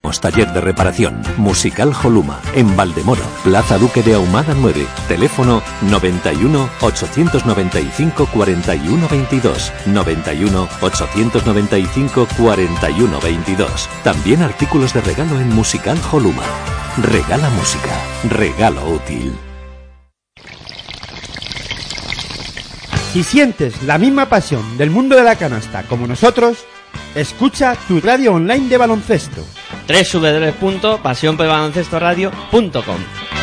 Taller de reparación. Musical Joluma, en Valdemoro, Plaza Duque de Ahumada 9. Teléfono 91 895 41 22. 91 895 41 22. También artículos de regalo en Musical Joluma. Regala música, regalo útil. Si sientes la misma pasión del mundo de la canasta como nosotros, escucha tu radio online de baloncesto. www.pasionporbaloncestoradio.com.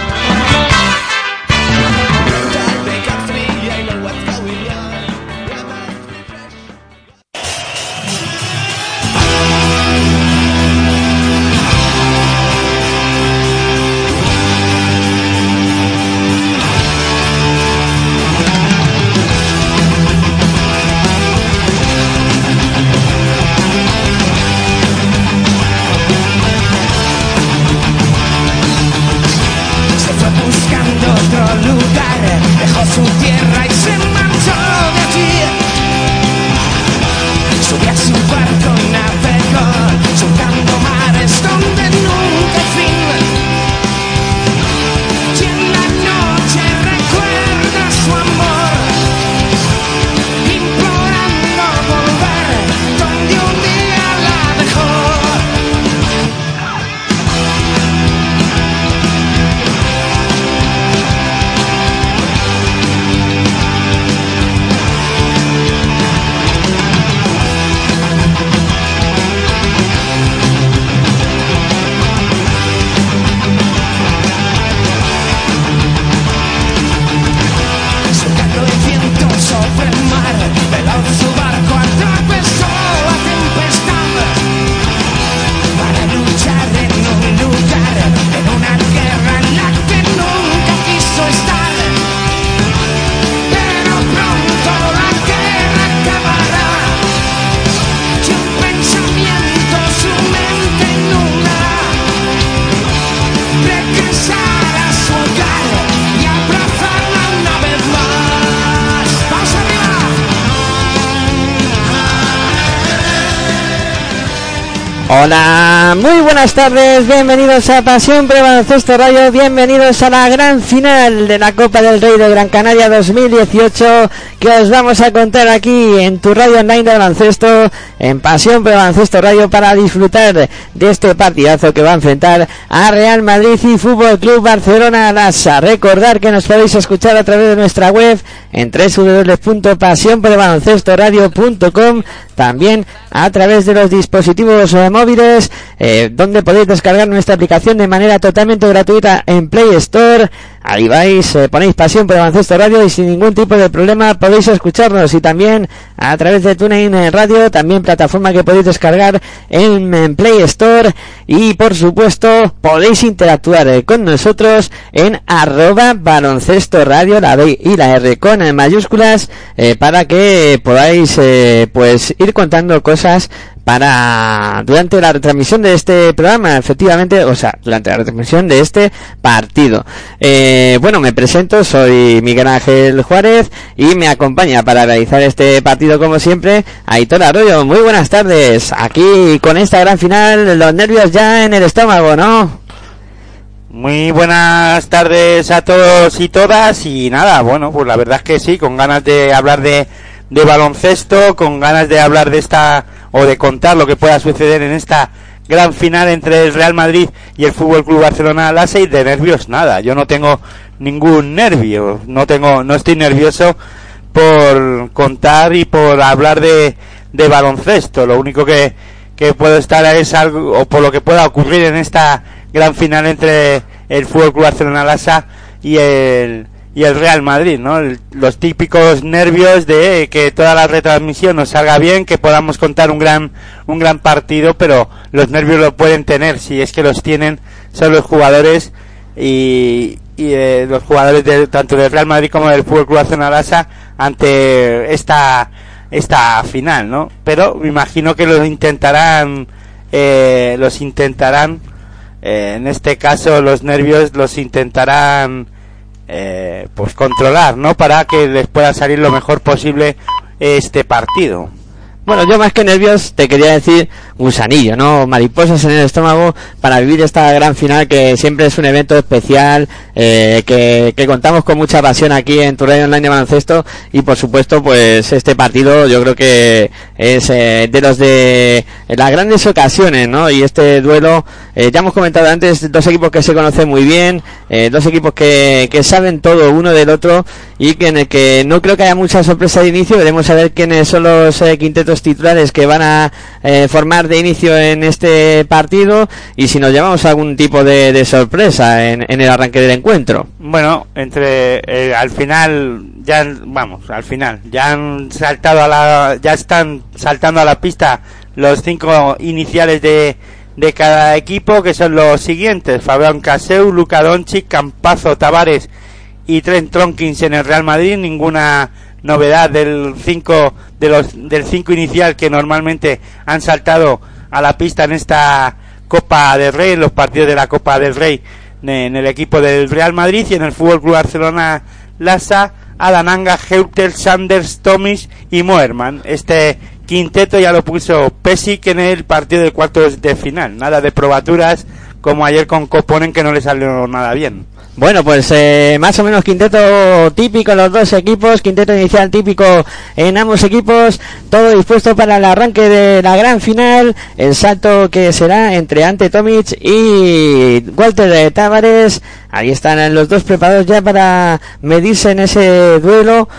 Hola, muy buenas tardes, bienvenidos a Pasión por Baloncesto Radio, bienvenidos a la gran final de la Copa del Rey de Gran Canaria 2018 que os vamos a contar aquí en tu radio online de baloncesto, en Pasión por Baloncesto Radio, para disfrutar de este partidazo que va a enfrentar a Real Madrid y Fútbol Club Barcelona Lassa. Recordar que nos podéis escuchar a través de nuestra web en www.pasionporbaloncestoradio.com, también a través de los dispositivos móviles, donde podéis descargar nuestra aplicación de manera totalmente gratuita en Play Store. Ahí vais, ponéis Pasión por Baloncesto Radio y sin ningún tipo de problema podéis escucharnos, y también a través de TuneIn Radio, también plataforma que podéis descargar en Play Store. Y por supuesto podéis interactuar con nosotros en @baloncesto radio, la B y la R con mayúsculas, para que podáis pues ir contando cosas para durante la retransmisión de este programa, efectivamente, o sea, durante la retransmisión de este partido. Bueno, me presento, soy Miguel Ángel Juárez y me acompaña para realizar este partido, como siempre, Aitor Arroyo. Muy buenas tardes, aquí con esta gran final, los nervios ya en el estómago, ¿no? Muy buenas tardes a todos y todas, y nada, bueno, pues la verdad es que sí, con ganas de hablar de baloncesto, con ganas de hablar de esta, o de contar lo que pueda suceder en esta gran final entre el Real Madrid y el Fútbol Club Barcelona Lassa. Y de nervios nada, yo no tengo ningún nervio, no estoy nervioso por contar y por hablar de baloncesto. Lo único que puedo estar es algo, o por lo que pueda ocurrir en esta gran final entre el Fútbol Club Barcelona Lassa y el Real Madrid, ¿no? Los típicos nervios de que toda la retransmisión nos salga bien, que podamos contar un gran partido, pero los nervios lo pueden tener, si es que los tienen, son los jugadores y los jugadores tanto del Real Madrid como del Fútbol Club Barcelona Lassa ante esta final, ¿no? Pero me imagino que los intentarán, en este caso los nervios los intentarán pues controlar, ¿no? Para que les pueda salir lo mejor posible este partido. Bueno, yo más que nervios te quería decir gusanillo, ¿no? Mariposas en el estómago para vivir esta gran final, que siempre es un evento especial, que contamos con mucha pasión aquí en tu radio online de baloncesto. Y por supuesto, pues este partido yo creo que es de los de las grandes ocasiones, ¿no? Y este duelo, ya hemos comentado antes, dos equipos que se conocen muy bien, dos equipos que saben todo uno del otro, y que en el que no creo que haya mucha sorpresa de inicio. Veremos a ver quiénes son los quintetos titulares que van a formar de inicio en este partido, y si nos llevamos algún tipo de sorpresa en el arranque del encuentro. Bueno, al final ya están saltando a la pista los 5 iniciales de cada equipo, que son los siguientes: Fabián Casseu, Luka Doncic, Campazzo, Tavares y Trent Tronkins en el Real Madrid. Ninguna novedad del 5 inicial que normalmente han saltado a la pista en esta Copa del Rey, en los partidos de la Copa del Rey, en el equipo del Real Madrid. Y en el Fútbol Club Barcelona Lassa, Adananga, Heutel, Sanders, Tomic y Moerman. Este quinteto ya lo puso Pesic en el partido de cuartos de final. Nada de probaturas como ayer con Koponen, que no le salió nada bien. Bueno, pues más o menos quinteto típico en los dos equipos, quinteto inicial típico en ambos equipos, todo dispuesto para el arranque de la gran final, el salto que será entre Ante Tomic y Walter Tavares. Ahí están los dos preparados ya para medirse en ese duelo,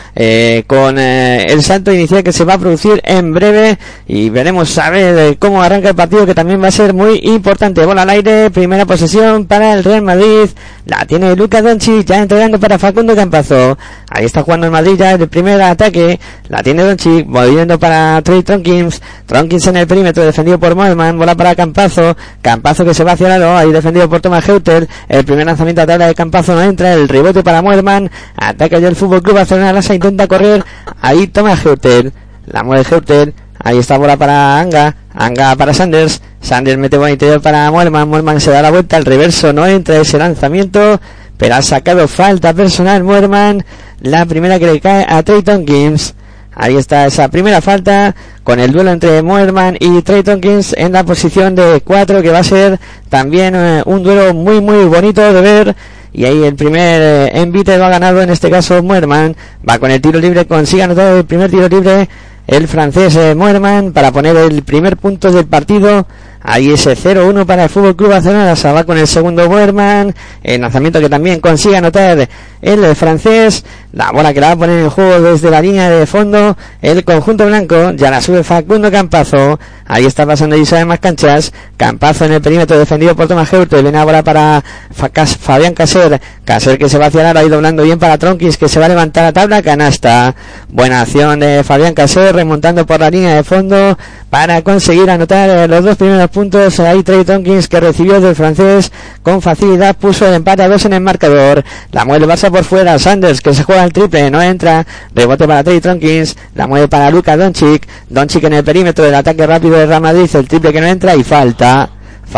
con el salto inicial que se va a producir en breve, y veremos a ver cómo arranca el partido, que también va a ser muy importante. Bola al aire, primera posesión para el Real Madrid, la tiene Luka Doncic, ya entregando para Facundo Campazzo. Ahí está jugando el Madrid ya el primer ataque, la tiene Doncic, volviendo para Trey Tronkins en el perímetro, defendido por Moerman, bola para Campazzo que se va hacia el aro, ahí defendido por Thomas Heutel. El primer lanzamiento a tabla de Campazzo no entra, el rebote para Moerman, ataca ya el Fútbol Club Barcelona Lassa, intenta correr, ahí Thomas Heutel, la mueve Heutel, ahí está bola para Anga para Sanders mete bola interior para Moerman se da la vuelta, el reverso no entra ese lanzamiento, pero ha sacado falta personal Moerman, la primera que le cae a Trey Tonkins. Ahí está esa primera falta, con el duelo entre Moerman y Trey Tonkins en la posición de 4, que va a ser también un duelo muy muy bonito de ver. Y ahí el primer envite lo ha ganado, en este caso Moerman, va con el tiro libre, consigue anotar el primer tiro libre el francés Moerman para poner el primer punto del partido. Ahí ese 0-1 para el Fútbol Club Barcelona. Se va con el segundo Moerman, el lanzamiento que también consigue anotar el francés, la bola que la va a poner en juego desde la línea de fondo el conjunto blanco, ya la sube Facundo Campazzo, ahí está pasando Isabel más canchas, Campazzo en el perímetro defendido por Thomas Heutel, viene ahora para Fabián Caser que se va hacia el aro, ahí doblando bien para Tronkins, que se va a levantar a tabla, canasta, buena acción de Fabián Caser, remontando por la línea de fondo para conseguir anotar los dos primeros puntos. Ahí Trey Tronkins, que recibió del francés con facilidad, puso el empate a 2 en el marcador, la mueve el Barça por fuera, Sanders que se juega el triple, no entra, rebote para Trey Tronkins, la mueve para Luka Doncic en el perímetro del ataque rápido de Real Madrid, el triple que no entra, y falta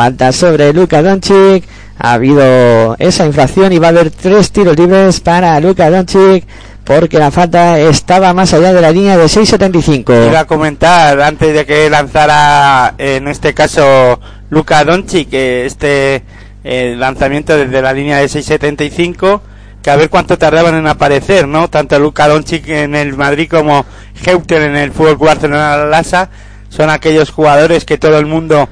sobre Luka Doncic. Ha habido esa infracción y va a haber 3 tiros libres para Luka Doncic, porque la falta estaba más allá de la línea de 6.75. Iba a comentar antes de que lanzara, en este caso, Luka Doncic, que lanzamiento desde la línea de 6.75, que a ver cuánto tardaban en aparecer, ¿no? Tanto Luka Doncic en el Madrid como Heutel en el Fútbol Club Barcelona Lassa son aquellos jugadores que todo el mundo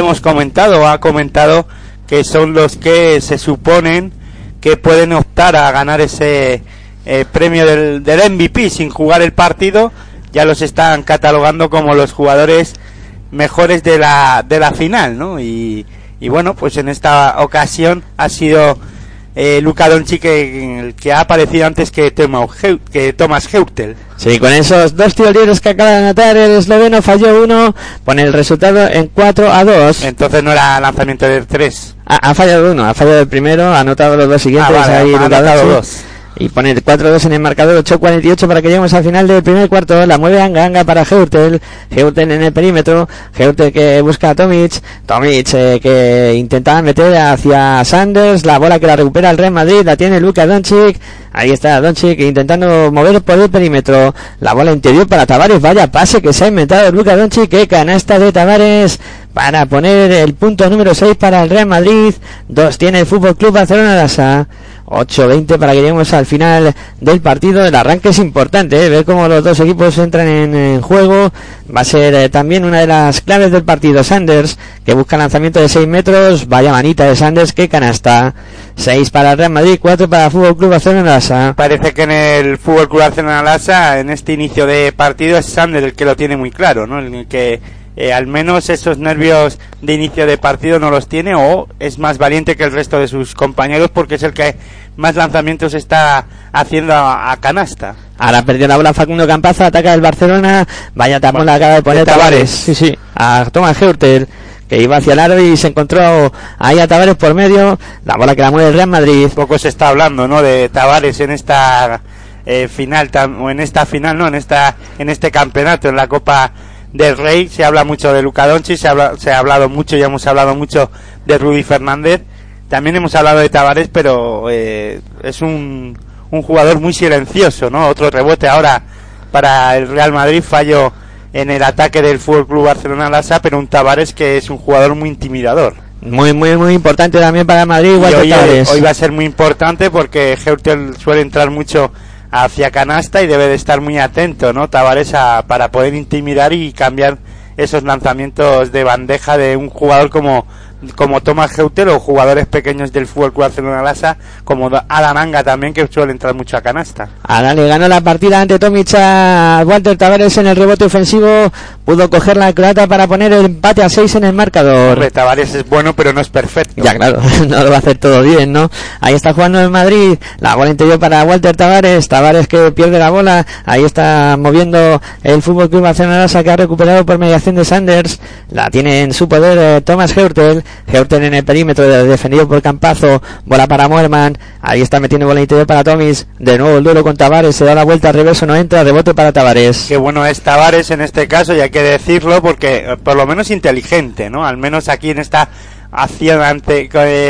ha comentado que son los que se suponen que pueden optar a ganar ese premio del MVP sin jugar el partido. Ya los están catalogando como los jugadores mejores de la final, ¿no? Y bueno, pues en esta ocasión ha sido Luka Doncic el que ha aparecido antes que Thomas Heutel. Sí, con esos 2 tiros libres que acaba de anotar el esloveno, falló uno, pone el resultado en 4-2. Entonces no era lanzamiento de 3. Ha fallado uno, ha fallado el primero, ha anotado los dos siguientes. Ahí ha anotado 2. Y pone el 4-2 en el marcador, 8.48 para que lleguemos al final del primer cuarto. La mueve Anga para Heutel en el perímetro, Heutel que busca a Tomic que intentaba meter hacia Sanders, la bola que la recupera el Real Madrid, la tiene Luka Doncic, ahí está Doncic intentando mover por el perímetro, la bola interior para Tavares, vaya pase que se ha inventado Luka Doncic, que canasta de Tavares para poner el punto número 6 para el Real Madrid. 2 tiene el Fútbol Club Barcelona Lassa. 8-20 para que lleguemos al final del partido. El arranque es importante, ver cómo los dos equipos entran en juego. Va a ser también una de las claves del partido. Sanders, que busca lanzamiento de 6 metros. Vaya manita de Sanders, que canasta. 6 para el Real Madrid, 4 para el Fútbol Club Barcelona Lassa. Parece que en el Fútbol Club Barcelona Lassa, en este inicio de partido, es Sanders el que lo tiene muy claro, ¿no? El que al menos esos nervios de inicio de partido no los tiene, o es más valiente que el resto de sus compañeros porque es el que más lanzamientos está haciendo a canasta. Ahora perdió la bola Facundo Campazo, ataca el Barcelona, vaya tapón la acaba de poner Tavares. Sí, a Thomas Hürtel, que iba hacia el aro y se encontró ahí a Tavares por medio, la bola que la mueve el Real Madrid. Poco se está hablando, ¿no?, de Tavares en esta final, o en esta final, no, en este campeonato, en la Copa del Rey. Se habla mucho de Luka Doncic, se ha hablado mucho, ya hemos hablado mucho de Rudy Fernández, también hemos hablado de Tavares, pero es un jugador muy silencioso, ¿no? Otro rebote ahora para el Real Madrid, fallo en el ataque del Fútbol Club Barcelona Lassa, pero un Tavares que es un jugador muy intimidador. Muy importante también para Madrid. Hoy va a ser muy importante porque Hürtel suele entrar mucho hacia canasta y debe de estar muy atento, ¿no?, Tavares, para poder intimidar y cambiar esos lanzamientos de bandeja de un jugador como Thomas Hürtel, o jugadores pequeños del Fútbol Club Barcelona Lassa como Adam Anga también, que suele entrar mucho a canasta. Ahora le ganó la partida ante Tomic a Walter Tavares en el rebote ofensivo, pudo coger la croata para poner el empate a 6 en el marcador. Hombre, Tavares es bueno, pero no es perfecto. Ya, claro, no lo va a hacer todo bien, ¿no? Ahí está jugando en Madrid, la bola interior para Walter Tavares que pierde la bola, ahí está moviendo el Fútbol Club Barcelona Lassa, que ha recuperado por mediación de Sanders, la tiene en su poder Thomas Hürtel en el perímetro, defendido por Campazo, bola para Moerman, ahí está metiendo bola interior para Tomic, de nuevo el duelo con Tavares, se da la vuelta al reverso, no entra, rebote para Tavares. Qué bueno es Tavares en este caso, y hay que decirlo, porque por lo menos inteligente, ¿no? Al menos aquí en esta acción ante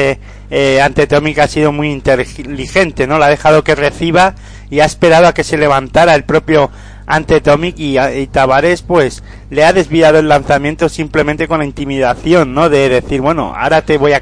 Tomic ha sido muy inteligente, ¿no? La ha dejado que reciba y ha esperado a que se levantara el propio ante Tomic, y Tavares pues le ha desviado el lanzamiento simplemente con la intimidación, ¿no?, de decir, bueno, ahora te voy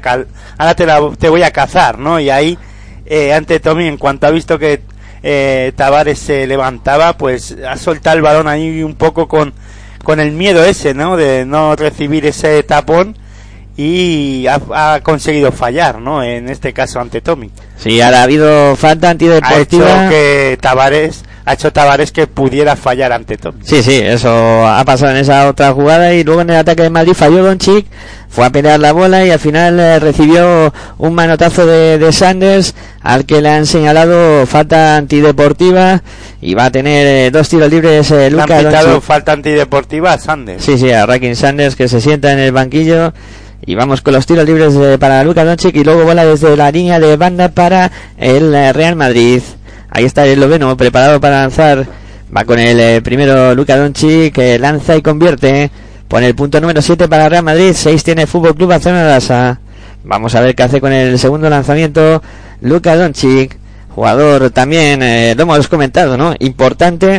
a cazar, ¿no? Y ahí ante Tomic, en cuanto ha visto que Tavares se levantaba, pues ha soltado el balón ahí un poco con el miedo ese, ¿no?, de no recibir ese tapón, y ha conseguido fallar, ¿no?, en este caso ante Tomic. Sí, ahora ha habido falta antideportiva. Ha hecho Tavares que pudiera fallar ante Tomic. Sí, eso ha pasado en esa otra jugada, y luego en el ataque de Madrid falló Doncic, fue a pelear la bola y al final recibió un manotazo de Sanders, al que le han señalado falta antideportiva, y va a tener 2 tiros libres Luka Doncic. Han pitado falta antideportiva a Sanders. Sí, a Raheem Sanders, que se sienta en el banquillo. Y vamos con los tiros libres para Luka Doncic, y luego bola desde la línea de banda para el Real Madrid. Ahí está el esloveno preparado para lanzar. Va con el primero Luka Doncic, que lanza y convierte. Pone el punto número 7 para el Real Madrid. 6 tiene el Fútbol Club Barcelona Lassa. Vamos a ver qué hace con el segundo lanzamiento Luka Doncic. Jugador también, lo hemos comentado, ¿no?, importante.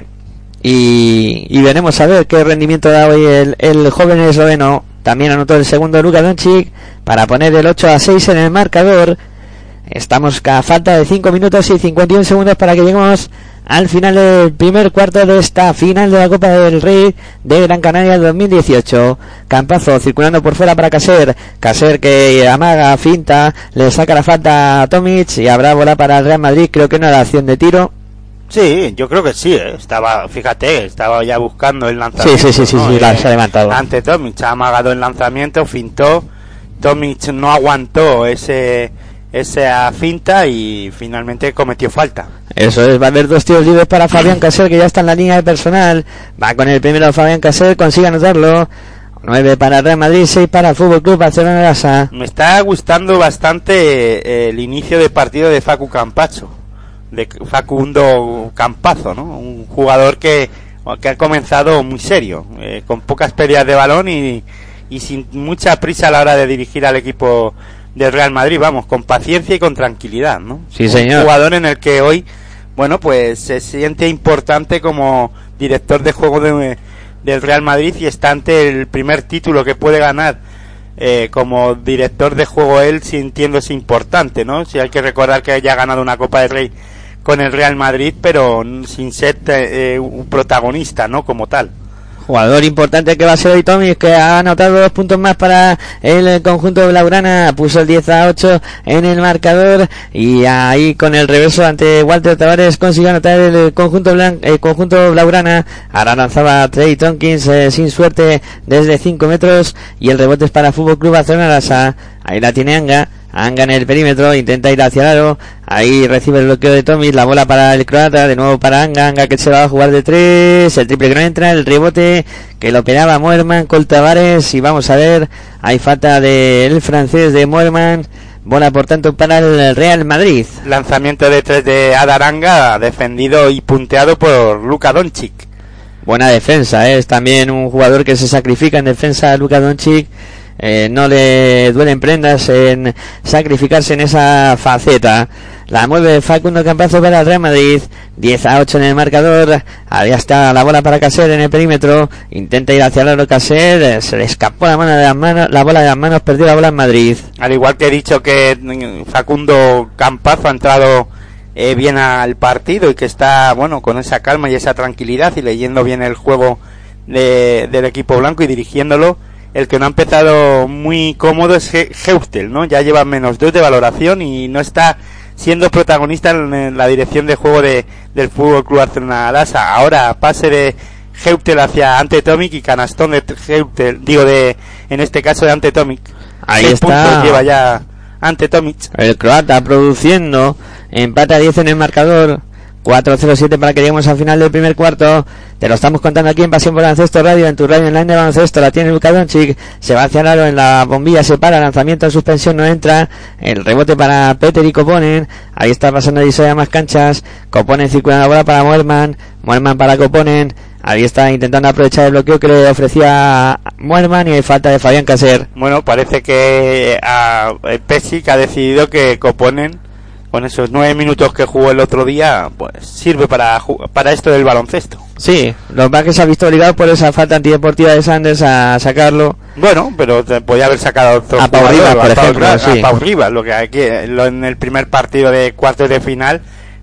Y veremos a ver qué rendimiento da hoy el joven esloveno. También anotó el segundo Luka Doncic para poner el 8-6 en el marcador. Estamos a falta de 5 minutos y 51 segundos para que lleguemos al final del primer cuarto de esta final de la Copa del Rey de Gran Canaria 2018. Campazo circulando por fuera para Caser que amaga, finta, le saca la falta a Tomic, y habrá bola para el Real Madrid. Creo que no era acción de tiro. Sí, yo creo que sí, estaba ya buscando el lanzamiento. Sí, se ha levantado. Ante Tomic ha amagado el lanzamiento, fintó, Tomic no aguantó esa finta y finalmente cometió falta. Eso es, va a haber 2 tiros libres para Fabián Caser, que ya está en la línea de personal. Va con el primero Fabián Caser, consigue anotarlo. 9 para el Real Madrid, 6 para el Fútbol Club Barcelona Lassa. Me está gustando bastante el inicio de partido de Facundo Campazo, ¿no? Un jugador que ha comenzado muy serio, con pocas pérdidas de balón y sin mucha prisa a la hora de dirigir al equipo del Real Madrid, vamos, con paciencia y con tranquilidad, ¿no? Sí, señor. Un jugador en el que hoy, bueno, pues se siente importante como director de juego del Real Madrid, y está ante el primer título que puede ganar como director de juego él sintiéndose importante, ¿no? Si hay que recordar que ya ha ganado una Copa del Rey con el Real Madrid, pero sin ser un protagonista, ¿no? Como tal. Jugador importante que va a ser hoy Tomic, que ha anotado 2 puntos más para el conjunto blaugrana, puso el 10-8 en el marcador, y ahí con el reverso ante Walter Tavares consiguió anotar el conjunto blaugrana. Ahora lanzaba Trey Tompkins sin suerte desde 5 metros, y el rebote es para Fútbol Club Barcelona Lassa. Ahí la tiene Anga en el perímetro, intenta ir hacia el aro, ahí recibe el bloqueo de Tomic, la bola para el croata, de nuevo para Anga que se va a jugar de 3, el triple que no entra, el rebote que lo operaba Moerman con Tavares, y vamos a ver, hay falta del francés de Moerman, bola por tanto para el Real Madrid. Lanzamiento de 3 de Adar Anga, defendido y punteado por Luka Doncic. Buena defensa, es también un jugador que se sacrifica en defensa, Luka Doncic. No le duelen prendas en sacrificarse en esa faceta. La mueve Facundo Campazo para el Real Madrid, 10-8 en el marcador. Ahí está la bola para Caser en el perímetro, intenta ir hacia el aro Caser, se le escapó la bola de las manos, perdió la bola en Madrid. Al igual que he dicho que Facundo Campazo ha entrado bien al partido y que está, bueno, con esa calma y esa tranquilidad y leyendo bien el juego del equipo blanco y dirigiéndolo. El que no ha empezado muy cómodo es Heustel, ¿no? Ya lleva -2 de valoración y no está siendo protagonista en la dirección de juego del Fútbol Club Barcelona Lassa. Ahora pase de Heustel hacia Ante Tomic y canastón de Heustel, en este caso de Ante Tomic. Ahí 6 está. puntos lleva ya Ante Tomic. El croata produciendo, empata 10 en el marcador. 4-0-7 para que lleguemos al final del primer cuarto. Te lo estamos contando aquí en Pasión por Baloncesto Radio, en tu radio online de baloncesto. La tiene Luka Doncic, se va hacia el aro, en la bombilla se para, lanzamiento en suspensión, no entra, el rebote para Peter y Koponen. Ahí está pasando Disoya más canchas, Koponen circula la bola para Moerman para Koponen. Ahí está intentando aprovechar el bloqueo que le ofrecía Moerman, y hay falta de Fabián Caser. Bueno, parece que Pesic ha decidido que Koponen, con esos 9 minutos que jugó el otro día, pues sirve para esto del baloncesto. Sí, lo que se ha visto obligado por esa falta antideportiva de Sanders a sacarlo. Bueno, pero podía haber sacado otro a Pau Ribas, por ejemplo, sí. A Pau Ribas, lo que aquí en el primer partido de cuartos de final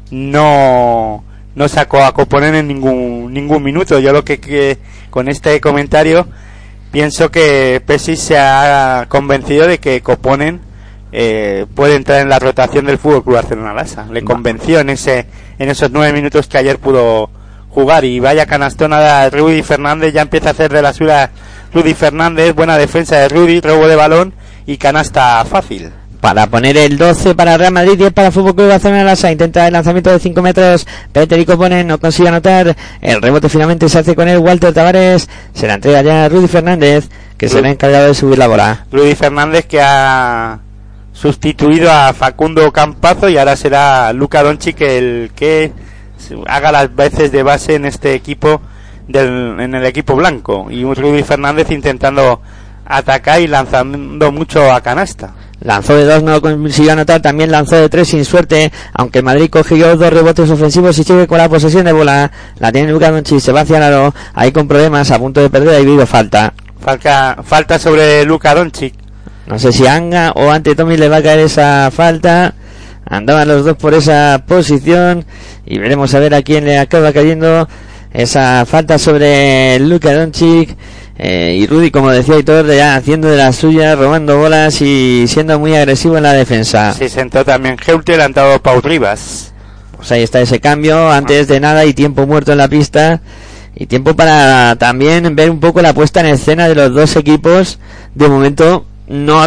no sacó a Koponen en ningún minuto. Yo lo que con este comentario pienso que Pesic se ha convencido de que Koponen puede entrar en la rotación del Fútbol Club Barcelona Lassa. Le convenció en esos 9 minutos que ayer pudo jugar, y vaya canastona de Rudy Fernández, ya empieza a hacer de la suya Rudy Fernández, buena defensa de Rudy, robo de balón y canasta fácil. Para poner el 12 para Real Madrid, 10 para Fútbol Club Barcelona Lassa. Intenta el lanzamiento de 5 metros, Peter y Koponen no consigue anotar, el rebote finalmente se hace con él Walter Tavares, se la entrega ya a Rudy Fernández, que será encargado de subir la bola. Rudy Fernández, que ha sustituido a Facundo Campazo, y ahora será Luka Doncic el que haga las veces de base en este equipo, en el equipo blanco, y Rudy Fernández intentando atacar y lanzando mucho a canasta. Lanzó de 2, no consiguió anotar, también lanzó de 3 sin suerte, aunque Madrid cogió 2 rebotes ofensivos y sigue con la posesión de bola. La tiene Luka Doncic, se va hacia el aro, ahí con problemas, a punto de perder, ahí vivo falta sobre Luka Doncic. No sé si Anga o Ante Tomic le va a caer esa falta. Andaban los dos por esa posición y veremos a ver a quién le acaba cayendo esa falta sobre Luka Doncic. Y Rudy, como decía Hitor, ya haciendo de la suya, robando bolas y siendo muy agresivo en la defensa. Se sentó también Heustel, ha entrado Pau Ribas. Pues ahí está ese cambio, antes de nada, y tiempo muerto en la pista. Y tiempo para también ver un poco la puesta en escena de los dos equipos. De momento no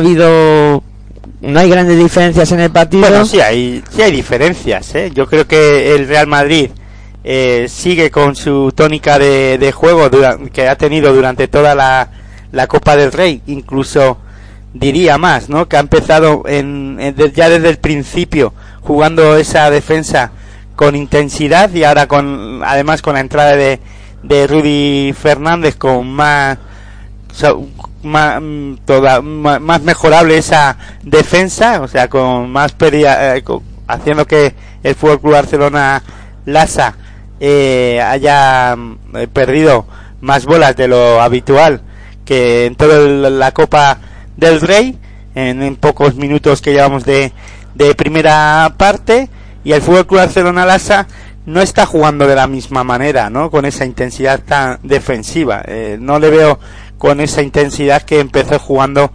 hay grandes diferencias en el partido. Bueno, sí hay diferencias, ¿eh? Yo creo que el Real Madrid sigue con su tónica de juego que ha tenido durante toda la Copa del Rey, incluso diría más, ¿no? Que ha empezado ya desde el principio jugando esa defensa con intensidad, y ahora además con la entrada de Rudy Fernández con más mejorable esa defensa, o sea, con más pérdida, haciendo que el Fútbol Club Barcelona Lassa haya perdido más bolas de lo habitual que en toda la Copa del Rey en pocos minutos que llevamos de primera parte, y el Fútbol Club Barcelona Lassa no está jugando de la misma manera, ¿no? Con esa intensidad tan defensiva. No le veo con esa intensidad que empezó jugando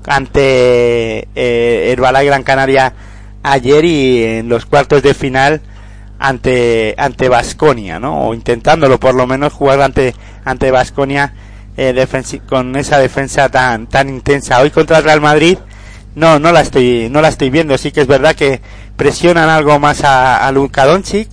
ante Herbalife Gran Canaria ayer y en los cuartos de final ante Baskonia, ¿no? O intentándolo por lo menos jugar ante Baskonia con esa defensa tan intensa. Hoy contra el Real Madrid no la estoy viendo. Sí que es verdad que presionan algo más a Luka Doncic,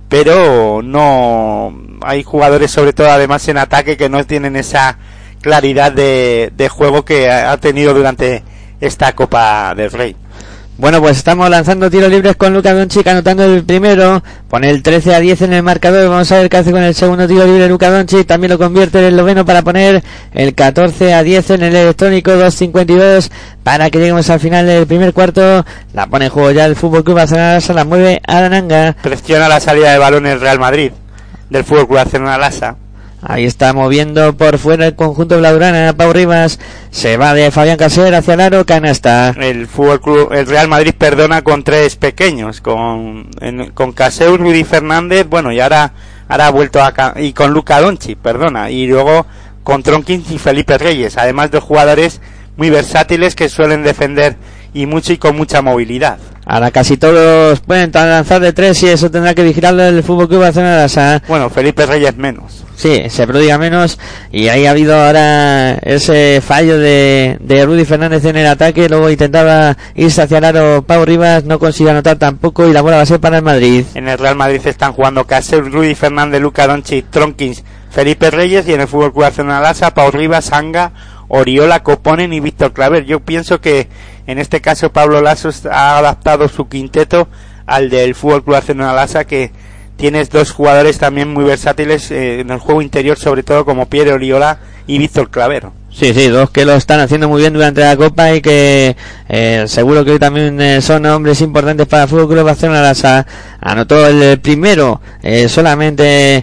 pero no hay jugadores, sobre todo además en ataque, que no tienen esa claridad de juego que ha tenido durante esta Copa del Rey. Bueno, pues estamos lanzando tiros libres con Luka Doncic anotando el primero, pone el 13-10 en el marcador. Vamos a ver qué hace con el segundo tiro libre Luka Doncic, también lo convierte en el noveno para poner el 14-10 en el electrónico. 2:52 para que lleguemos al final del primer cuarto. La pone en juego ya el Fútbol Club Barcelona Lassa, la mueve Arananga. Presiona la salida de balón el Real Madrid del Fútbol Club Barcelona Lassa. Ahí está moviendo por fuera el conjunto blaugrana. Pau Rivas se va de Fabián Caser hacia el aro, canasta. El Real Madrid perdona con tres pequeños, con Caser, Rudy Fernández, bueno, y ahora ha vuelto y con Luka Doncic, perdona, y luego con Tronkins y Felipe Reyes, además de jugadores muy versátiles que suelen defender y mucho y con mucha movilidad. Ahora casi todos pueden lanzar de tres y eso tendrá que vigilarlo el Fútbol Club Barcelona Lassa. Bueno, Felipe Reyes menos. Sí, se prodiga menos, y ahí ha habido ahora ese fallo de Rudy Fernández en el ataque. Luego intentaba irse hacia el aro Pau Rivas, no consigue anotar tampoco, y la bola va a ser para el Madrid. En el Real Madrid están jugando Caser, Rudy Fernández, Luka Doncic, Tronkins, Felipe Reyes, y en el Fútbol Club Barcelona Lassa, Pau Rivas, Anga, Oriola, Koponen y Víctor Claver. Yo pienso que en este caso Pablo Lasso ha adaptado su quinteto al del Fútbol Club Barcelona Lassa, que tienes dos jugadores también muy versátiles en el juego interior, sobre todo como Pierre Oriola y Víctor Clavero. Sí, dos que lo están haciendo muy bien durante la Copa y que seguro que hoy también son hombres importantes para el Fútbol Club Barcelona Lassa. Anotó el primero solamente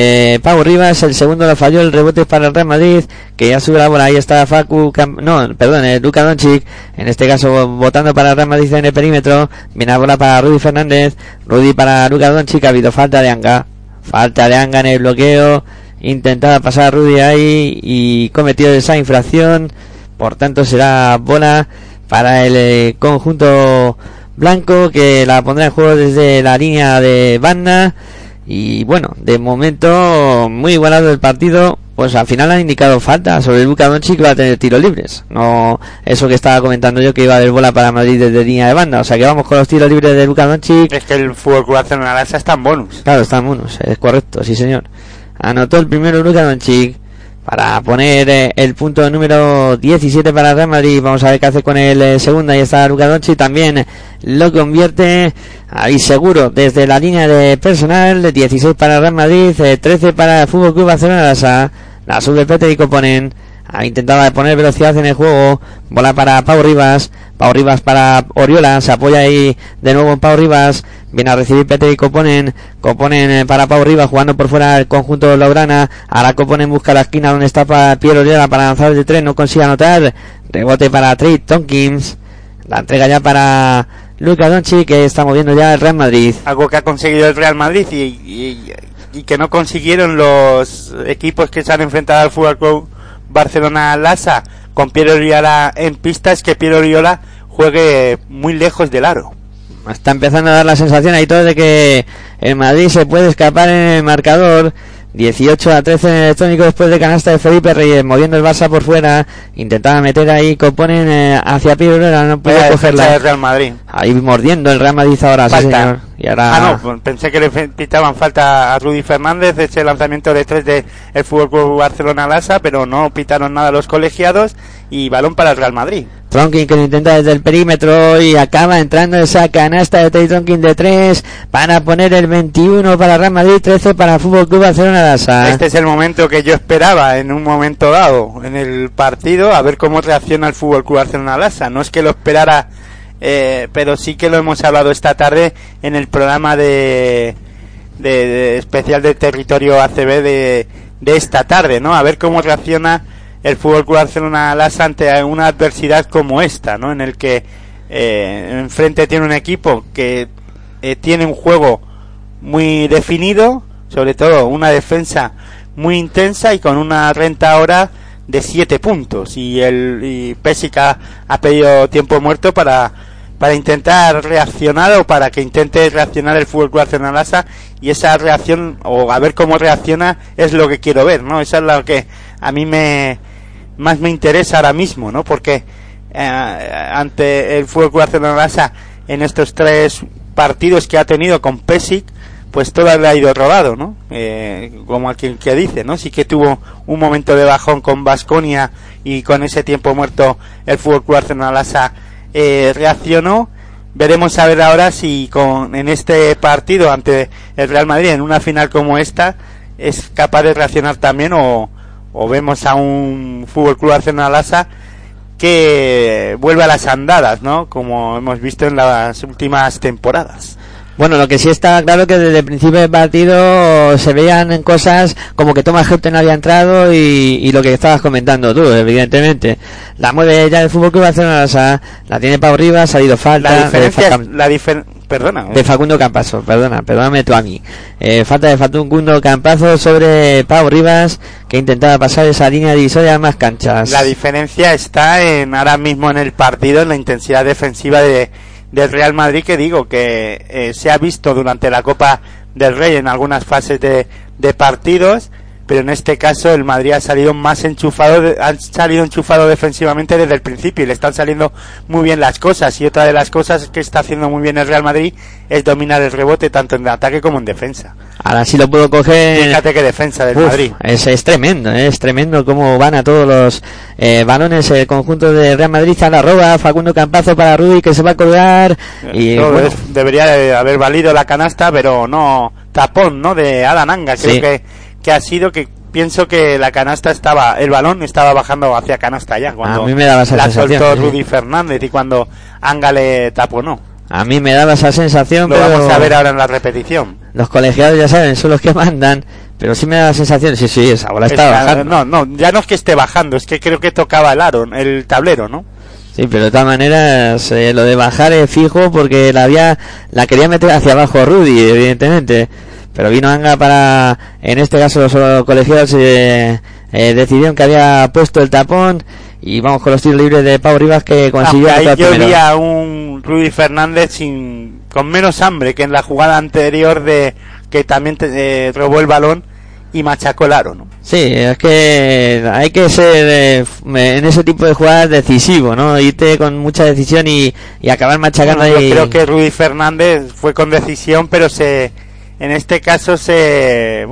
Pau Rivas, el segundo lo falló, el rebote para el Real Madrid, que ya sube la bola. Ahí está Luka Doncic, en este caso votando para el Real Madrid en el perímetro. Viene la bola para Rudy Fernández, Rudy para Luka Doncic. Ha habido falta de Anga en el bloqueo. Intentaba pasar a Rudy ahí y cometió esa infracción, por tanto será bola para el conjunto blanco, que la pondrá en juego desde la línea de banda. Y bueno, de momento muy igualado el partido. Pues al final han indicado falta sobre Luka Doncic, que va a tener tiros libres, no eso que estaba comentando yo, que iba a haber bola para Madrid desde línea de banda. O sea que vamos con los tiros libres de Luka Doncic. Es que el Fútbol Club Barcelona Lassa está en bonus. Claro, está en bonus, es correcto, sí señor. Anotó el primero Luka Doncic para poner el punto número 17 para Real Madrid. Vamos a ver qué hace con el segundo. Ahí está Luka Doncic, también lo convierte ahí seguro desde la línea de personal. 16 para Real Madrid, 13 para el Fútbol Club Barcelona Lassa. La sube Peter y Koponen. Intentaba poner velocidad en el juego. Bola para Pau Rivas para Oriola. Se apoya ahí de nuevo en Pau Rivas. Viene a recibir Peter y Koponen para Pau Rivas, jugando por fuera el conjunto Blaugrana. Ahora Koponen busca la esquina donde está para Pierre Oriola para lanzar de tres, no consigue anotar. Rebote para Trey Tompkins. La entrega ya para Luka Doncic, que está moviendo ya el Real Madrid. Algo que ha conseguido el Real Madrid y que no consiguieron los equipos que se han enfrentado al Fútbol Club Barcelona Lassa con Pierre Oriola en pista, es que Pierre Oriola juegue muy lejos del aro. Está empezando a dar la sensación ahí todo de que el Madrid se puede escapar en el marcador. 18-13 en el electrónico después de canasta de Felipe Reyes, moviendo el Barça por fuera. Intentaba meter ahí, Koponen hacia Pierre Oriola, no puede cogerla. El Real Madrid. Ahí mordiendo el Real Madrid ahora, falta. Sí señor. Y ahora... pensé que le pitaban falta a Rudy Fernández ese lanzamiento de tres de el Fútbol Club Barcelona Lassa, pero no pitaron nada los colegiados, y balón para el Real Madrid. Tronkin, que lo intenta desde el perímetro y acaba entrando esa canasta de Trey Tronkin de 3 para poner el 21 para Real Madrid, 13 para Fútbol Club Barcelona Lassa. Este es el momento que yo esperaba en un momento dado en el partido, a ver cómo reacciona el Fútbol Club Barcelona Lassa. No es que lo esperara, pero sí que lo hemos hablado esta tarde en el programa de especial de territorio ACB de esta tarde, ¿no? A ver cómo reacciona el Fútbol Club Barcelona Lassa ante una adversidad como esta, ¿no? En el que enfrente tiene un equipo que tiene un juego muy definido, sobre todo una defensa muy intensa y con una renta ahora de 7 puntos, y Pešić ha pedido tiempo muerto para intentar reaccionar, o para que intente reaccionar el Fútbol Club Barcelona Lassa, y esa reacción, o a ver cómo reacciona, es lo que quiero ver, ¿no? Eso es lo que a mí más me interesa ahora mismo, ¿no? Porque ante el Fútbol Club Barcelona Lassa, en estos 3 partidos que ha tenido con Pešić, pues todo le ha ido rodado, ¿no? Como a quien que dice, ¿no? Sí que tuvo un momento de bajón con Baskonia, y con ese tiempo muerto el Fútbol Club Barcelona Lassa reaccionó. Veremos a ver ahora si en este partido ante el Real Madrid, en una final como esta, es capaz de reaccionar también, o vemos a un Fútbol Club Barcelona Lassa que vuelve a las andadas, ¿no? Como hemos visto en las últimas temporadas. Bueno, lo que sí está claro que desde el principio del partido se veían cosas como que Thomas Helton había entrado, y lo que estabas comentando tú, evidentemente. La mueve ya el Fútbol Club Barcelona, la tiene Pau Ribas, ha salido falta. De Facundo Campazo, perdóname tú a mí. Falta de Facundo Campazo sobre Pau Ribas, que intentaba pasar esa línea divisoria a más canchas. La diferencia está ahora mismo en el partido, en la intensidad defensiva del Real Madrid, que digo que se ha visto durante la Copa del Rey en algunas fases de partidos, pero en este caso el Madrid ha salido enchufado defensivamente desde el principio, y le están saliendo muy bien las cosas. Y otra de las cosas que está haciendo muy bien el Real Madrid es dominar el rebote tanto en ataque como en defensa. Ahora sí lo puedo coger. Fíjate qué defensa del Madrid. Es tremendo cómo van a todos los balones el conjunto de Real Madrid. A la roba, Facundo Campazo para Rudy, que se va a colgar. Y bueno, debería de haber valido la canasta, pero no, tapón, ¿no? De Alan Anga, creo que ha sido, que pienso que la canasta el balón estaba bajando hacia canasta ya, cuando a mí me daba esa sensación, soltó Rudy Fernández, y cuando Anga le taponó. A mí me daba esa sensación, lo pero vamos a ver ahora en la repetición. Los colegiados ya saben, son los que mandan, pero sí me da la sensación, sí, esa bola está bajando. No, ya no es que esté bajando, es que creo que tocaba el tablero, ¿no? Sí, pero de todas maneras, lo de bajar es fijo, porque la quería meter hacia abajo Rudy, evidentemente. Pero vino Anga para, en este caso los colegiados decidieron que había puesto el tapón, y vamos con los tiros libres de Pau Ribas, que consiguió. Ahí yo vi a un Rudy Fernández con menos hambre que en la jugada anterior, que también robó el balón y machacó el aro, ¿no? Sí, es que hay que ser en ese tipo de jugadas decisivo, ¿no? Irte con mucha decisión y acabar machacando ahí. Yo creo que Rudy Fernández fue con decisión, pero en este caso se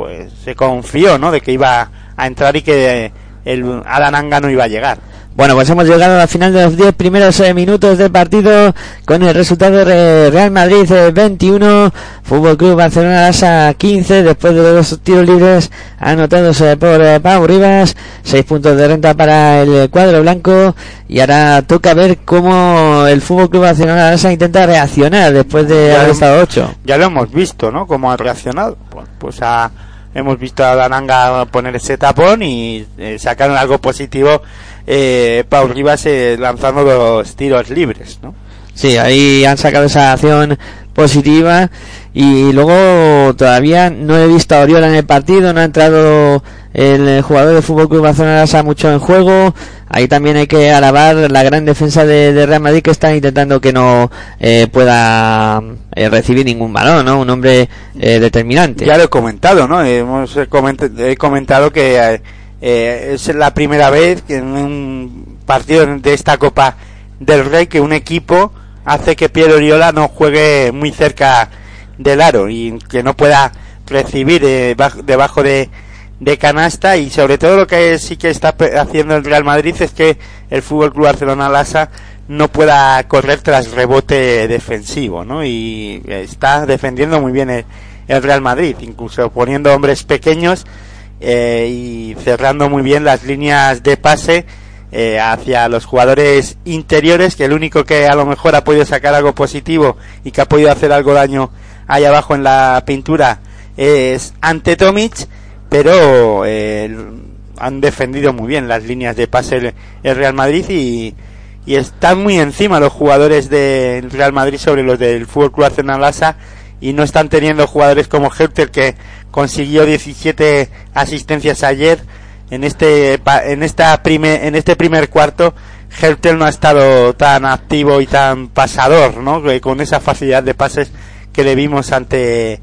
confió, ¿no? De que iba a entrar, y que el Alan Anga no iba a llegar. Bueno, pues hemos llegado al final de los 10 primeros minutos del partido, con el resultado de Real Madrid 21, Fútbol Club Barcelona Lassa 15, después de los tiros libres anotados por Pau Ribas. 6 puntos de renta para el cuadro blanco, y ahora toca ver cómo el Fútbol Club Barcelona Lassa intenta reaccionar después de haber estado 8. Ya lo hemos visto, ¿no? Cómo ha reaccionado. Pues hemos visto a Dananga poner ese tapón, y sacaron algo positivo, Pau Ribas lanzando los tiros libres, ¿no? Sí, ahí han sacado esa acción positiva, y luego todavía no he visto a Oriola en el partido, no ha entrado el jugador de Fútbol Club Barcelona Lassa mucho en juego. Ahí también hay que alabar la gran defensa de Real Madrid, que está intentando que no pueda recibir ningún balón, ¿no? Un hombre determinante. Ya lo he comentado, ¿no? He comentado que es la primera vez que en un partido de esta Copa del Rey que un equipo hace que Pierre Oriola no juegue muy cerca del aro, y que no pueda recibir debajo de canasta. Y sobre todo lo que sí que está haciendo el Real Madrid es que el Fútbol Club Barcelona Lassa no pueda correr tras rebote defensivo, ¿no? Y está defendiendo muy bien el Real Madrid, incluso poniendo hombres pequeños y cerrando muy bien las líneas de pase hacia los jugadores interiores, que el único que a lo mejor ha podido sacar algo positivo y que ha podido hacer algo daño ahí abajo en la pintura es Ante Tomic, pero han defendido muy bien las líneas de pase el Real Madrid y están muy encima los jugadores del Real Madrid sobre los del Fútbol Club Barcelona Lassa, y no están teniendo jugadores como Heurtel, que consiguió 17 asistencias ayer. En este primer cuarto Heurtel no ha estado tan activo y tan pasador, ¿no? Con esa facilidad de pases que le vimos ante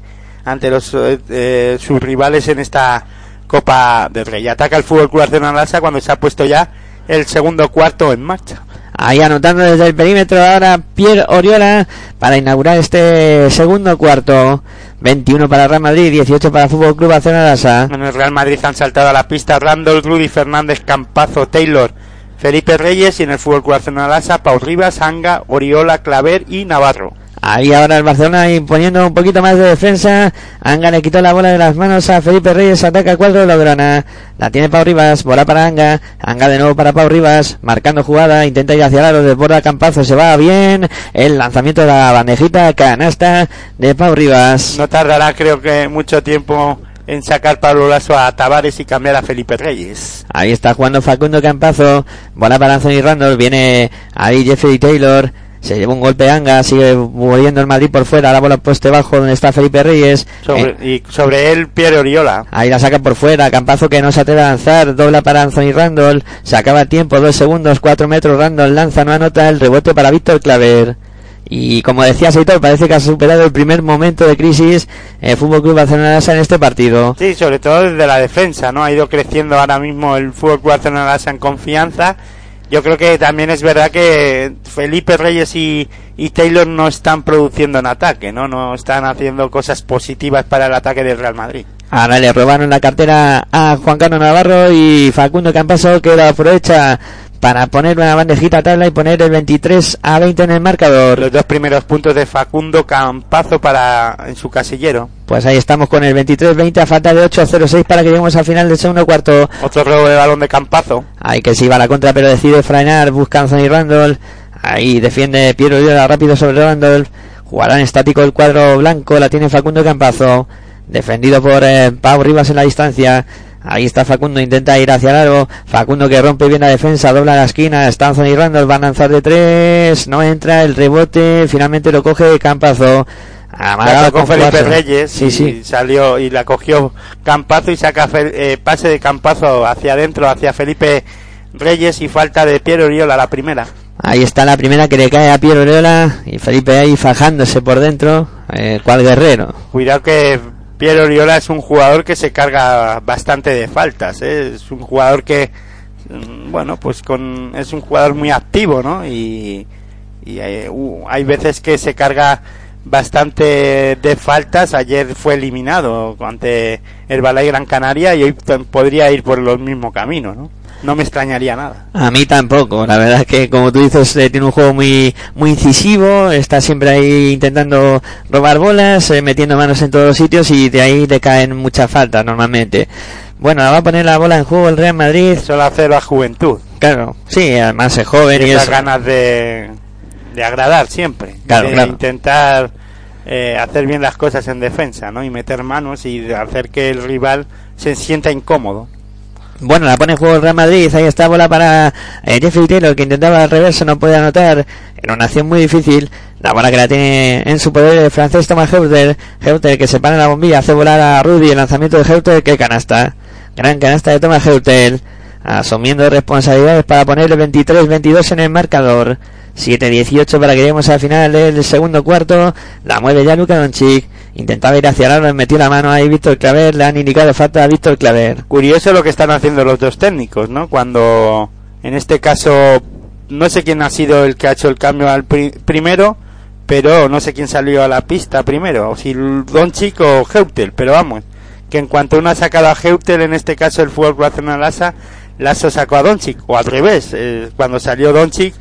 sus rivales en esta Copa del Rey. Ataca el Fútbol Club Barcelona Lassa cuando se ha puesto ya el segundo cuarto en marcha. Ahí anotando desde el perímetro ahora Pierre Oriola para inaugurar este segundo cuarto. 21 para Real Madrid, 18 para Fútbol Club Barcelona Lassa. En el Real Madrid han saltado a la pista Randall, Rudy Fernández, Campazo, Taylor, Felipe Reyes, y en el Fútbol Club Barcelona Lassa Pau Rivas, Anga, Oriola, Claver y Navarro. Ahí ahora el Barcelona imponiendo un poquito más de defensa. Anga le quitó la bola de las manos a Felipe Reyes, ataca 4 Logrona. La tiene Pau Rivas, bola para Anga. Anga de nuevo para Pau Rivas, marcando jugada, intenta ir hacia el aro, desborda Campazo, se va bien. El lanzamiento de la bandejita, canasta de Pau Rivas. No tardará, creo que mucho tiempo en sacar Pablo Lasso a Tavares y cambiar a Felipe Reyes. Ahí está jugando Facundo Campazo, bola para Anthony Randall, viene ahí Jeffrey Taylor. Se lleva un golpe Anga, sigue moviendo el Madrid por fuera, la bola poste bajo donde está Felipe Reyes. Y sobre él Pierre Oriola. Ahí la saca por fuera, Campazo que no se atreve a lanzar, dobla para Anthony Randall, se acaba el tiempo, 2 segundos, 4 metros, Randall lanza, no anota, el rebote para Víctor Claver. Y como decía Seitor, parece que ha superado el primer momento de crisis Fútbol Club Barcelona Lassa en este partido. Sí, sobre todo desde la defensa, ¿no? Ha ido creciendo ahora mismo el Fútbol Club Barcelona Lassa en confianza. Yo creo que también es verdad que Felipe Reyes y Taylor no están produciendo en ataque, no están haciendo cosas positivas para el ataque del Real Madrid. Ahora le robaron la cartera a Juan Carlos Navarro y Facundo Campazo, que la aprovecha para poner una bandejita a tabla y poner el 23-20 en el marcador. Los 2 primeros puntos de Facundo Campazo en su casillero. Pues ahí estamos con el 23-20 a falta de 8-0-6 para que lleguemos al final del segundo cuarto. Otro robo de balón de Campazo. Ahí que se iba a la contra pero decide frenar, busca Anthony Randall. Ahí defiende Piero Oriola rápido sobre Randall. Jugará en estático el cuadro blanco, la tiene Facundo Campazo. Defendido por Pau Rivas en la distancia. Ahí está Facundo, intenta ir hacia el aro. Facundo que rompe bien la defensa, dobla la esquina. Está Anthony Randall, va a lanzar de 3. No entra, el rebote. Finalmente lo coge Campazo. Amagado con Felipe Reyes. Sí. Salió y la cogió Campazo y saca pase de Campazo hacia adentro, hacia Felipe Reyes, y falta de Pierre Oriola, la primera. Ahí está la primera que le cae a Pierre Oriola. Y Felipe ahí fajándose por dentro. Cual guerrero. Cuidado que Pierre Oriola es un jugador que se carga bastante de faltas, ¿eh? Es un jugador que, bueno, pues es un jugador muy activo, ¿no? Y hay veces que se carga bastante de faltas. Ayer fue eliminado ante el Balay Gran Canaria y hoy podría ir por los mismos caminos, ¿no? No me extrañaría nada. A mí tampoco, la verdad es que como tú dices tiene un juego muy incisivo, está siempre ahí intentando robar bolas, metiendo manos en todos los sitios y de ahí le caen muchas faltas normalmente. Bueno, va a poner la bola en juego el Real Madrid. Eso lo hace la juventud. Claro, sí, además es joven y esas eso. Ganas de agradar siempre, claro. Intentar hacer bien las cosas en defensa, ¿no? Y meter manos y hacer que el rival se sienta incómodo. Bueno, la pone en juego el Real Madrid. Ahí está bola para Jeffrey Taylor, que intentaba al reverso, no puede anotar. Era una acción muy difícil. La bola que la tiene en su poder el francés Thomas Heurtel. Heurtel que se para en la bombilla, hace volar a Rudy. El lanzamiento de Heurtel, que canasta. Gran canasta de Thomas Heurtel. Asumiendo responsabilidades para poner el 23-22 en el marcador. 7-18 para que lleguemos al final del segundo cuarto. La mueve ya Luka Doncic. Intentaba ir hacia el aro, metió la mano ahí Víctor Claver, le han indicado falta a Víctor Claver. Curioso lo que están haciendo los dos técnicos, ¿no? Cuando, en este caso, no sé quién ha sido el que ha hecho el cambio al primero, pero no sé quién salió a la pista primero, o si Doncic o Heurtel, pero vamos, que en cuanto uno ha sacado a Heurtel, en este caso el Fútbol Barcelona Lassa, Lasso sacó a Doncic, o al revés, cuando salió Doncic,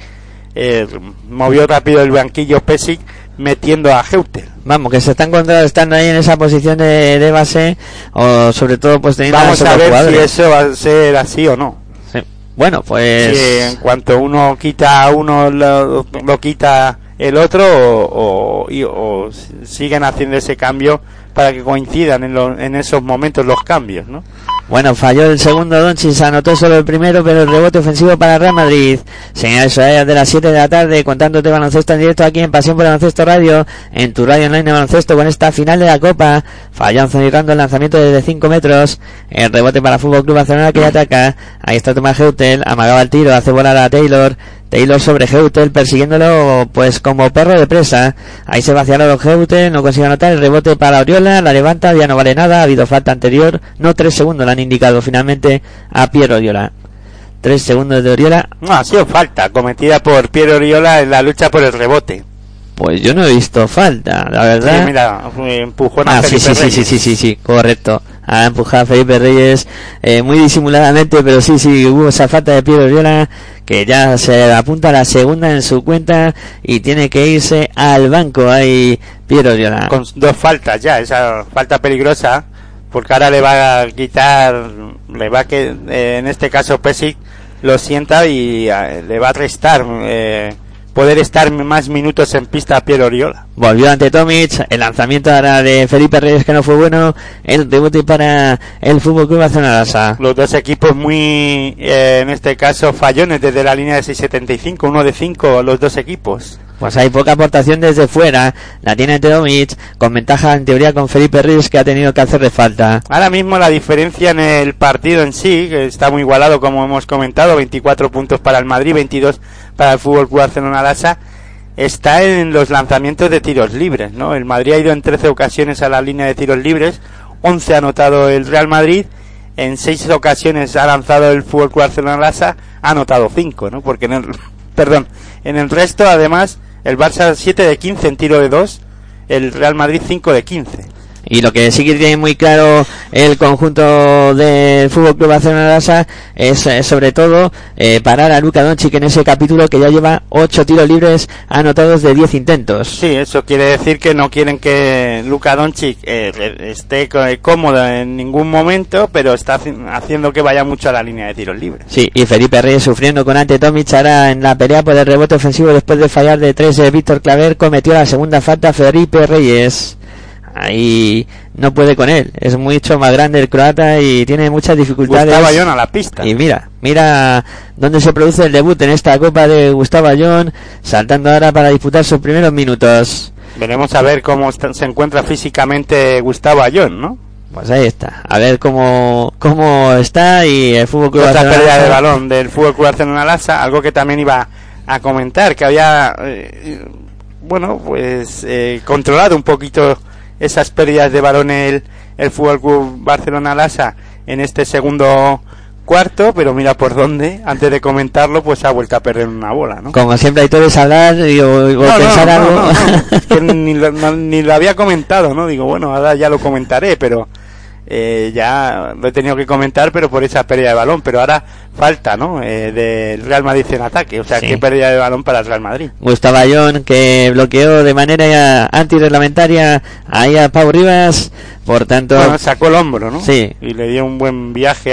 movió rápido el banquillo Pesic, metiendo a Heurtel. Vamos, que se están estando ahí en esa posición de base, o sobre todo pues teniendo vamos a ver jugadores. Si eso va a ser así o no. Sí. Bueno, pues si en cuanto uno quita a uno lo quita el otro, o siguen haciendo ese cambio para que coincidan en esos momentos los cambios, ¿no? Bueno, falló el segundo Doncic, anotó solo el primero, pero el rebote ofensivo para Real Madrid. Señales horarias de las 7 de la tarde, contándote baloncesto en directo aquí en Pasión por Baloncesto Radio, en tu radio online de baloncesto con esta final de la Copa. Falló Anthony Randall, el lanzamiento desde 5 metros. El rebote para Fútbol Club Barcelona que ya ataca. Ahí está Thomas Heutel, amagaba el tiro, hace volar a Taylor. Taylor sobre Heutel, persiguiéndolo pues como perro de presa. Ahí se vaciaron los Heutel, no consigue anotar. El rebote para Oriola, la levanta, ya no vale nada. Ha habido falta anterior, no 3 segundos le han indicado finalmente a Pierre Oriola. 3 segundos de Oriola. No, ha sido falta cometida por Pierre Oriola en la lucha por el rebote. Pues yo no he visto falta, la verdad. Sí, mira, empujó a Felipe Reyes. Sí, correcto. Ha empujado a Felipe Reyes muy disimuladamente, pero sí, hubo esa falta de Pierre Oriola, que ya se apunta a la segunda en su cuenta y tiene que irse al banco ahí Pierre Oriola. Con 2 faltas ya, esa falta peligrosa, porque ahora le va a quitar, en este caso Pesic lo sienta y le va a restar poder estar más minutos en pista a Pierre Oriola. Volvió ante Tomic, el lanzamiento ahora de Felipe Reyes que no fue bueno, el rebote para el Fútbol Club Barcelona. Los dos equipos muy, en este caso, fallones desde la línea de 6.75, 1 de 5 los dos equipos. Pues hay poca aportación desde fuera, la tiene ante Tomic, con ventaja en teoría con Felipe Reyes que ha tenido que hacerle falta. Ahora mismo la diferencia en el partido en sí, que está muy igualado como hemos comentado, 24 puntos para el Madrid, 22 para el Fútbol Club Barcelona Lassa, está en los lanzamientos de tiros libres, ¿no? El Madrid ha ido en 13 ocasiones a la línea de tiros libres, 11 ha anotado el Real Madrid, en 6 ocasiones ha lanzado el Fútbol Club Barcelona Lassa, ha anotado 5, ¿no? Porque en el resto además el Barça 7 de 15 en tiro de 2, el Real Madrid 5 de 15. Y lo que sí que tiene muy claro el conjunto del Fútbol Club Barcelona Lassa es sobre todo parar a Luka Doncic en ese capítulo, que ya lleva 8 tiros libres anotados de 10 intentos. Sí, eso quiere decir que no quieren que Luka Doncic esté cómodo en ningún momento, pero está haciendo que vaya mucho a la línea de tiros libres. Sí, y Felipe Reyes sufriendo con Ante Tomic ahora en la pelea por el rebote ofensivo después de fallar de 3 Víctor Claver. Cometió la segunda falta Felipe Reyes. Ahí no puede con él, es mucho más grande el croata y tiene muchas dificultades. Gustavo Ayón a la pista. Y mira dónde se produce el debut en esta Copa de Gustavo Ayón, saltando ahora para disputar sus primeros minutos. Veremos a ver cómo se encuentra físicamente Gustavo Ayón, ¿no? Pues ahí está, a ver cómo está. Y el Fútbol Club Barcelona, pérdida de balón del Fútbol Club Barcelona Lassa, algo que también iba a comentar, que había controlado un poquito esas pérdidas de balón el Fútbol Club Barcelona Lassa en este segundo cuarto, pero mira por dónde, antes de comentarlo, pues ha vuelto a perder una bola, ¿no? Como siempre hay todo es hablar o pensar algo. No. Es que ni lo había comentado, ¿no? Digo, bueno, ahora ya lo comentaré, pero ya lo he tenido que comentar, pero por esa pérdida de balón. Pero ahora falta, ¿no? Del Real Madrid en ataque, o sea, sí. Qué pérdida de balón para el Real Madrid. Gustavo Ayón, que bloqueó de manera antirreglamentaria ahí a Pau Rivas, por tanto... Bueno, sacó el hombro, ¿no? Sí. Y le dio un buen viaje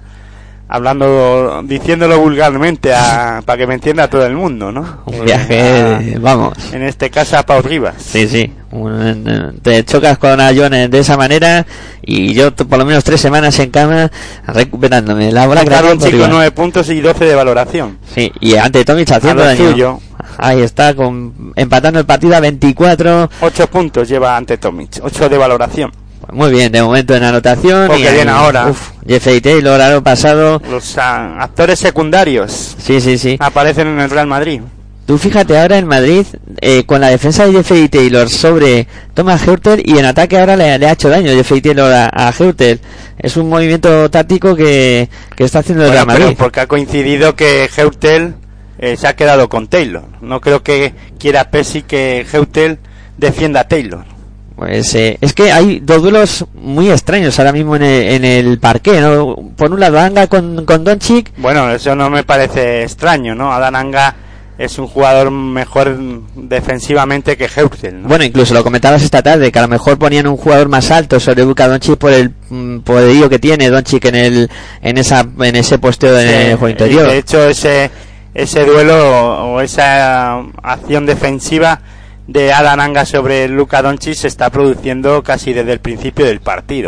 diciéndolo vulgarmente para que me entienda todo el mundo, ¿no? Un viaje, vamos. En este caso a Pau Rivas. Sí. Te chocas con Ayón de esa manera y yo por lo menos 3 semanas en cama recuperándome. La bola que un chico 9 puntos y 12 de valoración. Sí, y ante Tomic haciendo daño. Suyo. Ahí está, empatando el partido a 24. 8 puntos lleva ante Tomic, 8 de valoración. Muy bien, de momento en anotación. Porque bien ahora. Jeffrey Taylor, a lo pasado. Los actores secundarios. Sí. Aparecen en el Real Madrid. Tú fíjate ahora en Madrid, con la defensa de Jeffrey Taylor sobre Thomas Heutel, y en ataque ahora le ha hecho daño Jeffrey Taylor a Heutel. Es un movimiento táctico que está haciendo el Real Madrid. Pero porque ha coincidido que Heutel se ha quedado con Taylor. No creo que quiera Pesic que Heutel defienda a Taylor. Pues es que hay dos duelos muy extraños ahora mismo en el parqué, ¿no? Por un lado Anga con Doncic. Bueno, eso no me parece extraño, ¿no? Adán Anga es un jugador mejor defensivamente que Heutel, ¿no? Bueno, incluso lo comentabas esta tarde, que a lo mejor ponían un jugador más alto sobre Luka Doncic por el poderío que tiene Doncic en ese posteo en el juego interior. De hecho, ese duelo o esa acción defensiva de Adán Anga sobre Luka Doncic se está produciendo casi desde el principio del partido, ¿no?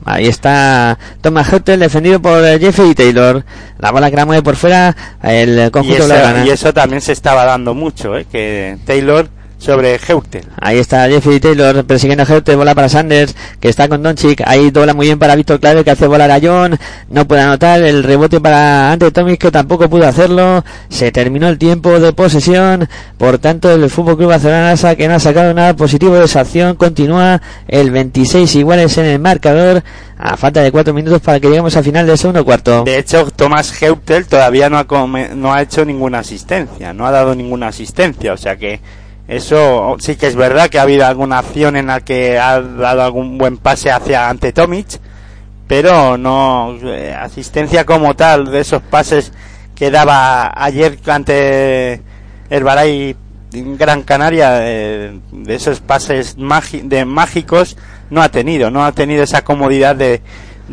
Ahí está Thomas Hurtel defendido por Jeffrey Taylor. La bola que la mueve por fuera el conjunto blaugrana. Y eso también se estaba dando mucho, que Taylor sobre Hurtel. Ahí está Jeffrey Taylor persiguiendo a Hurtel, bola para Sanders, que está con Doncic. Ahí dobla muy bien para Víctor Claver, que hace volar a John. No puede anotar, el rebote para Ante Tomic, que tampoco pudo hacerlo. Se terminó el tiempo de posesión. Por tanto, el Fútbol Club Barcelona, que no ha sacado nada positivo de esa acción, continúa el 26 iguales en el marcador, a falta de 4 minutos para que lleguemos al final del segundo cuarto. De hecho, Thomas Hurtel todavía no ha hecho ninguna asistencia, no ha dado ninguna asistencia, o sea que eso sí que es verdad que ha habido alguna acción en la que ha dado algún buen pase hacia Ante Tomic, pero no asistencia como tal de esos pases que daba ayer ante el Baray Gran Canaria, de esos pases mágicos, no ha tenido esa comodidad de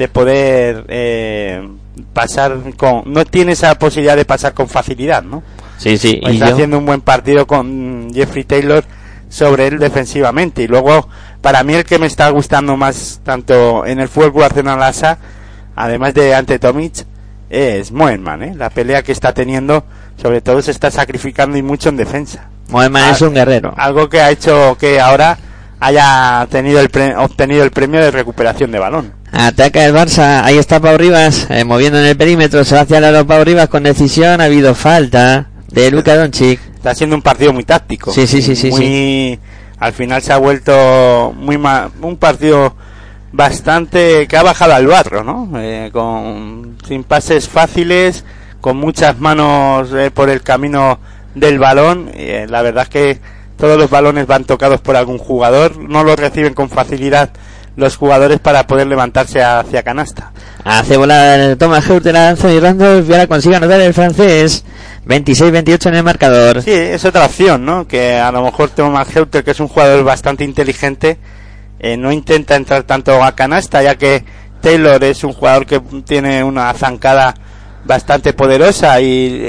poder pasar no tiene esa posibilidad de pasar con facilidad, ¿no? Sí, está haciendo un buen partido con Jeffrey Taylor sobre él defensivamente. Y luego, para mí, el que me está gustando más, tanto en el Fútbol Club Barcelona, además de Ante Tomic, es Moerman, La pelea que está teniendo, sobre todo, se está sacrificando y mucho en defensa. Moerman es un guerrero. Algo que ha hecho que ahora haya obtenido el premio de recuperación de balón. Ataca el Barça, ahí está Pau Rivas, moviendo en el perímetro, se va hacia el aro Pau Rivas con decisión, ha habido falta de Luka Doncic. Está siendo un partido muy táctico. Sí. Al final se ha vuelto un partido bastante que ha bajado al barro, ¿no? Sin pases fáciles, con muchas manos por el camino del balón. La verdad es que todos los balones van tocados por algún jugador, no los reciben con facilidad los jugadores para poder levantarse hacia canasta. Hace volar Thomas Hurtel a Anthony Randolph y ahora consigue anotar el francés. 26-28 en el marcador. Sí, es otra opción, ¿no? Que a lo mejor Thomas Hurtel, que es un jugador bastante inteligente, no intenta entrar tanto a canasta, ya que Taylor es un jugador que tiene una zancada bastante poderosa y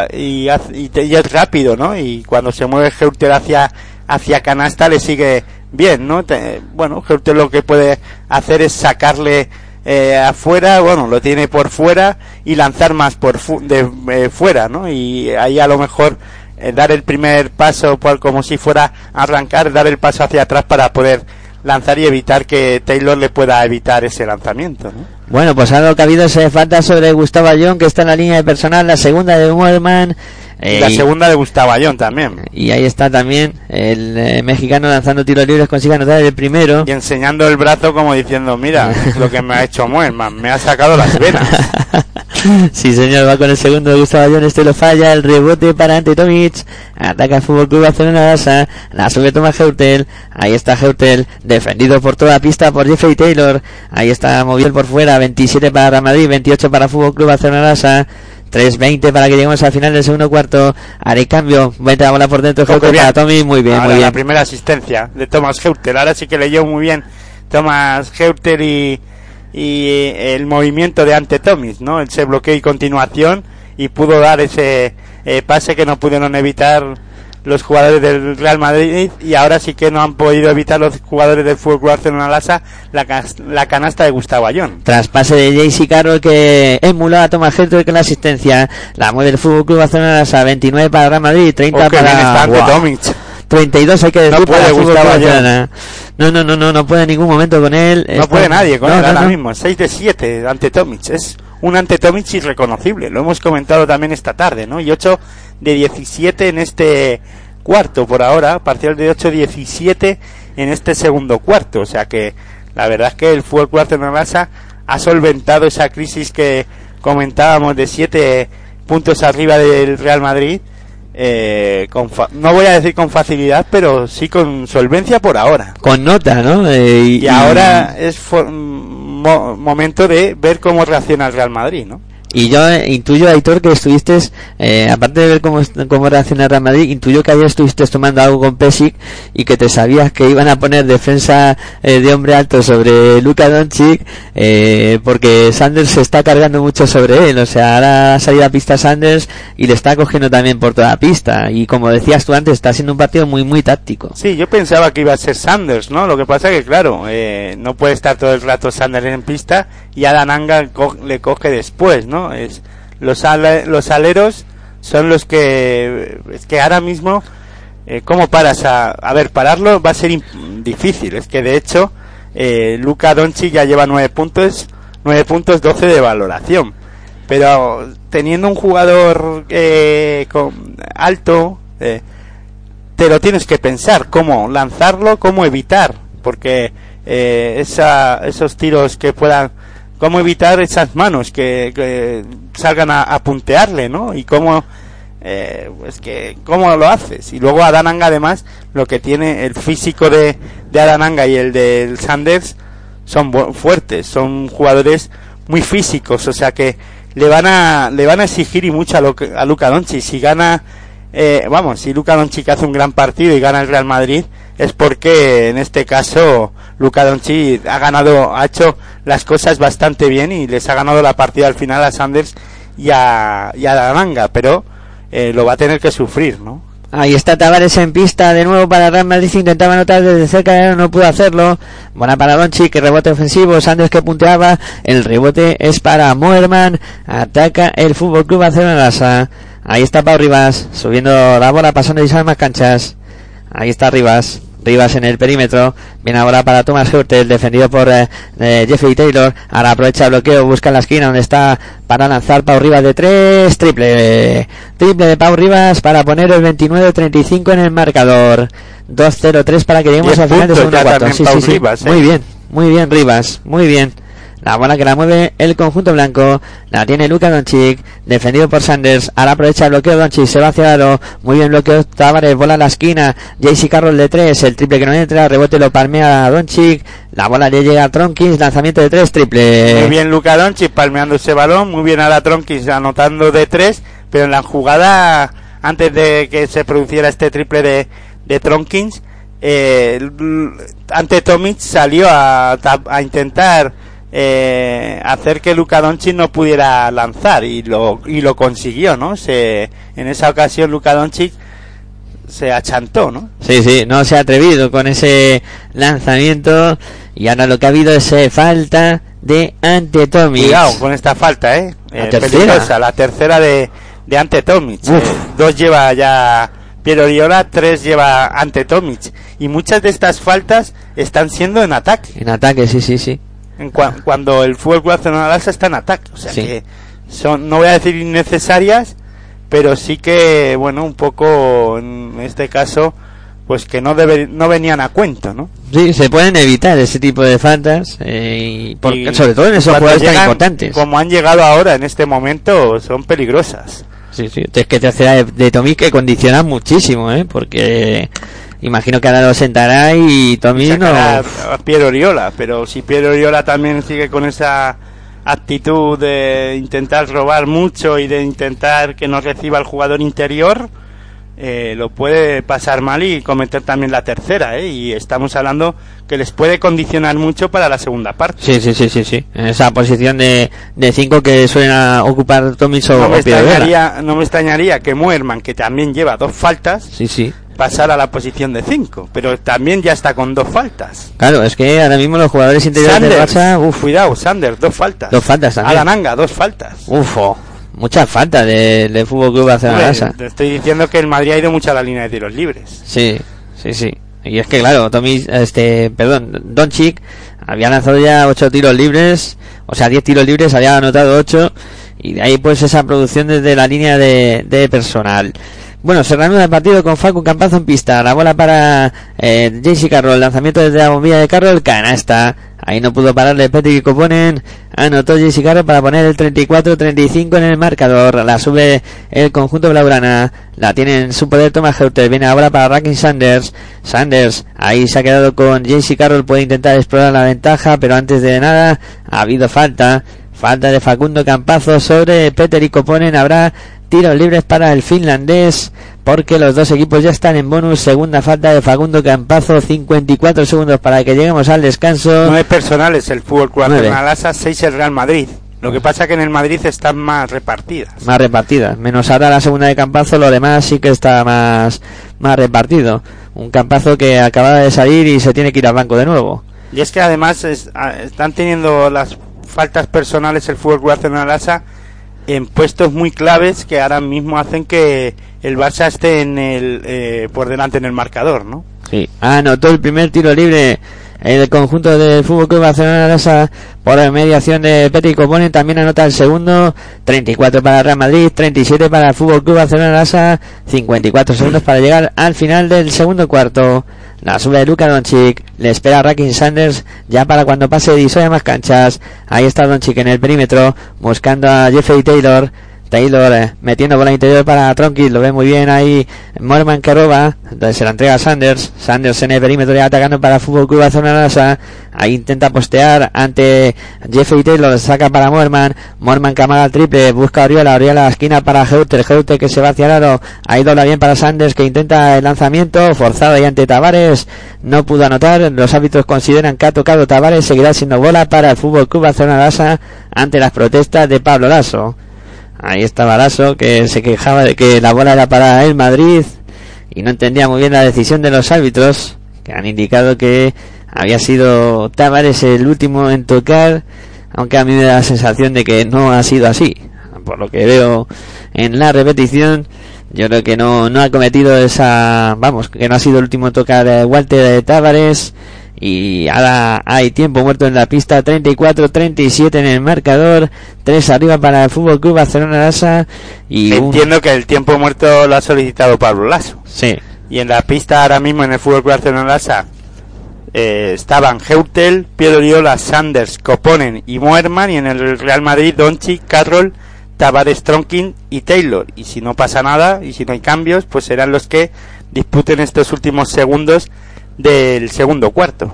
es rápido, ¿no? Y cuando se mueve Hurtel hacia canasta le sigue bien, ¿no? Hurtel lo que puede hacer es sacarle afuera, lo tiene por fuera y lanzar más fuera, ¿no? Y ahí a lo mejor dar el primer paso como si fuera a arrancar, dar el paso hacia atrás para poder lanzar y evitar que Taylor le pueda evitar ese lanzamiento, ¿no? Bueno, pues algo que ha habido ese falta sobre Gustavo Ayón, que está en la línea de personal, la segunda de Moerman. La segunda de Gustavo Ayón también. Y ahí está también el mexicano lanzando tiros libres, consigue anotar el primero. Y enseñando el brazo como diciendo, mira, lo que me ha hecho Moerman, me ha sacado las venas. Sí, señor, va con el segundo de Gustavo Ayón, este lo falla, el rebote para Ante Tomic, ataca el Fútbol Club Barcelona, la sube Thomas Hurtel, ahí está Hurtel, defendido por toda la pista por Jeffrey Taylor, ahí está movido por fuera, 27 para Real Madrid, 28 para Fútbol Club Barcelona, 3:20 para que lleguemos al final del segundo cuarto. Haré cambio, mete la bola por dentro para Tommy, muy bien, muy bien. La primera asistencia de Thomas Hurtel, ahora sí que leyó muy bien Thomas Hurtel y el movimiento de Ante Tomic, ¿no? Ese bloqueo y continuación, y pudo dar ese pase que no pudieron evitar los jugadores del Real Madrid, y ahora sí que no han podido evitar los jugadores del Fútbol Club Barcelona la canasta de Gustavo Ayón. Traspase de J.C. Carroll, que emuló a Thomas Hurtel con la asistencia. La mueve el Fútbol Club Barcelona, 29 para Real Madrid, 30 para Ante Tomic. 32 hay que decir, no puede Gustavo Ayón. No puede en ningún momento con él. No puede nadie con él ahora mismo. 6 de 7 Ante Tomic. Es un Ante Tomic irreconocible. Lo hemos comentado también esta tarde, ¿no? Y 8 de 17 en este cuarto por ahora. Parcial de 8-17 en este segundo cuarto. O sea que la verdad es que el Fútbol Club Barcelona ha solventado esa crisis que comentábamos de 7 puntos arriba del Real Madrid. No voy a decir con facilidad, pero sí con solvencia por ahora. Con nota, ¿no? Y ahora es momento de ver cómo reacciona el Real Madrid, ¿no? Y yo intuyo, Aitor, que estuviste, aparte de ver cómo reacciona el Real Madrid, intuyo que ayer estuviste tomando algo con Pesic y que te sabías que iban a poner defensa de hombre alto sobre Luka Doncic, porque Sanders se está cargando mucho sobre él. O sea, ahora ha salido a pista Sanders y le está cogiendo también por toda la pista. Y como decías tú antes, está siendo un partido muy, muy táctico. Sí, yo pensaba que iba a ser Sanders, ¿no? Lo que pasa es que, claro, no puede estar todo el rato Sanders en pista y Adam Anga le coge después, ¿no? Los aleros son los que es que ahora mismo ¿cómo paras a ver, pararlo va a ser difícil? Es que de hecho Luka Doncic ya lleva 9 puntos 12 de valoración, pero teniendo un jugador alto te lo tienes que pensar cómo lanzarlo, cómo evitar, porque esos tiros que puedan, cómo evitar esas manos que salgan a puntearle, ¿no? Y cómo cómo lo haces. Y luego Adam Anga, además, lo que tiene el físico de Adam Anga y el del Sanders son fuertes, son jugadores muy físicos, o sea que le van a exigir y mucho a Luka Doncic. Si gana si Luka Doncic hace un gran partido y gana el Real Madrid, es porque en este caso Luka Doncic ha hecho las cosas bastante bien y les ha ganado la partida al final a Sanders y a la manga, pero lo va a tener que sufrir, ¿no? Ahí está Tavares en pista de nuevo para Real Madrid, intentaba anotar desde cerca, no pudo hacerlo. Buena para Doncic, que rebote ofensivo, Sanders que punteaba, el rebote es para Moerman, ataca el FC Barcelona. Ahí está Pau Rivas, subiendo la bola, pasando y más canchas. Ahí está Rivas en el perímetro, viene ahora para Thomas Hurtel, defendido por Jeffrey Taylor. Ahora aprovecha el bloqueo, busca en la esquina donde está para lanzar Pau Rivas de 3, triple de Pau Rivas para poner el 29-35 en el marcador. 2-0-3 para que lleguemos al final de segundo cuarto. Sí, Rivas, muy bien Rivas, muy bien. La bola que la mueve el conjunto blanco, la tiene Luka Doncic, defendido por Sanders. Ahora aprovecha el bloqueo Doncic, se va hacia el aro, muy bien bloqueo Tavares, bola a la esquina, JC Carroll de 3, el triple que no entra, rebote lo palmea Doncic, la bola le llega a Tronkins, lanzamiento de 3, triple. Muy bien Luka Doncic palmeando ese balón, muy bien ahora Tronkins anotando de 3, pero en la jugada antes de que se produciera este triple de Tronkins, ante Tomic salió a intentar hacer que Luka Doncic no pudiera lanzar y lo consiguió, ¿no? En esa ocasión Luka Doncic se achantó, ¿no? Sí, no se ha atrevido con ese lanzamiento y ahora lo que ha habido es falta de Ante Tomic. Cuidado con esta falta, peligrosa, la tercera de Ante Tomic. 2 lleva ya Piero Oriola, 3 lleva Ante Tomic y muchas de estas faltas están siendo en ataque. En ataque, sí. Cuando el FC Barcelona está en ataque, o sea que son, no voy a decir innecesarias, pero sí que un poco en este caso pues que no venían a cuento, ¿no? Sí, se pueden evitar ese tipo de faltas sobre todo en esos jugadores tan importantes. Como han llegado ahora en este momento, son peligrosas. Sí, es que tercera de Tomic que condiciona muchísimo, porque imagino que ahora lo sentará y Tomic no a Piero Oriola, pero si Piero Oriola también sigue con esa actitud de intentar robar mucho y de intentar que no reciba el jugador interior, lo puede pasar mal y cometer también la tercera, y estamos hablando que les puede condicionar mucho para la segunda parte. Sí. En esa posición de 5 que suelen ocupar Tomic o Piero Oriola. No me extrañaría que Moerman, que también lleva 2 faltas, pasar a la posición de 5, pero también ya está con 2 faltas. Claro, es que ahora mismo los jugadores interiores del Barça, cuidado, Sanders, 2 faltas. 2 faltas también. Alananga, 2 faltas. Muchas faltas del FC Barcelona. Te estoy diciendo que el Madrid ha ido mucho a la línea de tiros libres. Sí. Y es que claro, Doncic había lanzado ya 8 tiros libres, o sea 10 tiros libres, había anotado 8 y de ahí pues esa producción desde la línea de personal. Bueno, se reanuda el partido con Facu Campazo en pista. La bola para JC Carroll. Lanzamiento desde la bombilla de Carroll. Canasta. Ahí no pudo pararle Patrick Koponen. Anotó JC Carroll para poner el 34-35 en el marcador. La sube el conjunto blaugrana. La tiene en su poder Thomas Hurtel. Viene ahora para Raheem Sanders. Ahí se ha quedado con JC Carroll. Puede intentar explorar la ventaja, pero antes de nada ha habido falta Falta de Facundo Campazo sobre Peter Ikoponen. Habrá tiros libres para el finlandés porque los dos equipos ya están en bonus. Segunda falta de Facundo Campazo, 54 segundos para que lleguemos al descanso. 9 personales el Fútbol Club Barcelona Lassa, 6 el Real Madrid. Lo que pasa que en el Madrid están más repartidas. Menos ahora la segunda de Campazo, lo demás sí que está más repartido. Un Campazo que acaba de salir y se tiene que ir al banco de nuevo. Y es que además están teniendo las faltas personales el Fútbol Club Barcelona Lassa en puestos muy claves que ahora mismo hacen que el Barça esté en por delante en el marcador, ¿no? Sí, anotó el primer tiro libre el conjunto del Fútbol Club Barcelona Lassa por mediación de Peter Ikoponen. También anota el segundo. 34 para el Real Madrid, 37 para el Fútbol Club Barcelona Lassa, 54 segundos para llegar al final del segundo cuarto. La sube de Luka Doncic, le espera a Rakim Sanders ya para cuando pase Disoy a más canchas. Ahí está Doncic en el perímetro buscando a Jeffrey Taylor metiendo bola interior para Tronquil, lo ve muy bien ahí Moerman que roba, entonces se la entrega a Sanders en el perímetro ya atacando para el Fútbol Club Barcelona Lassa. Ahí intenta postear ante Jeffrey Taylor, saca para Moerman que amaga el triple, busca a Oriola a la esquina para Heuter que se va hacia el aro, ahí dobla bien para Sanders que intenta el lanzamiento, forzado ahí ante Tavares, no pudo anotar. Los árbitros consideran que ha tocado Tavares, seguirá siendo bola para el Fútbol Club Barcelona Lassa ante las protestas de Pablo Lasso. Ahí estaba Lasso, que se quejaba de que la bola era para el Madrid y no entendía muy bien la decisión de los árbitros, que han indicado que había sido Tavares el último en tocar, aunque a mí me da la sensación de que no ha sido así. Por lo que veo en la repetición, yo creo que no ha cometido que no ha sido el último en tocar Walter de Tavares. Y ahora hay tiempo muerto en la pista, 34-37 en el marcador, 3 arriba para el Fútbol Club Barcelona Lassa. Y entiendo que el tiempo muerto lo ha solicitado Pablo Lasso. Sí. Y en la pista ahora mismo en el Fútbol Club Barcelona Lassa estaban Heutel, Piero Oriola, Sanders, Koponen y Moerman, y en el Real Madrid Doncic, Carroll, Tavares, Tronquil y Taylor. Y si no pasa nada y si no hay cambios, pues serán los que disputen estos últimos segundos del segundo cuarto.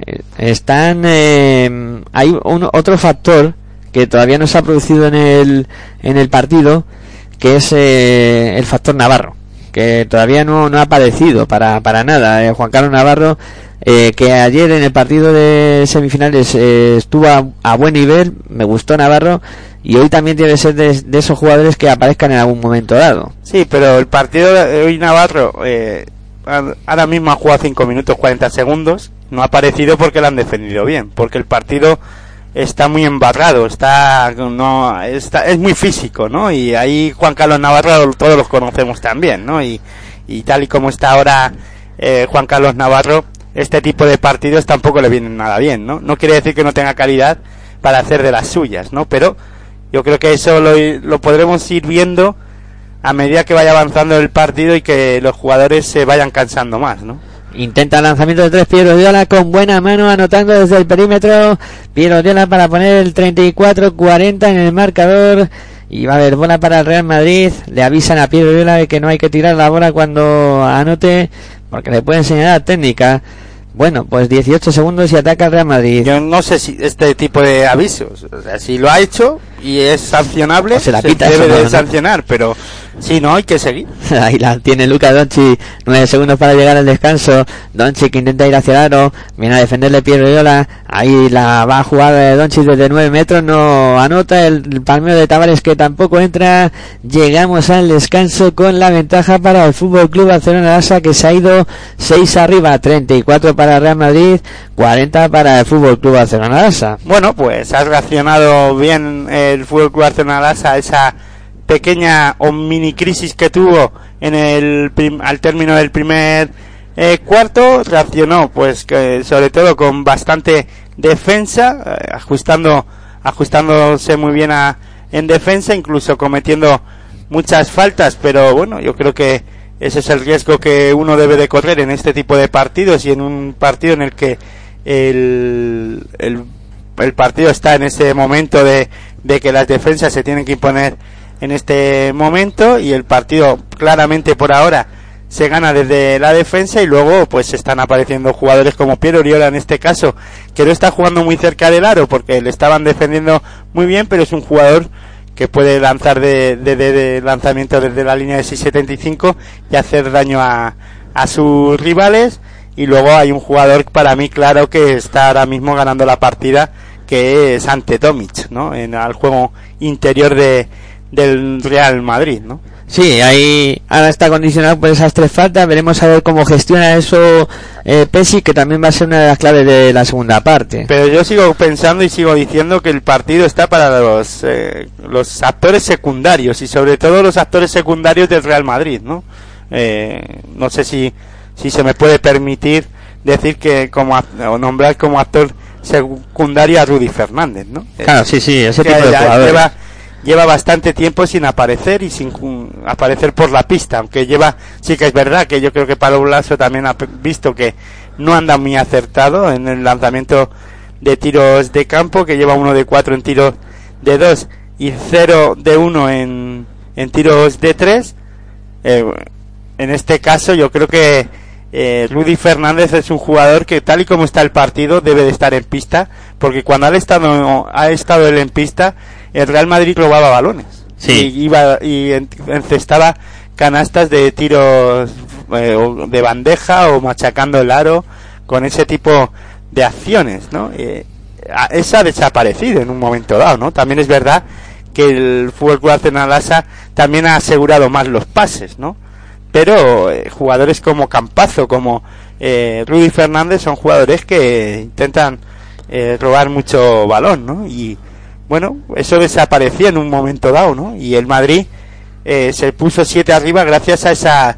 Hay otro factor que todavía no se ha producido en el partido, que es el factor Navarro, que todavía no ha aparecido para nada. Juan Carlos Navarro, que ayer en el partido de semifinales estuvo a buen nivel, me gustó Navarro, y hoy también debe ser de esos jugadores que aparezcan en algún momento dado. Sí, pero el partido de hoy Navarro ahora mismo ha jugado 5 minutos 40 segundos, no ha aparecido porque lo han defendido bien, porque el partido está muy embarrado, es muy físico, ¿no? Y ahí Juan Carlos Navarro todos los conocemos también, ¿no? Y tal y como está ahora Juan Carlos Navarro, este tipo de partidos tampoco le vienen nada bien, ¿no? No quiere decir que no tenga calidad para hacer de las suyas, ¿no? Pero yo creo que eso lo podremos ir viendo a medida que vaya avanzando el partido y que los jugadores se vayan cansando más, ¿no? Intenta lanzamiento de 3 Piero Oriola con buena mano, anotando desde el perímetro. Piero Oriola para poner el 34-40 en el marcador. Y va a haber bola para el Real Madrid. Le avisan a Piero Oriola de que no hay que tirar la bola cuando anote, porque le pueden señalar técnica. Bueno, pues 18 segundos y ataca el Real Madrid. Yo no sé si este tipo de avisos, o sea, si lo ha hecho y es sancionable, pues se debe de sancionar, pero si no, hay que seguir. Ahí la tiene Luka Doncic, 9 segundos para llegar al descanso. Doncic intenta ir hacia el aro, viene a defenderle Piero Oriola, ahí la va a jugar Doncic desde 9 metros, no anota, el palmeo de Tavares que tampoco entra. Llegamos al descanso con la ventaja para el Fútbol Club Barcelona Lassa, que se ha ido 6 arriba, 34 para Real Madrid, 40 para el Fútbol Club Barcelona Lassa. Bueno, pues ha reaccionado bien el Fútbol Club Barcelona Lassa a esa pequeña o mini crisis que tuvo al término del primer cuarto. Reaccionó pues que sobre todo con bastante defensa, ajustándose muy bien en defensa, incluso cometiendo muchas faltas, pero bueno, yo creo que ese es el riesgo que uno debe de correr en este tipo de partidos, y en un partido en el que el partido está en ese momento de que las defensas se tienen que imponer en este momento, y el partido claramente por ahora se gana desde la defensa, y luego pues están apareciendo jugadores como Piero Oriola en este caso, que no está jugando muy cerca del aro porque le estaban defendiendo muy bien, pero es un jugador que puede lanzar de lanzamiento desde la línea de 6.75 y hacer daño a sus rivales. Y luego hay un jugador para mí claro que está ahora mismo ganando la partida, que es Ante Tomic, ¿no? Al juego interior del Real Madrid, ¿no? Sí, ahí ahora está condicionado por esas 3 faltas. Veremos a ver cómo gestiona eso Pesic, que también va a ser una de las claves de la segunda parte. Pero yo sigo pensando y sigo diciendo que el partido está para los actores secundarios, y sobre todo los actores secundarios del Real Madrid, ¿no? No sé si se me puede permitir decir que o nombrar como actor secundario a Rudy Fernández, ¿no? Claro, sí, ese tipo de jugadores. Lleva bastante tiempo sin aparecer y sin aparecer por la pista, aunque sí que es verdad que yo creo que Pablo Lasso también ha visto que no anda muy acertado en el lanzamiento de tiros de campo, que lleva 1 de 4 en tiros de 2 y 0 de 1 en tiros de 3. En este caso yo creo que Rudy Fernández es un jugador que, tal y como está el partido, debe de estar en pista, porque cuando ha estado él en pista, el Real Madrid robaba balones, y encestaba canastas de tiros de bandeja o machacando el aro con ese tipo de acciones, ¿no? Esa ha desaparecido en un momento dado, ¿no? También es verdad que el Fútbol Club Barcelona también ha asegurado más los pases, ¿no? Pero jugadores como Campazo, como Rudy Fernández, son jugadores que intentan robar mucho balón, ¿no? Y bueno, eso desaparecía en un momento dado, ¿no? Y el Madrid se puso 7 arriba gracias a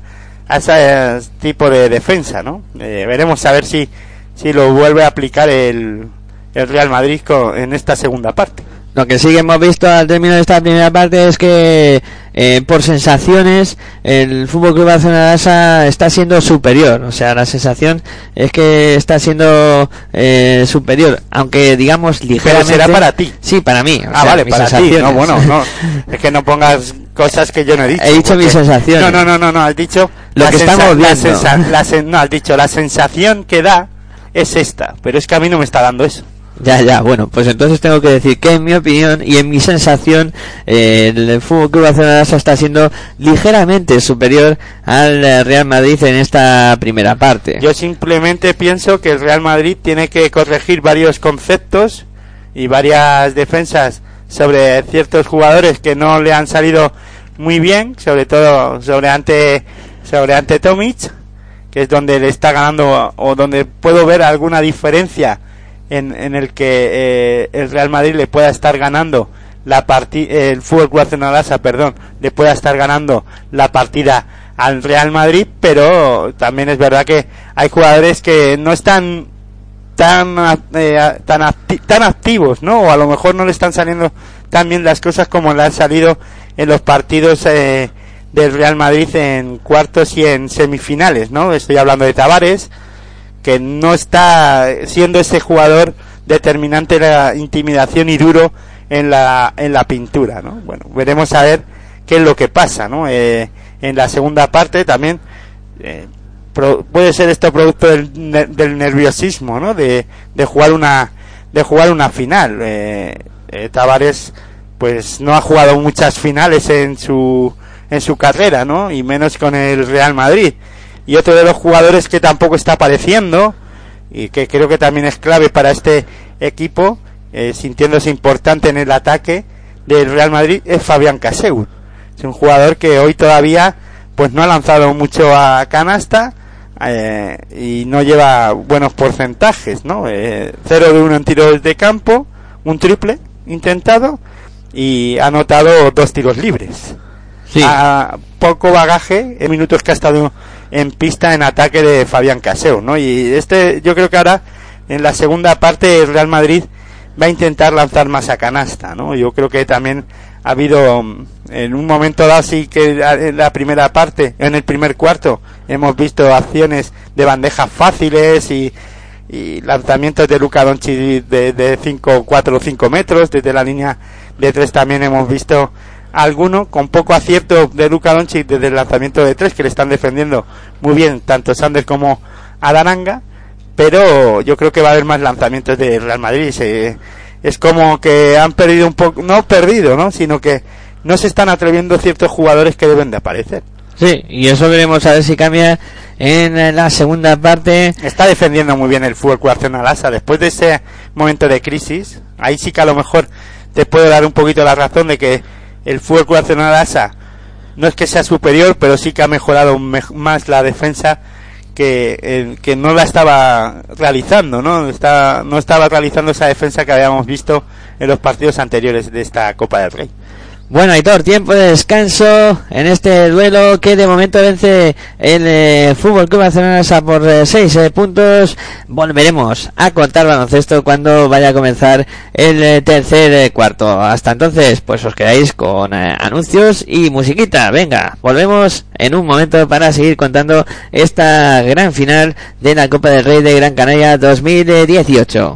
ese tipo de defensa, ¿no? Veremos a ver si lo vuelve a aplicar el Real Madrid en esta segunda parte. Lo que sí que hemos visto al término de esta primera parte es que por sensaciones el Fútbol Club Barcelona está siendo superior. O sea, la sensación es que está siendo superior, aunque digamos ligeramente. Pero será para ti. Sí, para mí. Vale, para ti. No, bueno, no. Es que no pongas cosas que yo no he dicho. He dicho mi sensación. No, has dicho lo que estamos viendo. Has dicho la sensación que da es esta, pero es que a mí no me está dando eso. Ya, bueno, pues entonces tengo que decir que en mi opinión y en mi sensación el Fútbol Club Barcelona está siendo ligeramente superior al Real Madrid en esta primera parte. Yo simplemente pienso que el Real Madrid tiene que corregir varios conceptos y varias defensas sobre ciertos jugadores que no le han salido muy bien, sobre todo sobre ante Tomic, que es donde le está ganando o donde puedo ver alguna diferencia en el que el Real Madrid le pueda estar ganando el Fútbol Club Barcelona, le pueda estar ganando la partida al Real Madrid, pero también es verdad que hay jugadores que no están tan activos, ¿no? O a lo mejor no le están saliendo tan bien las cosas como le han salido en los partidos del Real Madrid en cuartos y en semifinales, ¿no? Estoy hablando de Tavares, que no está siendo ese jugador determinante en la intimidación y duro en la pintura, ¿no? Bueno, veremos a ver qué es lo que pasa, ¿no? En la segunda parte también puede ser esto producto del nerviosismo, ¿no? De jugar una final. Tavares pues no ha jugado muchas finales en su carrera, ¿no? Y menos con el Real Madrid. Y otro de los jugadores que tampoco está apareciendo y que creo que también es clave para este equipo, sintiéndose importante en el ataque del Real Madrid, es Fabián Caseu. Es un jugador que hoy todavía pues no ha lanzado mucho a canasta y no lleva buenos porcentajes, ¿no? 0 de 1 en tiros de campo, un triple intentado y ha anotado 2 tiros libres. Sí. A poco bagaje en minutos que ha estado en pista en ataque de Fabián Caseu, ¿no? Y yo creo que ahora en la segunda parte el Real Madrid va a intentar lanzar más a canasta, ¿no? Yo creo que también ha habido en un momento dado, sí que en la primera parte, en el primer cuarto, hemos visto acciones de bandejas fáciles y lanzamientos de Luka Doncic de 4 o 5 metros. Desde la línea de 3 también hemos visto alguno, con poco acierto de Luka Doncic desde el lanzamiento de 3, que le están defendiendo muy bien tanto Sanders como Adaranga, pero yo creo que va a haber más lanzamientos de Real Madrid. Es como que han perdido un poco, no perdido, ¿no? Sino que no se están atreviendo ciertos jugadores que deben de aparecer. Sí, y eso veremos a ver si cambia en la segunda parte. Está defendiendo muy bien el Fútbol Club Barcelona Lassa después de ese momento de crisis. Ahí sí que a lo mejor te puedo dar un poquito la razón de que el Fútbol Club Barcelona Lassa no es que sea superior, pero sí que ha mejorado más la defensa que no la estaba realizando, no estaba realizando esa defensa que habíamos visto en los partidos anteriores de esta Copa del Rey. Bueno, Aitor, tiempo de descanso en este duelo que de momento vence el Fútbol Club Barcelona por 6 puntos. Volveremos a contar baloncesto cuando vaya a comenzar el tercer cuarto. Hasta entonces, pues os quedáis con anuncios y musiquita. Venga, volvemos en un momento para seguir contando esta gran final de la Copa del Rey de Gran Canaria 2018.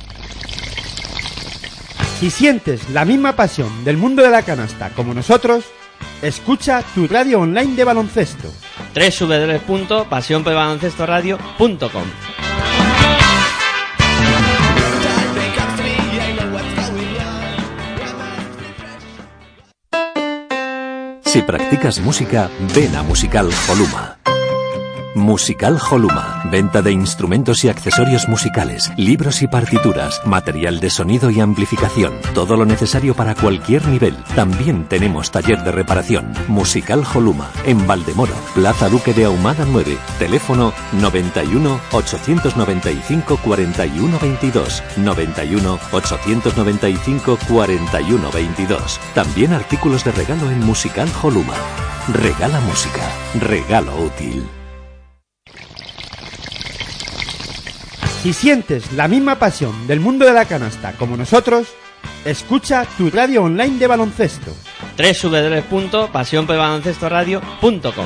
Si sientes la misma pasión del mundo de la canasta como nosotros, escucha tu radio online de baloncesto. www.pasionpelbaloncestoradio.com. Si practicas música, ven a Musical Holuma. Musical Holuma, venta de instrumentos y accesorios musicales, libros y partituras, material de sonido y amplificación, todo lo necesario para cualquier nivel. También tenemos taller de reparación. Musical Holuma, en Valdemoro, Plaza Duque de Ahumada 9, teléfono 91 895 41 22, 91 895 41 22. También artículos de regalo en Musical Holuma. Regala música, regalo útil. Si sientes la misma pasión del mundo de la canasta como nosotros, escucha tu radio online de baloncesto. www.pasionpelbaloncestoradio.com.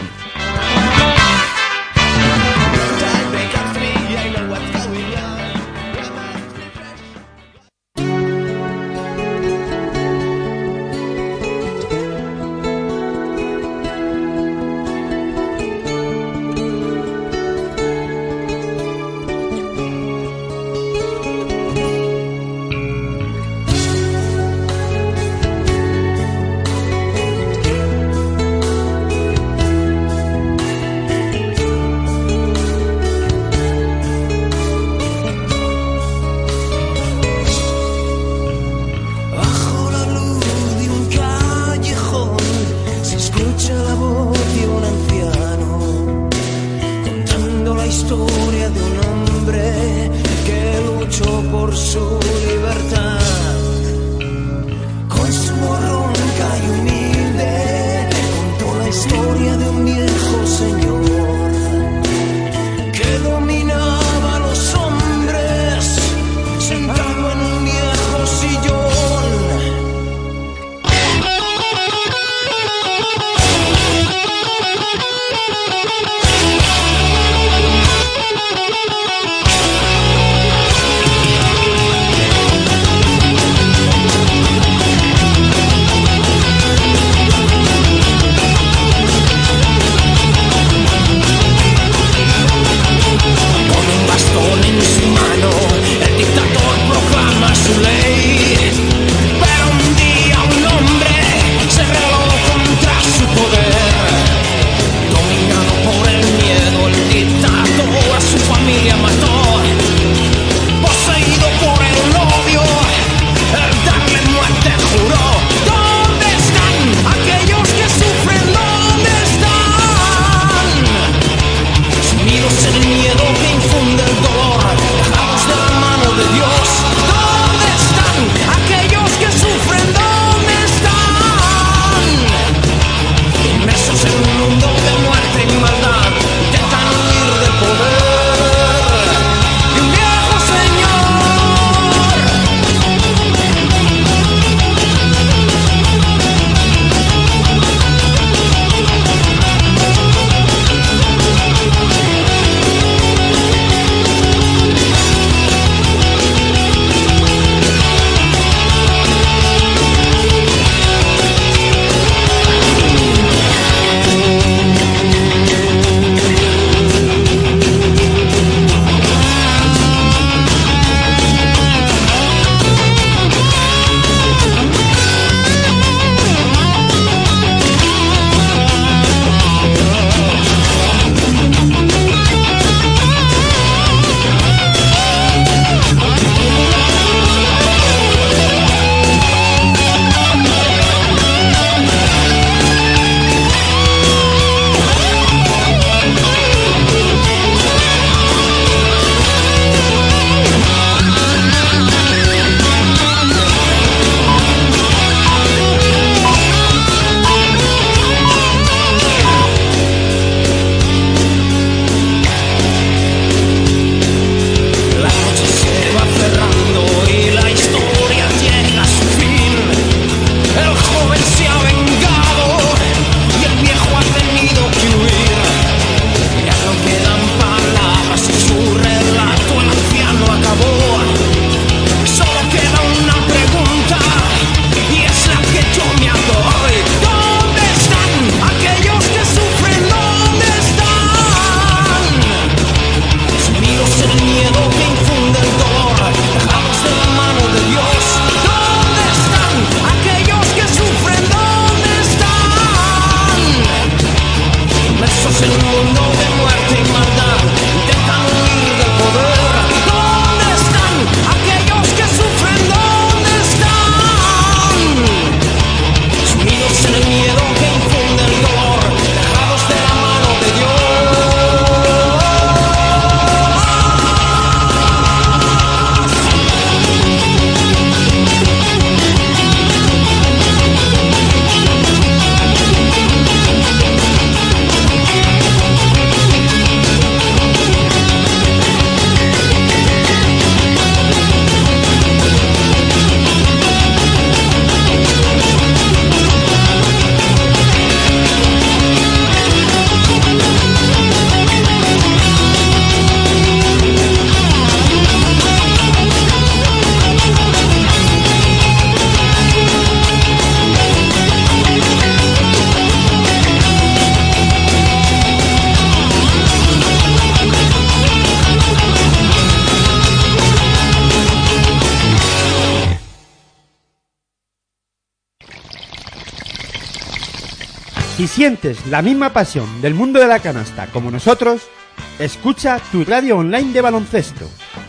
Si sientes la misma pasión del mundo de la canasta como nosotros, escucha tu radio online de baloncesto.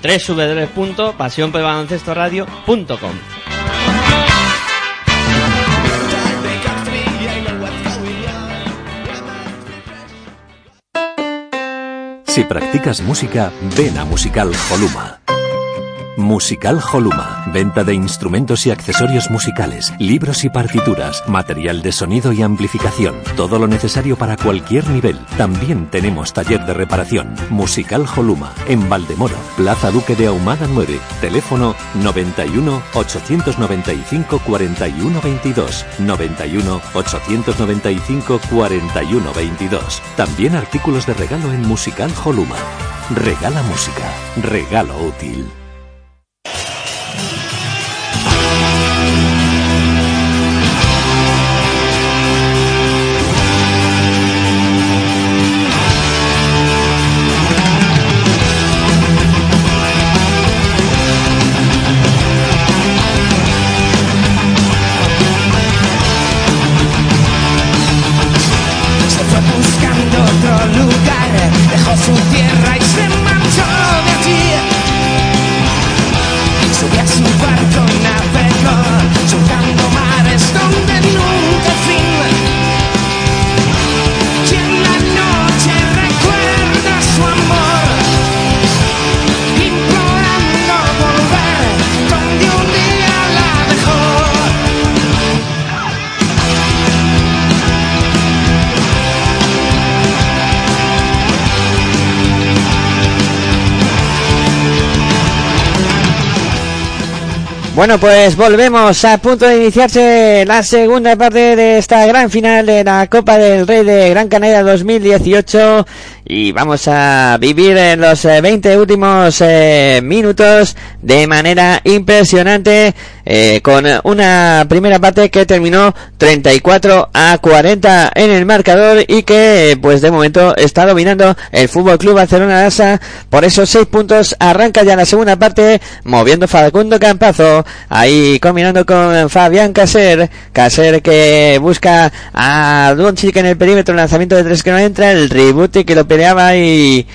www.pasionporbaloncestoradio.com. Si practicas música, ven a Musical Holuma. Musical Holuma, venta de instrumentos y accesorios musicales, libros y partituras, material de sonido y amplificación, todo lo necesario para cualquier nivel. También tenemos taller de reparación. Musical Holuma, en Valdemoro, Plaza Duque de Ahumada 9, teléfono 91 895 41 22, 91 895 41 22. También artículos de regalo en Musical Holuma. Regala música, regalo útil. Su tierra y se marchó de allí. Subí a su barco y navegó, surcando mares donde nunca hay fin. Y en la noche recuerda su amor, implorando volver donde un día la dejó. Bueno, pues volvemos a punto de iniciarse la segunda parte de esta gran final de la Copa del Rey de Gran Canaria 2018 y vamos a vivir en los 20 últimos minutos de manera impresionante con una primera parte que terminó 34-40 en el marcador y que pues de momento está dominando el Fútbol Club Barcelona Lassa por esos 6 puntos. Arranca ya la segunda parte moviendo Facundo Campazo, ahí combinando con Fabián Caser que busca a Doncic en el perímetro, el lanzamiento de 3 que no entra, el rebote que lo peleaba y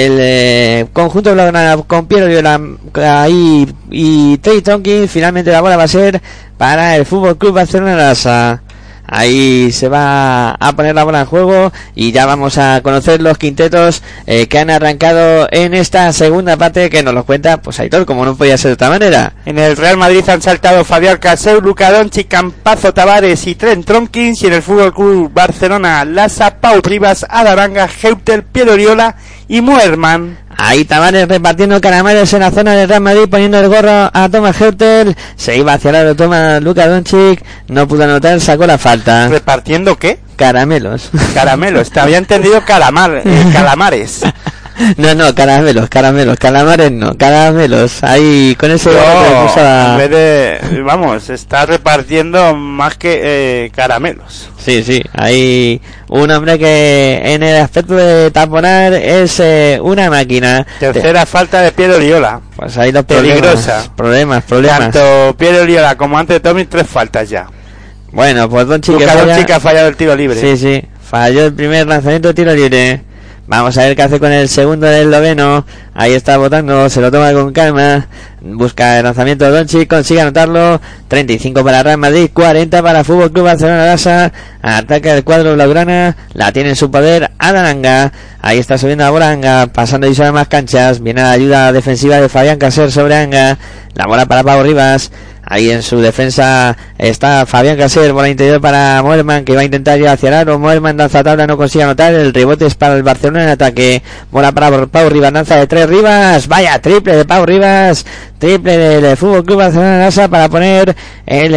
el conjunto con Piero Viola ahí y Trey Tompkins. Finalmente la bola va a ser para el Fútbol Club Barcelona Lassa. Ahí se va a poner la bola en juego y ya vamos a conocer los quintetos que han arrancado en esta segunda parte, que nos los cuenta pues Aitor, como no podía ser de otra manera. En el Real Madrid han saltado Fabián Caser, Luka Doncic, Campazo, Tavares y Trent Tompkins, y en el Fútbol Club Barcelona Lassa, Pau Ribas, Adaranga, Heutel, Piero Oriola y Muerman. Ahí Tavares repartiendo calamares en la zona del Real Madrid, poniendo el gorro a Thomas Heutel. Se iba hacia el lado, toma Luka Doncic, no pudo anotar, sacó la falta. ¿Repartiendo qué? Caramelos. Caramelos, te había entendido calamares. No, caramelos, calamares no, caramelos. Ahí con ese en vez de, vamos, está repartiendo más que caramelos. Sí, hay un hombre que en el aspecto de taponar es una máquina. Tercera falta de Piero Oriola. Pues ahí los peligrosa. Problemas. Tanto Piero Oriola como antes de Tommy, 3 faltas ya. Bueno, pues Doncic ha fallado el tiro libre. Sí, falló el primer lanzamiento de tiro libre. Vamos a ver qué hace con el segundo del noveno. Ahí está votando, se lo toma con calma. Busca el lanzamiento de Doncic, consigue anotarlo. 35 para Real Madrid, 40 para Fútbol Club Barcelona Lassa. Ataca el cuadro blaugrana, la tiene en su poder Adaranga. Ahí está subiendo la bola Anga, pasando y sobre más canchas. Viene la ayuda defensiva de Fabián Caser sobre Anga. La bola para Pau Ribas. Ahí en su defensa está Fabián Caser, bola interior para Moerman, que va a intentar ir hacia el aro. Moerman lanza tabla, no consigue anotar. El rebote es para el Barcelona en ataque. Bola para Pau Ribas, lanza de 3 Ribas. Vaya, triple de Pau Ribas. Triple del Fútbol Club Barcelona Lassa para poner el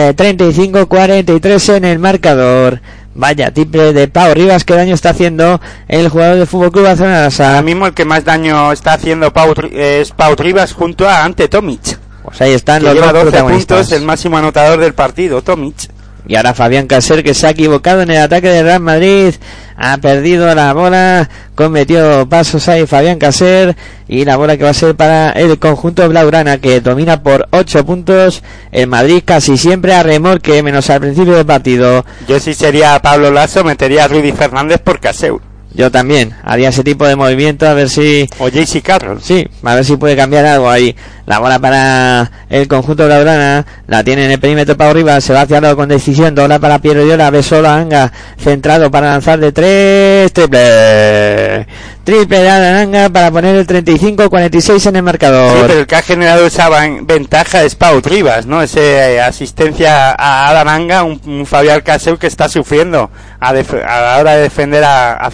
35-43 en el marcador. Vaya, triple de Pau Ribas, qué daño está haciendo el jugador del Fútbol Club Barcelona Lassa. Ahora mismo el que más daño está haciendo es Pau Ribas junto a Ante Tomic. Pues ahí están que los lleva dos 12 protagonistas. puntos, el máximo anotador del partido, Tomic. Y ahora Fabián Caser, que se ha equivocado en el ataque del Real Madrid, ha perdido la bola, cometió pasos ahí Fabián Caser, y la bola que va a ser para el conjunto blaugrana, que domina por 8 puntos. El Madrid casi siempre a remolque, menos al principio del partido. Yo si sería Pablo Lasso metería a Rudy Fernández por Caseu. Yo también haría ese tipo de movimiento, a ver si... O JC Carroll. Sí, a ver si puede cambiar algo ahí. La bola para el conjunto blaugrana, la tiene en el perímetro Pau Rivas, se va hacia lado con decisión, dobla para Piero Llora, ve solo a Anga, centrado para lanzar de 3, triple de Anga para poner el 35-46 en el marcador. Sí, pero el que ha generado esa ventaja es Pau Rivas, ¿no? Ese asistencia a Adam Anga, un Fabián Caseu que está sufriendo a la hora de defender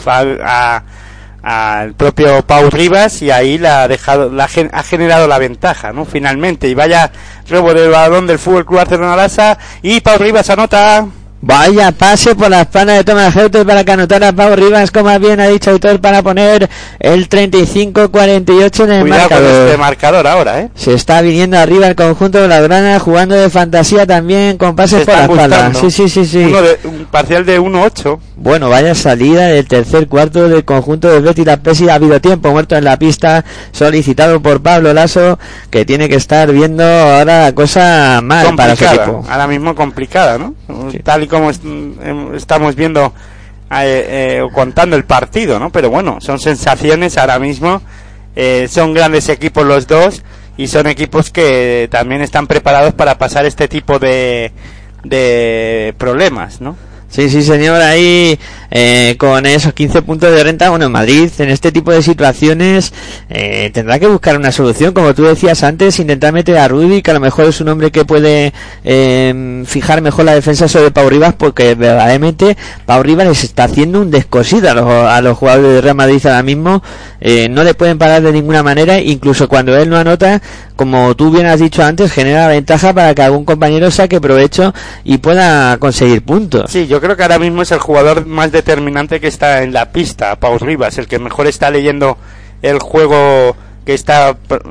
al propio Pau Rivas, y ahí ha generado la ventaja, ¿no? Finalmente, y vaya robo del balón del Fútbol Club Barcelona Lassa, y Pau Rivas anota. Vaya pase por la espalda de Tomás Heutel para que anotara Pau Rivas, como bien ha dicho Aitor, para poner el 35-48 en el Cuidado marcador. con este marcador ahora, ¿eh? Se está viniendo arriba el conjunto de Blaugrana, jugando de fantasía también, con pases por la espalda. Sí. Un parcial de 1-8. Bueno, vaya salida del tercer cuarto del conjunto de Betis Laspesi. Ha habido tiempo muerto en la pista, solicitado por Pablo Lasso, que tiene que estar viendo ahora la cosa mal para su equipo. Ahora mismo complicada, ¿no? Sí. Tal y como estamos viendo contando el partido, ¿no? Pero bueno, son sensaciones ahora mismo. Son grandes equipos los dos, y son equipos que también están preparados para pasar este tipo de problemas, ¿no? Sí, señor, ahí con esos 15 puntos de renta. Bueno, Madrid en este tipo de situaciones tendrá que buscar una solución, como tú decías antes, intentar meter a Rudy, que a lo mejor es un hombre que puede fijar mejor la defensa sobre Pau Rivas, porque verdaderamente Pau Rivas les está haciendo un descosido a los jugadores de Real Madrid ahora mismo. No le pueden parar de ninguna manera, incluso cuando él no anota, como tú bien has dicho antes, genera ventaja para que algún compañero saque provecho y pueda conseguir puntos. Sí, yo creo que ahora mismo es el jugador más determinante que está en la pista, Pau Rivas, el que mejor está leyendo el juego que está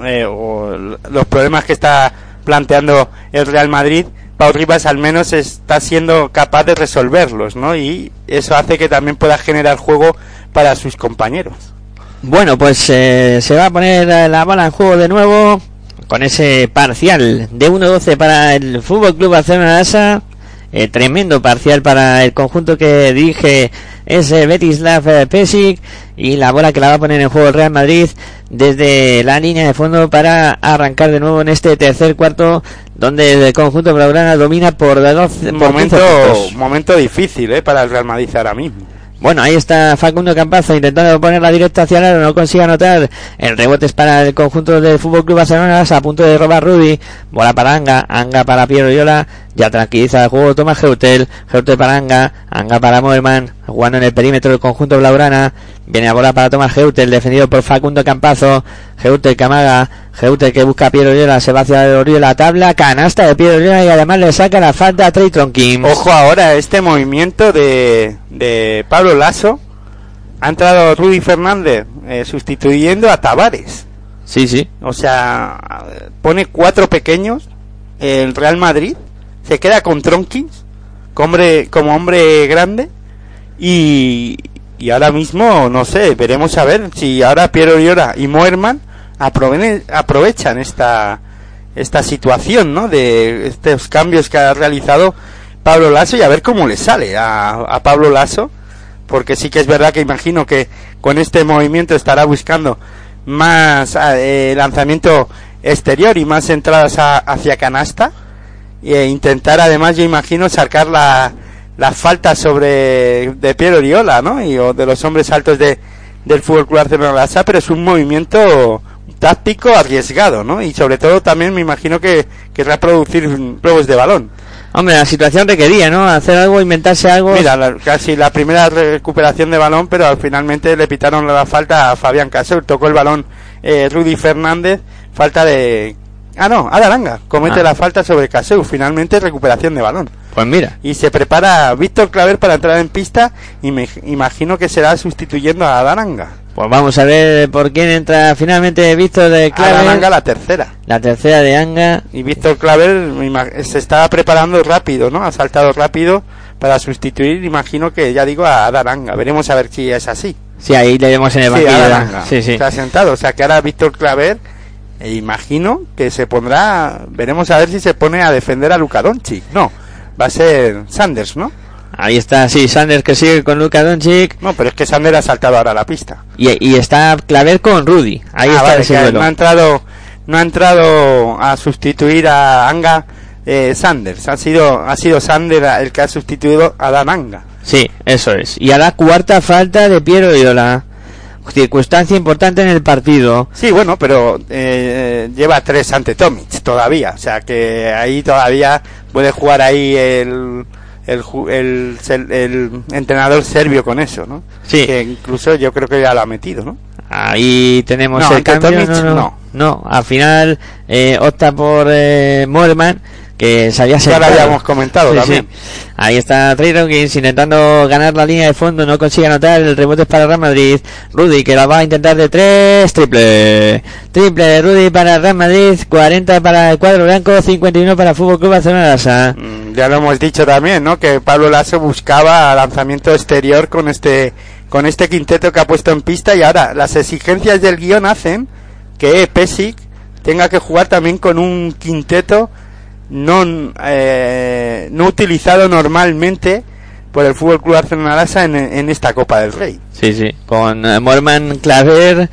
o los problemas que está planteando el Real Madrid. Pau Rivas al menos está siendo capaz de resolverlos, ¿no? Y eso hace que también pueda generar juego para sus compañeros. Bueno, pues se va a poner la bola en juego de nuevo con ese parcial de 1-12 para el Fútbol Club Barcelona Lassa. Tremendo parcial para el conjunto que dirige ese Betis Laspesi, y la bola que la va a poner en juego el Real Madrid desde la línea de fondo para arrancar de nuevo en este tercer cuarto, donde el conjunto blaugrana domina por 12 momento difícil para el Real Madrid ahora mismo. Bueno, ahí está Facundo Campazo intentando ponerla directa hacia el aro, no consigue anotar. El rebote es para el conjunto del Fútbol Club Barcelona, a punto de robar Rudy. Bola para Anga para Piero Llora. Ya tranquiliza el juego Tomás Heutel para Anga para Moerman, jugando en el perímetro del conjunto blaugrana. Viene la bola para Tomás Heutel, defendido por Facundo Campazo. Heutel que amaga, Heutel que busca a Piero Llora, se va hacia el orillo de la tabla, canasta de Piero Llora, y además le saca la falta a Trey Tronkin. Ojo ahora este movimiento de Pablo Lasso. Ha entrado Rudy Fernández sustituyendo a Tavares. Sí. O sea, pone 4 pequeños el Real Madrid, se queda con Tronkins como hombre grande, y ahora mismo no sé, veremos a ver si ahora Piero Llora y Moerman aprovechan esta situación, ¿no? De estos cambios que ha realizado Pablo Lasso, y a ver cómo le sale a Pablo Lasso, porque sí que es verdad que imagino que con este movimiento estará buscando más lanzamiento exterior y más entradas hacia canasta, e intentar además, yo imagino, sacar la falta de Piero Oriola, ¿no? O de los hombres altos del Fútbol Club Barcelona Lassa, pero es un movimiento táctico arriesgado, ¿no? Y sobre todo también me imagino que querrá producir robos de balón. Hombre, la situación requería, ¿no? Hacer algo, inventarse algo. Mira, casi la primera recuperación de balón, pero finalmente le pitaron la falta a Fabián Caseu. Tocó el balón Rudy Fernández, falta de... Adaranga comete la falta sobre Caseu. Finalmente recuperación de balón. Pues mira. Y se prepara Víctor Claver para entrar en pista, y me imagino que será sustituyendo a Adaranga. Pues vamos a ver por quién entra finalmente Víctor de Claver. Adán Anga la tercera. La tercera de Anga. Y Víctor Claver se estaba preparando rápido, ¿no? Ha saltado rápido para sustituir, imagino que, ya digo, a Adán Anga. Veremos a ver si es así. Sí, ahí le vemos en el banquillo. Sí, se ha sentado. O sea, que ahora Víctor Claver, imagino que se pondrá... Veremos a ver si se pone a defender a Luka Doncic. No, va a ser Sanders, ¿no? Ahí está, sí, Sanders que sigue con Luka Doncic. No, pero es que Sanders ha saltado ahora a la pista. Y está Claver con Rudy. Ahí está vale, ese duelo. No ha entrado a sustituir a Anga Sanders. Ha sido Sanders el que ha sustituido a Dan Anga. Sí, eso es. Y a la cuarta falta de Piero Viola. Circunstancia importante en el partido. Sí, bueno, pero lleva 3 ante Tomic todavía. O sea que ahí todavía puede jugar ahí el entrenador serbio con eso, ¿no? Sí. Que incluso yo creo que ya lo ha metido, ¿no? Ahí tenemos No, el cambio. Tomic, no, al final opta por Moerman, que se había sentado. Ya lo habíamos comentado también. Sí. Ahí está Trey Rockins intentando ganar la línea de fondo, no consigue anotar, el rebote es para Real Madrid. Rudy que la va a intentar de 3, triple de Rudy para Real Madrid, 40 para el cuadro blanco, 51 para Fútbol Club Barcelona Lassa. Ya lo hemos dicho también, ¿no? Que Pablo Lasso buscaba lanzamiento exterior con este quinteto que ha puesto en pista, y ahora las exigencias del guión hacen que Pešić tenga que jugar también con un quinteto no utilizado normalmente por el Fútbol Club Barcelona Lassa en esta Copa del Rey. Sí, con Moerman, Claver,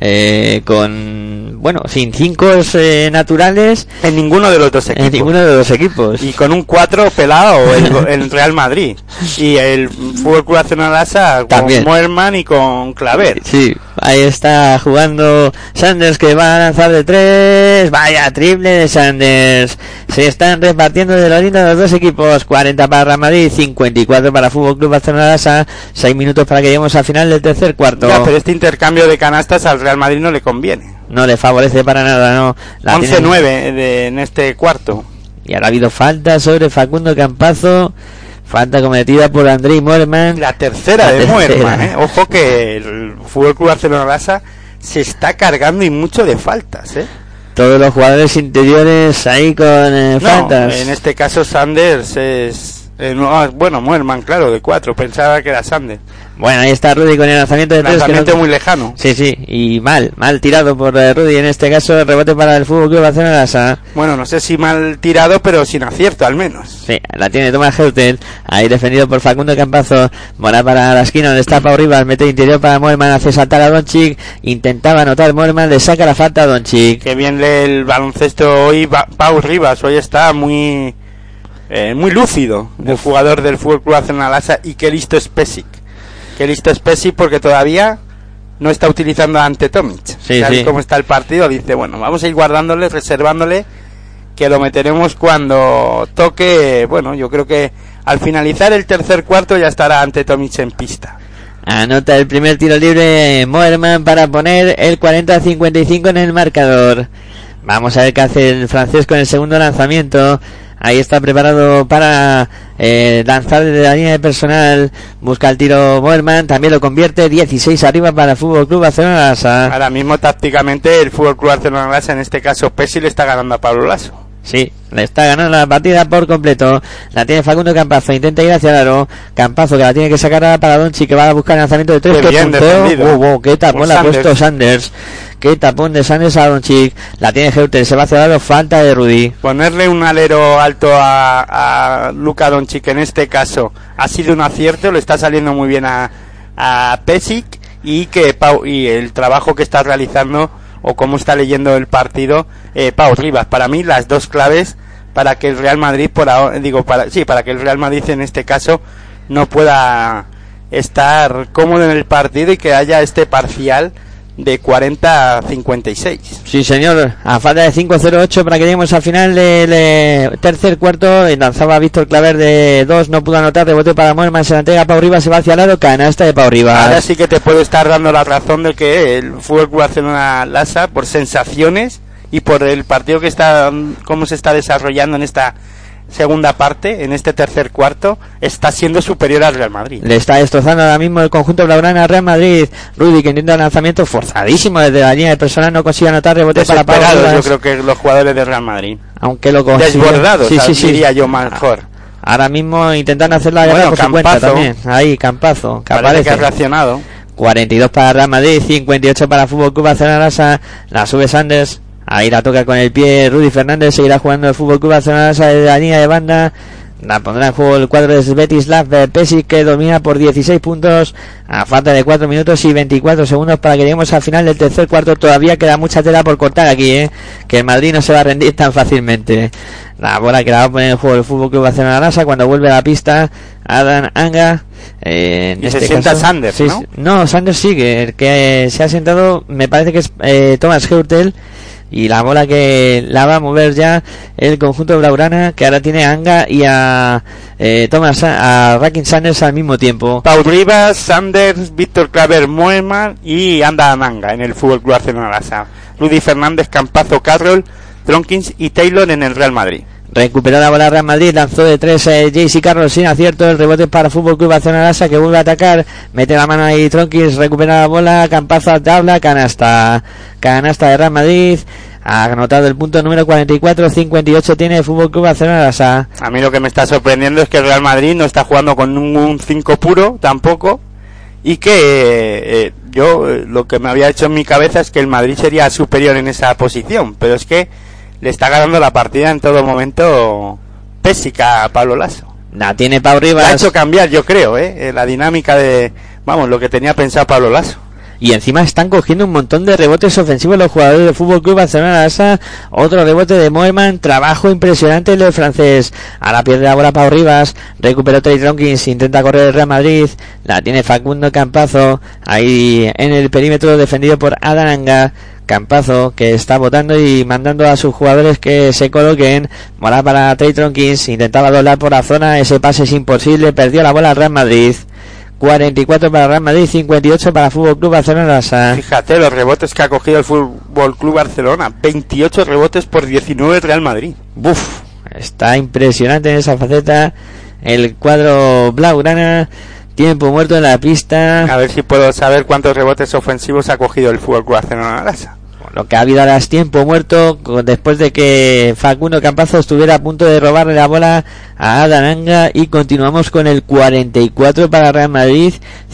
sin 5 naturales en ninguno de los dos equipos. Y con un 4 pelado el Real Madrid. Y el Fútbol Club Barcelona Lassa con también Moerman y con Claver. Sí, ahí está jugando Sanders, que va a lanzar de 3. Vaya, triple de Sanders. Se están repartiendo de lo lindo los dos equipos. 40 para Real Madrid, 54 para Fútbol Club Barcelona Lassa. 6 minutos para que lleguemos al final del tercer cuarto. Ya, pero este intercambio de canastas al Real Madrid no le conviene. No le favorece para nada, ¿no? 11-9 en este cuarto. Y ahora ha habido falta sobre Facundo Campazo. Falta cometida por Andrei Moerman. La tercera de Moerman, Ojo que el Fútbol Club Barcelona Lassa se está cargando y mucho de faltas, Todos los jugadores interiores ahí con faltas. En este caso Sanders es... Moerman, claro, de 4. Pensaba que era Sanders. Bueno, ahí está Rudy con el lanzamiento de 3. Lanzamiento muy lejano. Sí, y mal tirado por Rudy. En este caso, el rebote para el Fútbol Club Barcelona Lassa. Bueno, no sé si mal tirado, pero sin acierto al menos. Sí, la tiene Tomás Heutel. Ahí defendido por Facundo Campazo. Bola para la esquina donde está Pau Rivas. Mete interior para Moerman. Hace saltar a Doncic. Intentaba anotar Moerman. Le saca la falta a Doncic. Qué bien lee el baloncesto hoy Pau Rivas. Hoy está muy lúcido el jugador del Fútbol Club Barcelona Lassa. Y qué listo es Pešić. Porque todavía no está utilizando ante Tomic. Tal como está el partido, dice, bueno, vamos a ir guardándole, reservándole, que lo meteremos cuando toque. Bueno, yo creo que al finalizar el tercer cuarto ya estará ante Tomic en pista. Anota el primer tiro libre Moerman para poner el 40-55 en el marcador. Vamos a ver qué hace el francés con el segundo lanzamiento. Ahí está preparado para lanzar desde la línea de personal. Busca el tiro Moerman, también lo convierte. 16 arriba para el Fútbol Club Barcelona Lassa. Ahora mismo tácticamente el Fútbol Club Barcelona Lassa, en este caso Pešić, le está ganando a Pablo Lasso. Sí, le está ganando la partida por completo. La tiene Facundo Campazo, intenta ir hacia el aro. Campazo que la tiene que sacar para Doncic, que va a buscar el lanzamiento de 3. Qué bien defendido. Qué tapón le ha puesto Sanders. Qué tapón de Sanders a Doncic. La tiene Heutel, se va hacia el aro, falta de Rudy. Ponerle un alero alto a Luka Doncic en este caso ha sido un acierto, le está saliendo muy bien a Pešić, y el trabajo que está realizando o cómo está leyendo el partido Pau Rivas. Para mí las dos claves para que el Real Madrid para que el Real Madrid en este caso no pueda estar cómodo en el partido y que haya este parcial de 40-56. Sí, señor, a falta de 5-0-8 para que lleguemos al final del tercer cuarto. Lanzaba Víctor Claver de 2, no pudo anotar, rebote para Moerman, se la entrega a Pau Rivas, se va hacia el lado, canasta de Pau Rivas. Ahora sí que te puedo estar dando la razón de que el Fútbol Club Barcelona Lassa, por sensaciones y por el partido que está, cómo se está desarrollando en segunda parte, en este tercer cuarto, está siendo superior al Real Madrid. Le está destrozando ahora mismo el conjunto blaugrana al Real Madrid. Rudy, que intenta un lanzamiento forzadísimo desde la línea de personal, no consigue anotar, rebote para Pau Rivas. Yo creo que los jugadores del Real Madrid. Aunque lo consigue. Desbordados, sí, diría yo mejor. Ahora mismo intentan hacer la guerra por su cuenta también. Ahí, Campazo, que parece que ha reaccionado. 42 para Real Madrid, 58 para Fútbol Club Barcelona. La sube Sanders. Ahí la toca con el pie Rudy Fernández. Seguirá jugando el Fútbol Club Barcelona desde la línea de banda. La pondrá en juego el cuadro de Svetislav Pesic, que domina por 16 puntos a falta de 4 minutos y 24 segundos para que lleguemos al final del tercer cuarto. Todavía queda mucha tela por cortar aquí, que el Madrid no se va a rendir tan fácilmente. La bola que la va a poner en juego el Fútbol Club Barcelona Lasa cuando vuelve a la pista Adam Anga. Y se sienta Sanders, ¿no? No, Sanders sigue. El que se ha sentado me parece que es Thomas Hurtel. Y la bola que la va a mover ya el conjunto blaugrana, que ahora tiene a Anga y a Rakin Sanders al mismo tiempo. Pau Rivas, Sanders, Víctor Claver, Moeman y Anda Manga en el Fútbol Club Barcelona Lasa. Rudy Fernández, Campazo, Carroll, Tronkins y Taylor en el Real Madrid. Recuperó la bola Real Madrid, lanzó de 3 JC Carroll sin acierto, el rebote para Fútbol Club Barcelona Lasa, que vuelve a atacar, mete la mano ahí Tronkins, recupera la bola, Campazo a tabla, canasta de Real Madrid. Ha anotado el punto número 44, 58 tiene el Fútbol Club Barcelona Lasa. A mí lo que me está sorprendiendo es que el Real Madrid no está jugando con un 5 puro tampoco, y que yo lo que me había hecho en mi cabeza es que el Madrid sería superior en esa posición, pero es que le está ganando la partida en todo momento Pesic a Pablo Laso. La tiene Pau Rivas. La ha hecho cambiar, yo creo, la dinámica de, lo que tenía pensado Pablo Laso. Y encima están cogiendo un montón de rebotes ofensivos los jugadores del Fútbol Club Barcelona Lasa. Otro rebote de Moeman, trabajo impresionante el del francés. Ahora pierde la bola Pau Rivas, recuperó Trey Tronkins, intenta correr el Real Madrid, la tiene Facundo Campazo, ahí en el perímetro defendido por Adaranga. Campazo, que está votando y mandando a sus jugadores que se coloquen. Bola para Trey Tronkins, intentaba doblar por la zona, ese pase es imposible, perdió la bola al Real Madrid. 44 para Real Madrid, 58 para Fútbol Club Barcelona. Fíjate los rebotes que ha cogido el Fútbol Club Barcelona, 28 rebotes por 19 Real Madrid. Buf, está impresionante en esa faceta el cuadro blaugrana. Tiempo muerto en la pista. A ver si puedo saber cuántos rebotes ofensivos ha cogido el Fútbol Club Barcelona Lasa. Lo que ha habido ahora es tiempo muerto, después de que Facundo Campazo estuviera a punto de robarle la bola a Adaranga, y continuamos con el 44 para Real Madrid,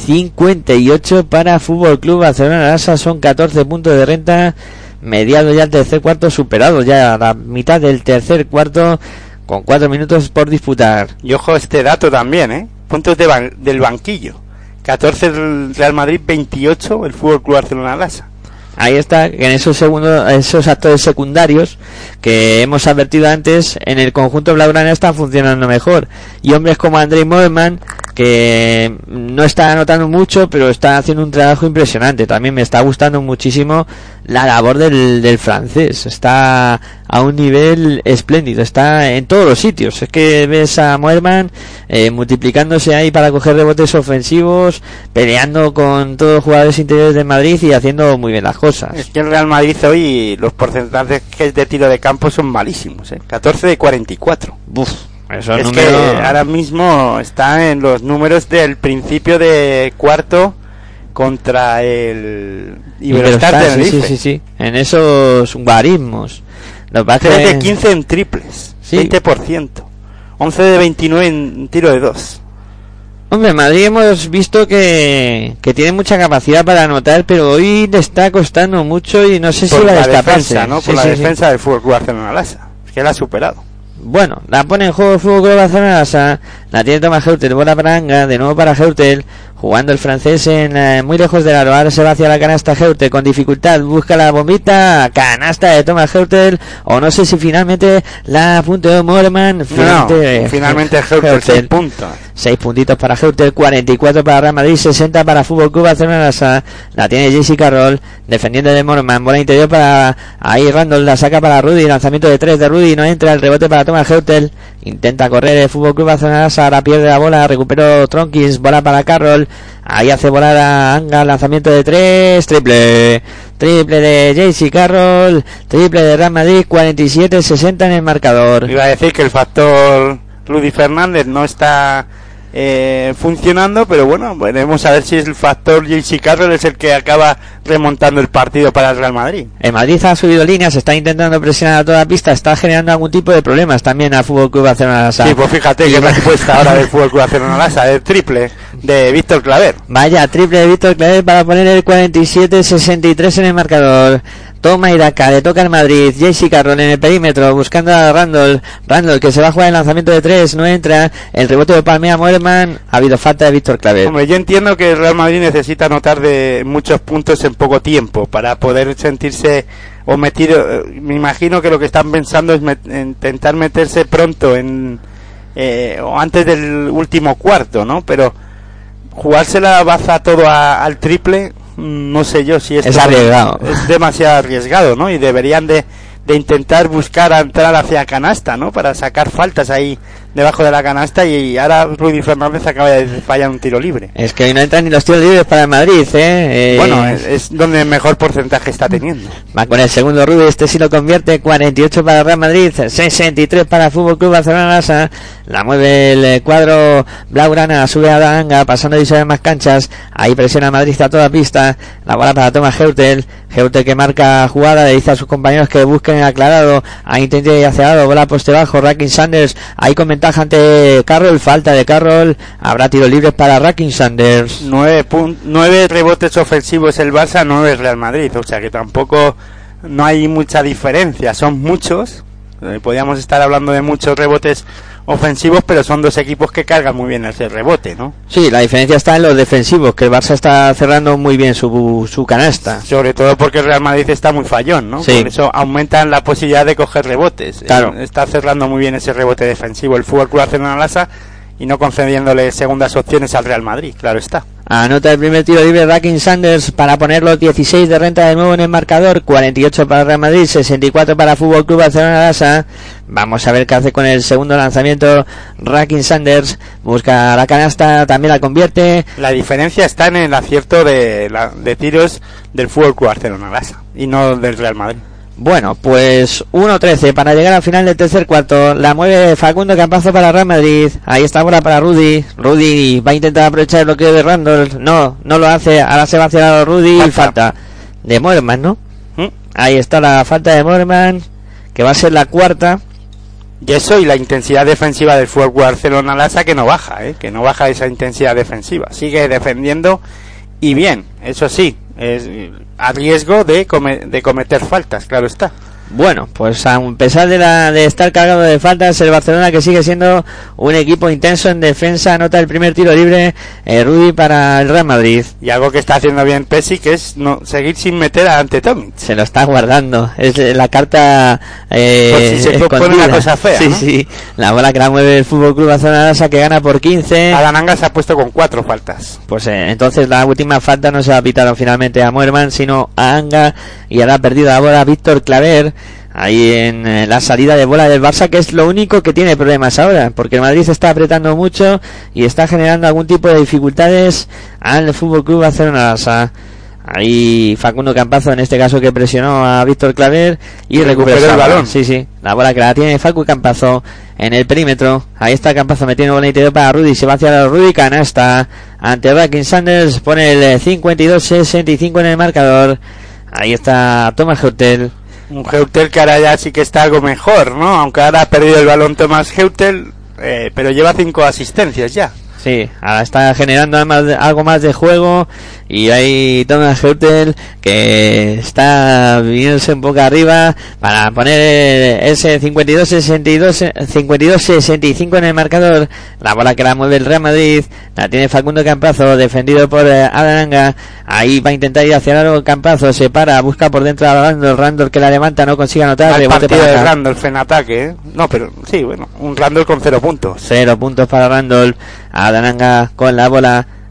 58 para Fútbol Club Barcelona Lasa. Son 14 puntos de renta, mediado ya el tercer cuarto, superado ya la mitad del tercer cuarto, con 4 minutos por disputar. Y ojo este dato también, puntos del banquillo, 14 el Real Madrid, 28 el Fútbol Club Barcelona Lasa. Ahí está, que en esos actores secundarios que hemos advertido antes, en el conjunto blaugrana están funcionando mejor. Y hombres como Andrei Moeman, que no está anotando mucho, pero está haciendo un trabajo impresionante. También me está gustando muchísimo la labor del francés. Está a un nivel espléndido, está en todos los sitios. Es que ves a Moeman multiplicándose ahí para coger rebotes ofensivos, peleando con todos los jugadores interiores de Madrid y haciendo muy bien las cosas. Es que el Real Madrid hoy los porcentajes de tiro de campo son malísimos, 14 de 44. Uf, eso es que ahora mismo está en los números del principio de cuarto contra el Iberostar de Tenerife. Sí, en esos guarismos. 3 de 15 en triples, sí. 20%, 11 de 29 en tiro de 2. Hombre, Madrid hemos visto que tiene mucha capacidad para anotar, pero hoy le está costando mucho y no sé si va a destaparse, ¿no? Por la defensa del Fútbol Club Barcelona Lasa, que la ha superado. Bueno, la pone en juego el Fútbol Club Barcelona Lasa, la tiene Thomas Hurtel, bola para Anga, de nuevo para Hurtel, jugando el francés muy lejos del aro. Ahora se va hacia la canasta Hurtel con dificultad, busca la bombita, canasta de Thomas Hurtel, o no sé si finalmente la punteó Moreman. Finalmente Hurtel, 6 puntos. 6 puntitos para Hurtel, 44 para Real Madrid, 60 para Fútbol Club Barcelona Lasa. La tiene JC Carroll, defendiendo de Moreman, bola interior para ahí Randall, la saca para Rudy, lanzamiento de 3 de Rudy, no entra, el rebote para Thomas Hurtel, Intenta correr el Fútbol Club Barcelona, ahora pierde la bola, recuperó Tronkins, bola para Carroll, ahí hace volar a Anga, lanzamiento de 3, triple de JC Carroll, triple de Real Madrid, 47-60 en el marcador. Iba a decir que el factor Rudy Fernández no está funcionando, pero bueno, veremos a ver si el factor JC Carroll es el que acaba remontando el partido para el Real Madrid. El Madrid ha subido líneas, está intentando presionar a toda pista, está generando algún tipo de problemas también al Fútbol Club Barcelona. Sí, pues fíjate que respuesta ahora del Fútbol Club Barcelona Lassa, el triple de Víctor Claver. Vaya, triple de Víctor Claver para poner el 47-63 en el marcador. Toma Iraca, le toca al Madrid, JC Carroll en el perímetro, buscando a Randall que se va a jugar el lanzamiento de 3, no entra, el rebote de Palmea Moerman, ha habido falta de Víctor Claver. Hombre, yo entiendo que el Real Madrid necesita anotar de muchos puntos en poco tiempo, para poder sentirse o metido, me imagino que lo que están pensando es intentar meterse pronto o antes del último cuarto, ¿no? Pero jugarse la baza todo al triple, no sé yo si es arriesgado, es demasiado arriesgado, ¿no? Y deberían de intentar buscar a entrar hacia canasta, ¿no? Para sacar faltas ahí debajo de la canasta, y ahora Rudy Fernández acaba de fallar un tiro libre. Es que hoy no entran ni los tiros libres para el Madrid, Bueno, es donde el mejor porcentaje está teniendo. Va con el segundo Rudy, este sí lo convierte, 48 para el Real Madrid, 63 para el Fútbol Club Barcelona Lassa. La mueve el cuadro blaugrana, sube a Danga, pasando y sobre más canchas, ahí presiona a Madrid a toda pista, la bola para Thomas Heutel que marca jugada, le dice a sus compañeros que busquen el aclarado, ahí intenta ir hacia lado, bola poste bajo, Rakin Sanders, ahí con ventaja ante Carroll, falta de Carroll, habrá tiros libres para Rakin Sanders. 9 rebotes ofensivos el Barça, 9 Real Madrid, o sea que tampoco no hay mucha diferencia, son muchos, podríamos estar hablando de muchos rebotes ofensivos, pero son dos equipos que cargan muy bien ese rebote, ¿no? Sí, la diferencia está en los defensivos, que el Barça está cerrando muy bien su canasta. Sobre todo porque el Real Madrid está muy fallón, ¿no? Sí. Por eso aumentan la posibilidad de coger rebotes. Claro. Está cerrando muy bien ese rebote defensivo el Fútbol Club Barcelona Lassa, y no concediéndole segundas opciones al Real Madrid, claro está. Anota el primer tiro libre Rakin Sanders para ponerlo 16 de renta de nuevo en el marcador, 48 para Real Madrid, 64 para Fútbol Club Barcelona Lassa. Vamos a ver qué hace con el segundo lanzamiento Rakin Sanders, busca la canasta, también la convierte. La diferencia está en el acierto de tiros del Fútbol Club Barcelona Lassa y no del Real Madrid. Bueno, pues 1-13 para llegar al final del tercer cuarto. La mueve Facundo Campazo para Real Madrid. Ahí está bola para Rudy. Rudy va a intentar aprovechar el bloqueo de Randall. No lo hace. Ahora se va hacia el lado Rudy. Falta de Moerman, ¿no? Ahí está la falta de Moerman, que va a ser la cuarta. Y eso, y la intensidad defensiva del Fútbol Club Barcelona Lassa, que no baja, que no baja esa intensidad defensiva. Sigue defendiendo, y bien, eso sí, es a riesgo de cometer faltas, claro está. Bueno, pues a pesar de estar cargado de faltas, el Barcelona, que sigue siendo un equipo intenso en defensa, anota el primer tiro libre Rudy para el Real Madrid. Y algo que está haciendo bien Pesic, que es seguir sin meter ante Tomic. Se lo está guardando, es la carta por si se pone una cosa fea, sí, ¿no? Sí, la bola que la mueve el Fútbol Club Barcelona Lassa, que gana por 15. Adananga se ha puesto con 4 faltas. Pues entonces la última falta no se la pitaron finalmente a Moerman, sino a Anga, y ahora ha perdido la bola Víctor Claver ahí en la salida de bola del Barça, que es lo único que tiene problemas ahora, porque el Madrid está apretando mucho y está generando algún tipo de dificultades al Fútbol Club Barcelona Lassa. Ahí Facundo Campazo, en este caso, que presionó a Víctor Claver y recuperó el balón. Sí, la bola que la tiene Facu Campazo en el perímetro. Ahí está Campazo metiendo bola interior para Rudy, se va hacia la Rudy, canasta ante Rakin Sanders, pone el 52-65 en el marcador. Ahí está Thomas Heutel. Un Heutel que ahora ya sí que está algo mejor, ¿no? Aunque ahora ha perdido el balón Thomas Heutel, pero lleva 5 asistencias ya. Sí, ahora está generando algo más de juego, y hay Thomas Heutel que está viniéndose un poco arriba para poner ese 52-65 en el marcador. La bola que la mueve el Real Madrid, la tiene Facundo Campazo, defendido por Adananga. Ahí va a intentar ir hacia el Campazo, se para, busca por dentro a Randall que la levanta, no consigue anotar. El partido de Randall en ataque, No, pero sí, bueno, un Randall con 0 puntos. 0 puntos para Randall. Adananga con la bola,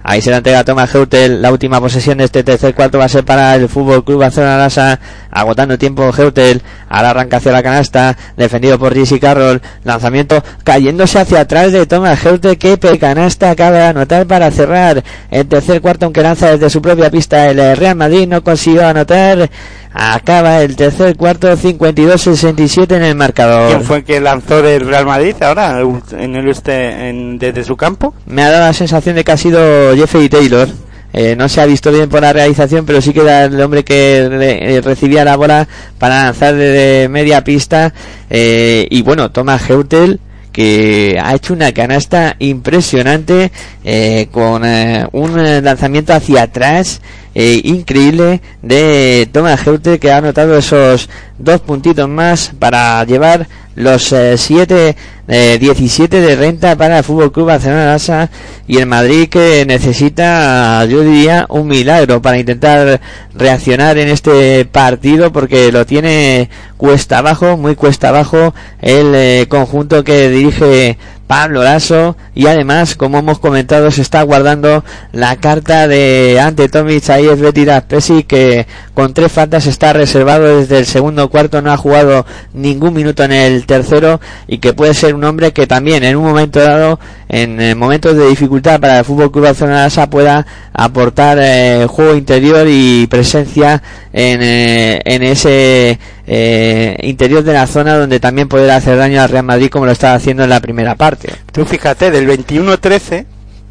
Ahí se la entrega Thomas Heutel. La última posesión de este tercer cuarto va a ser para el Fútbol Club Barcelona Lassa. Agotando tiempo Heutel. Ahora arranca hacia la canasta. Defendido por Jesse Carroll. Lanzamiento cayéndose hacia atrás de Thomas Heutel. Que canasta acaba de anotar para cerrar el tercer cuarto, aunque lanza desde su propia pista. El Real Madrid no consiguió anotar. Acaba el tercer cuarto 52-67 en el marcador. ¿Quién fue el que lanzó del Real Madrid ahora desde su campo? Me ha dado la sensación de que ha sido Jeffrey Taylor. No se ha visto bien por la realización, pero sí que era el hombre que recibía la bola para lanzar desde media pista. Y bueno, Thomas Heutel, que ha hecho una canasta impresionante con un lanzamiento hacia atrás increíble de Thomas Heutel, que ha anotado esos 2 puntitos más para llevar los 17 de renta para el Fútbol Club Barcelona Lassa, y el Madrid, que necesita, yo diría, un milagro para intentar reaccionar en este partido, porque lo tiene cuesta abajo, muy cuesta abajo, el conjunto que dirige Pablo Lasso, y además, como hemos comentado, se está guardando la carta de Ante Tomic. Ahí es Betiras Pesic, que con 3 faltas está reservado desde el segundo cuarto, no ha jugado ningún minuto en el tercero, y que puede ser un hombre que también en un momento dado, en momentos de dificultad para el Fútbol Club Barcelona Lassa, pueda aportar juego interior y presencia en ese interior de la zona, donde también podrá hacer daño al Real Madrid, como lo estaba haciendo en la primera parte. Tú fíjate, del 21-13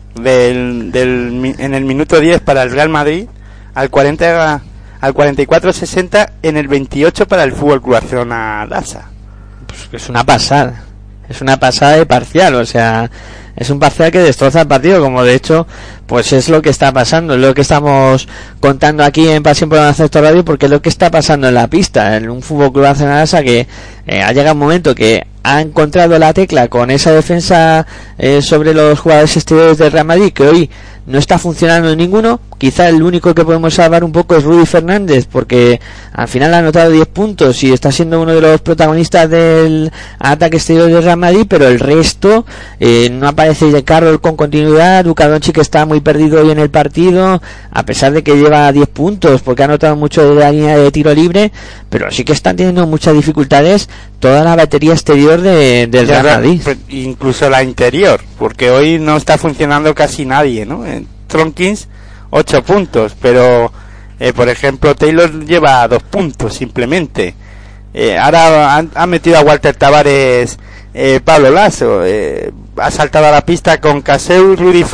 en el minuto 10 para el Real Madrid, al 44-60 en el 28 para el Fútbol Club Barcelona Lassa. Pues es una pasada de parcial, o sea, es un parcial que destroza el partido, como de hecho pues es lo que está pasando, es lo que estamos contando aquí en Pasión por Baloncesto Radio, porque es lo que está pasando en la pista, en un Fútbol Club Barcelona Lassa que ha llegado un momento que ha encontrado la tecla con esa defensa sobre los jugadores exteriores del Real Madrid, que hoy no está funcionando ninguno. Quizá el único que podemos salvar un poco es Rudy Fernández, porque al final ha anotado 10 puntos y está siendo uno de los protagonistas del ataque exterior del Real Madrid, pero el resto no aparece de Carroll con continuidad. Luka Doncic está muy perdido hoy en el partido, a pesar de que lleva 10 puntos, porque ha anotado mucho de la línea de tiro libre, pero sí que están teniendo muchas dificultades toda la batería exterior del Real Madrid. Incluso la interior, porque hoy no está funcionando casi nadie, ¿no? Tronkins 8 puntos, pero por ejemplo Taylor lleva 2 puntos simplemente. Ahora ha metido a Walter Tavares Pablo Lasso, ha saltado a la pista con Caseu,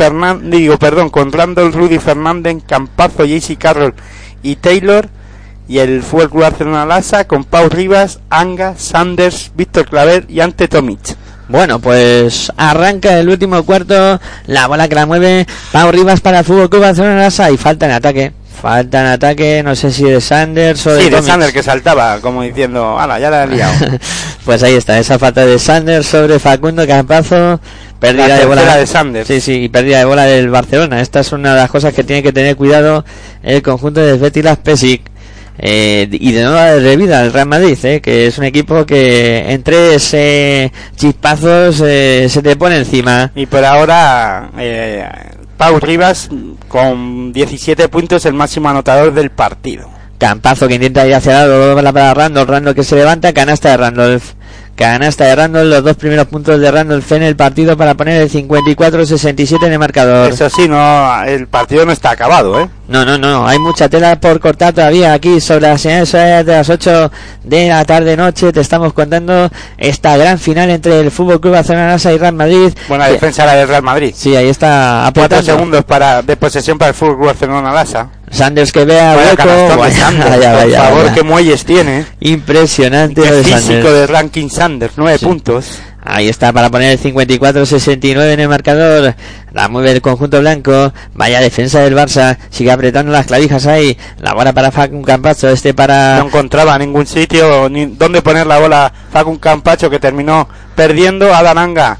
con Randall, Rudy Fernández, Campazzo, JC Carroll y Taylor, y el Fútbol Club Barcelona Lassa con Pau Rivas, Anga, Sanders, Víctor Claver y Ante Tomic. Bueno, pues arranca el último cuarto, la bola que la mueve Pau Rivas para el Fútbol Club Barcelona Lassa, y falta en ataque, no sé si de Sanders o de Tomic. De Sanders, que saltaba como diciendo, ala, ya la he liado. Pues ahí está, esa falta de Sanders sobre Facundo Campazzo. Pérdida de bola de Sanders. Sí, y pérdida de bola del Barcelona. Esta es una de las cosas que tiene que tener cuidado el conjunto de Betiras Pesic. Y de nuevo de revida el Real Madrid, que es un equipo que en 3 chispazos se te pone encima. Y por ahora Pau Rivas con 17 puntos, el máximo anotador del partido. Campazzo, que intenta ir hacia el lado para Randolph que se levanta, canasta de Randolph, los 2 primeros puntos de Randolph en el partido para poner el 54-67 en el marcador. Eso sí, no, el partido no está acabado, No, hay mucha tela por cortar todavía aquí sobre las señales de las 8 de la tarde-noche. Te estamos contando esta gran final entre el Fútbol Club Barcelona Lassa y Real Madrid. Buena defensa la del Real Madrid. Sí, ahí está apuntando. 4 segundos de posesión para el Fútbol Club Barcelona Lassa. Sanders, que vea hueco. Por favor, qué muelles tiene. Impresionante. Qué físico de ranking Sanders, 9 puntos. Ahí está para poner el 54-69 en el marcador. La mueve el conjunto blanco. Vaya defensa del Barça. Sigue apretando las clavijas ahí. La bola para Facun Campazzo. No encontraba ningún sitio ni dónde poner la bola Facun Campazzo, que terminó perdiendo. Adán Anga.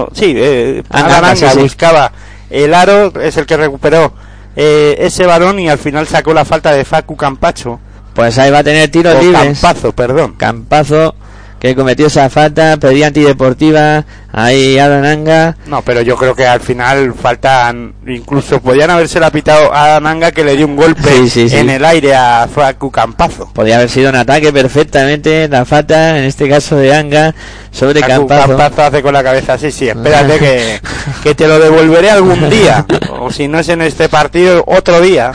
Adán Anga buscaba el aro. Es el que recuperó ese balón y al final sacó la falta de Facu Campazzo. Pues ahí va a tener tiros libres. Campazzo, que cometió esa falta, pedía antideportiva Ahí Adananga. No, pero yo creo que al final faltan, incluso podían habérsela pitado a Adananga, que le dio un golpe Sí. en el aire a Facu Campazo. Podría haber sido un ataque perfectamente, la falta, en este caso de Anga, sobre Facu Campazo. Campazo hace con la cabeza, sí, espérate que te lo devolveré algún día. O si no es en este partido, otro día.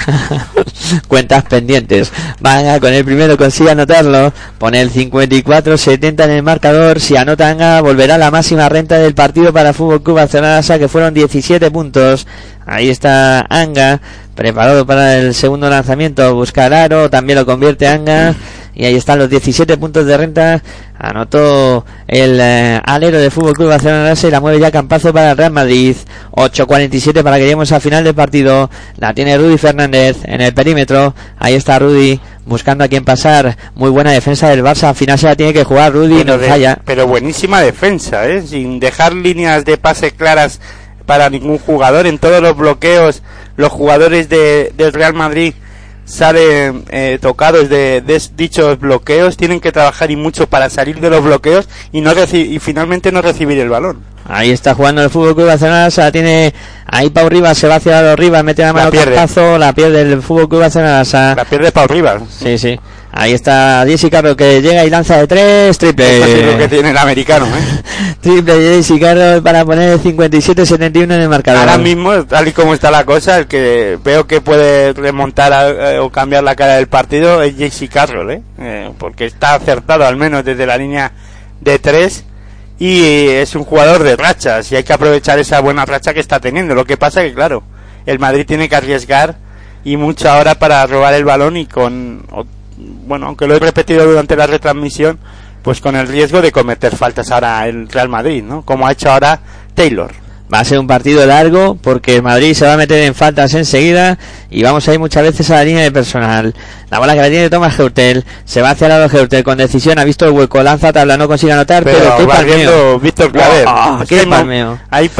Cuentas pendientes. Anga con el primero consigue anotarlo. Pone el 54-70 en el marcador. Si anota Anga, volverá a la máxima renta del partido para Fútbol Club Barcelona, que fueron 17 puntos. Ahí está Anga, preparado para el segundo lanzamiento. Busca el aro, también lo convierte Anga. Y ahí están los 17 puntos de renta. Anotó el alero de Fútbol Club Barcelona y la mueve ya Campazo para el Real Madrid. 8:47 para que lleguemos al final del partido. La tiene Rudy Fernández en el perímetro. Ahí está Rudy buscando a quien pasar. Muy buena defensa del Barça. Al final se la tiene que jugar Rudy, no falla. Pero buenísima defensa, sin dejar líneas de pase claras para ningún jugador. En todos los bloqueos, los jugadores del Real Madrid salen tocados de dichos bloqueos, tienen que trabajar y mucho para salir de los bloqueos y finalmente no recibir el balón. Ahí está jugando el Fútbol Club Barcelona, se la tiene ahí Pau Rivas, se va hacia los Rivas, mete la mano Campazo, la pierde el Fútbol Club Barcelona. La pierde Pau Rivas. Sí. Ahí está Jesse Carroll, que llega y lanza de 3, triple. Esto es lo que tiene el americano, Triple de Jesse Carroll para poner el 57-71 en el marcador. Ahora mismo, tal y como está la cosa, el que veo que puede remontar o cambiar la cara del partido es Jesse Carroll, porque está acertado al menos desde la línea de 3 y es un jugador de rachas y hay que aprovechar esa buena racha que está teniendo. Lo que pasa que, claro, el Madrid tiene que arriesgar y mucho ahora para robar el balón y aunque lo he repetido durante la retransmisión, pues con el riesgo de cometer faltas ahora el Real Madrid, ¿no? Como ha hecho ahora Taylor. Va a ser un partido largo porque el Madrid se va a meter en faltas enseguida y vamos a ir muchas veces a la línea de personal. La bola que la tiene Thomas Hurtel, se va hacia el lado Hurtel con decisión, ha visto el hueco, lanza tabla, no consigue anotar, pero qué palmeo. Víctor Claver. Qué palmeo. Hay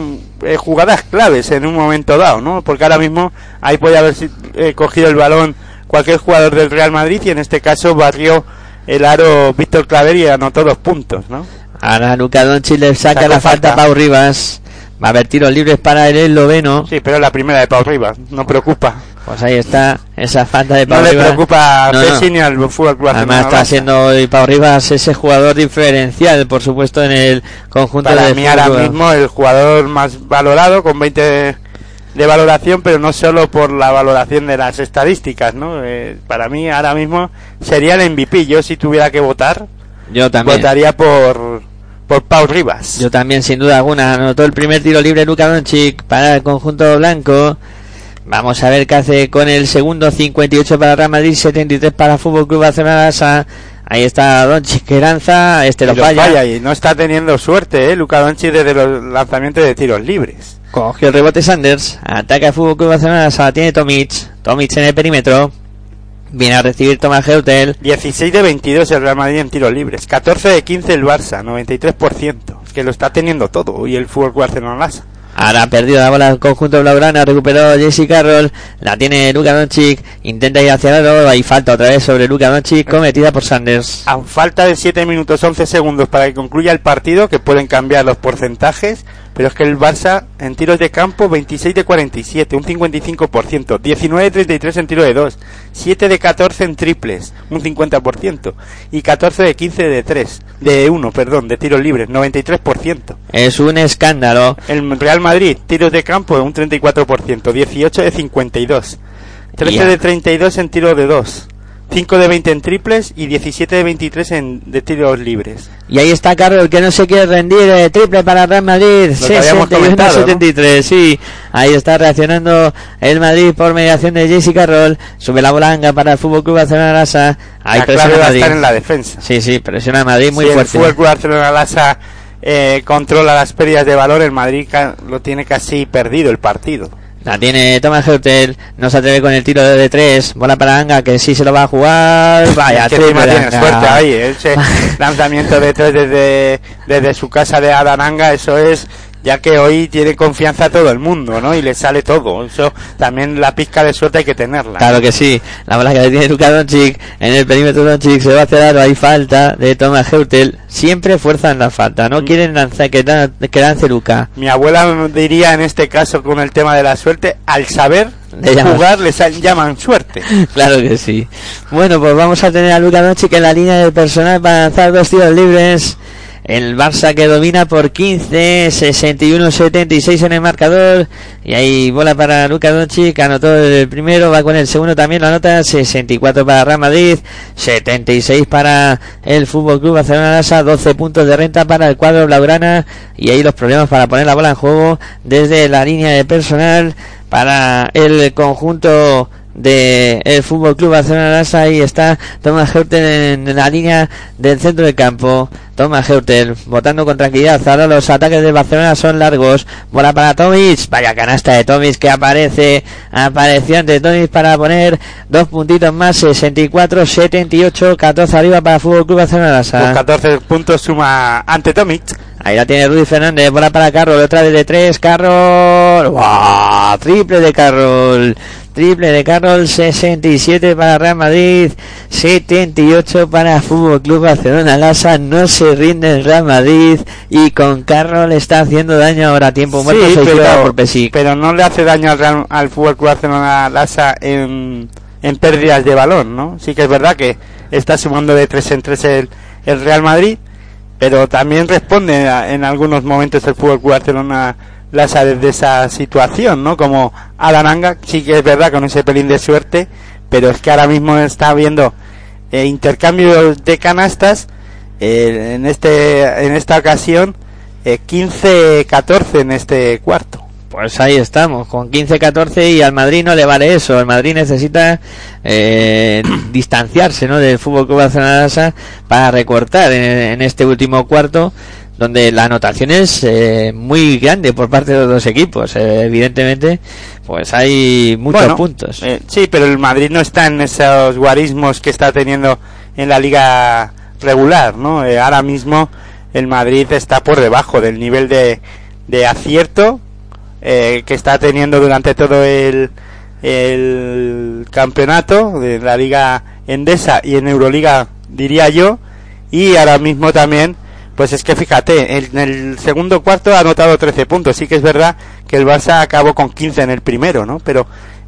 jugadas claves en un momento dado, ¿no? Porque ahora mismo ahí puede haber cogido el balón cualquier jugador del Real Madrid y en este caso barrió el aro Víctor Claver y anotó 2 puntos, ¿no? Ahora Luka Doncic le saca la falta a Pau Rivas. Va a haber tiros libres para el esloveno. Sí, pero es la primera de Pau Rivas, no preocupa. Pues ahí está esa falta de Pau Rivas. No le preocupa a Pessi ni al Fútbol Club Barcelona. Además está siendo hoy Pau Rivas ese jugador diferencial, por supuesto, en el conjunto para mí ahora mismo el jugador más valorado, con 20 de valoración, pero no solo por la valoración de las estadísticas, ¿no? Para mí ahora mismo sería el MVP. Yo si tuviera que votar, yo también votaría por Pau Rivas. Yo también, sin duda alguna. Anotó el primer tiro libre Luka Doncic para el conjunto blanco. Vamos a ver qué hace con el segundo. 58 para Real Madrid, 73 para Fútbol Club Barcelona. Ahí está Doncic que lanza, lo falla y no está teniendo suerte, Luka Doncic desde los lanzamientos de tiros libres. Cogió el rebote Sanders, ataca el Fútbol Club Barcelona, la tiene Tomic en el perímetro. Viene a recibir Thomas Hurtel. 16 de 22 el Real Madrid en tiros libres, 14 de 15 el Barça, 93%. Es que lo está teniendo todo y el Fútbol Club Barcelona. Ahora ha perdido la bola el conjunto blaugrana, recuperó Jesse Carroll, la tiene Luka Doncic, intenta ir hacia el lado, hay falta otra vez sobre Luka Doncic, cometida por Sanders. A falta de 7 minutos 11 segundos para que concluya el partido, que pueden cambiar los porcentajes, pero es que el Barça en tiros de campo 26 de 47, un 55%, 19 de 33 en tiro de 2, 7 de 14 en triples, un 50%, y 14 de 15 de tiros libres, 93%. Es un escándalo. El Real Madrid, tiros de campo un 34%, 18 de 52, 13 de 32 en tiro de 2, 5 de 20 en triples y 17 de 23 de tiros libres. Y ahí está Carroll, que no se quiere rendir, triple para Real Madrid, 61-73, ¿no? Sí, ahí está reaccionando el Madrid por mediación de Jesse Carroll, sube la volanga para el Fútbol Club Barcelona Lassa, ahí presiona va a Madrid. Estar en la defensa. Sí, presiona a Madrid muy fuerte. El Fútbol Club Barcelona Lassa controla las pérdidas de valor, el Madrid lo tiene casi perdido el partido. La tiene Thomas Hurtel, no se atreve con el tiro de 3, bola para Anga, que sí se lo va a jugar. Vaya, tiene suerte ahí, ese lanzamiento de 3 desde su casa de Adananga, eso es ya que hoy tiene confianza todo el mundo, ¿no? Y le sale todo. Eso también, la pizca de suerte hay que tenerla. Claro que sí. La bola que le tiene Luka Doncic en el perímetro. Doncic se va hacia el aro, hay falta de Thomas Hurtel. Siempre fuerzan la falta, no quieren lanzar que lance Luka. Mi abuela diría en este caso, con el tema de la suerte, al saber jugar les llaman suerte. Claro que sí. Bueno, pues vamos a tener a Luka Doncic en la línea del personal para lanzar 2 tiros libres. El Barça que domina por 15, 61-76 en el marcador. Y hay bola para Luka Doncic, anotó el primero, va con el segundo también, la nota 64 para Real Madrid, 76 para el Fútbol Club Barcelona Lassa, 12 puntos de renta para el cuadro blaugrana. Y ahí los problemas para poner la bola en juego desde la línea de personal para el conjunto de el Fútbol Club Barcelona Lassa. Ahí está Thomas Hurtel en la línea del centro del campo. Thomas Hurtel votando con tranquilidad. Ahora los ataques del Barcelona son largos. Bola para Tomic. Vaya canasta de Tomic que apareció ante Tomic para poner 2 puntitos más. 64-78, 14 arriba para Fútbol Club Barcelona Lassa. Pues 14 puntos suma ante Tomic. Ahí la tiene Rudy Fernández, bola para Carroll, otra vez de 3, Carroll, ¡wow! Triple de Carroll, 67 para Real Madrid, 78 para Fútbol Club Barcelona Lassa. No se rinde el Real Madrid y con Carroll está haciendo daño ahora a tiempo muerto. Sí, por Pesic. Pero no le hace daño al Fútbol Club Barcelona Lassa en pérdidas de balón, ¿no? Sí que es verdad que está sumando de 3 en 3 el Real Madrid, pero también responde en algunos momentos el Fútbol Club Barcelona Lassa desde esa situación, ¿no? Como Alananga, sí que es verdad con ese pelín de suerte, pero es que ahora mismo está habiendo intercambios de canastas, en esta ocasión 15-14 en este cuarto. Pues ahí estamos, con 15-14, y al Madrid no le vale eso. El Madrid necesita distanciarse, ¿no?, del Fútbol Club Barcelona Lassa para recortar en este último cuarto, donde la anotación es muy grande por parte de los dos equipos. Evidentemente, pues hay muchos puntos. Sí, pero el Madrid no está en esos guarismos que está teniendo en la liga regular, ¿no? Ahora mismo el Madrid está por debajo del nivel de acierto que está teniendo durante todo el campeonato de la Liga Endesa y en Euroliga, diría yo. Y ahora mismo también, pues es que fíjate, en el segundo cuarto ha anotado 13 puntos. Sí que es verdad que el Barça acabó con 15 en el primero, ¿no? Pero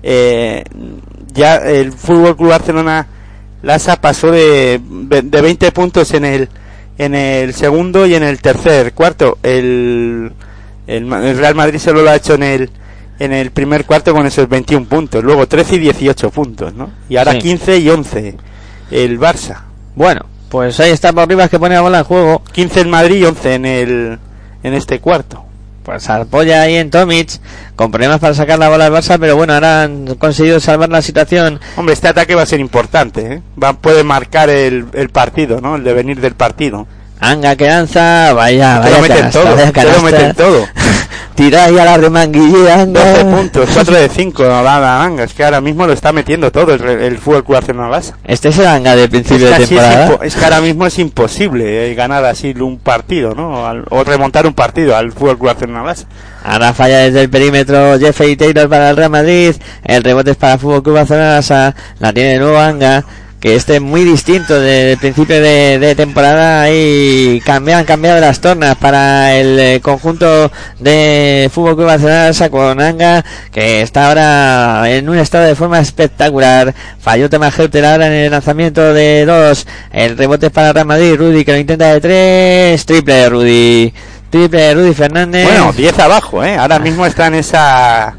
ya el Fútbol Club Barcelona Lassa pasó de 20 puntos en el segundo y en el tercer cuarto. El Real Madrid solo lo ha hecho en el primer cuarto con esos 21 puntos, luego 13 y 18 puntos, ¿no? Y ahora 15 y 11 el Barça. Bueno, pues ahí está por Rivas, que pone la bola en juego. 15 en Madrid y 11 en este cuarto. Pues apoya ahí en Tomic, con problemas para sacar la bola al Barça, pero bueno, ahora han conseguido salvar la situación. Hombre, este ataque va a ser importante, ¿eh? Puede marcar el partido, ¿no? El devenir del partido. Anga que lanza, vaya lo meten todo. Tira ahí a la remanguilla, Anga. 12 puntos, 4 de 5 la Anga. Es que ahora mismo lo está metiendo todo el Fútbol Club Barcelona Lassa. Este es el Anga de principio de temporada. Es que ahora mismo es imposible ganar así un partido, ¿no? O remontar un partido al Fútbol Club Barcelona Lassa. Ahora falla desde el perímetro Jeffrey Taylor para el Real Madrid. El rebote es para el Fútbol Club Barcelona Lassa. La tiene de nuevo Anga, que es muy distinto del principio de temporada, y han cambiado las tornas para el conjunto de Fútbol Club Barcelona Lassa, con Anga, que está ahora en un estado de forma espectacular. Falló Thomas Hurtel ahora en el lanzamiento de 2. El rebote es para Real Madrid. Rudy, que lo intenta de 3. Triple de Rudy Fernández. Bueno, 10 abajo, ahora mismo está en esa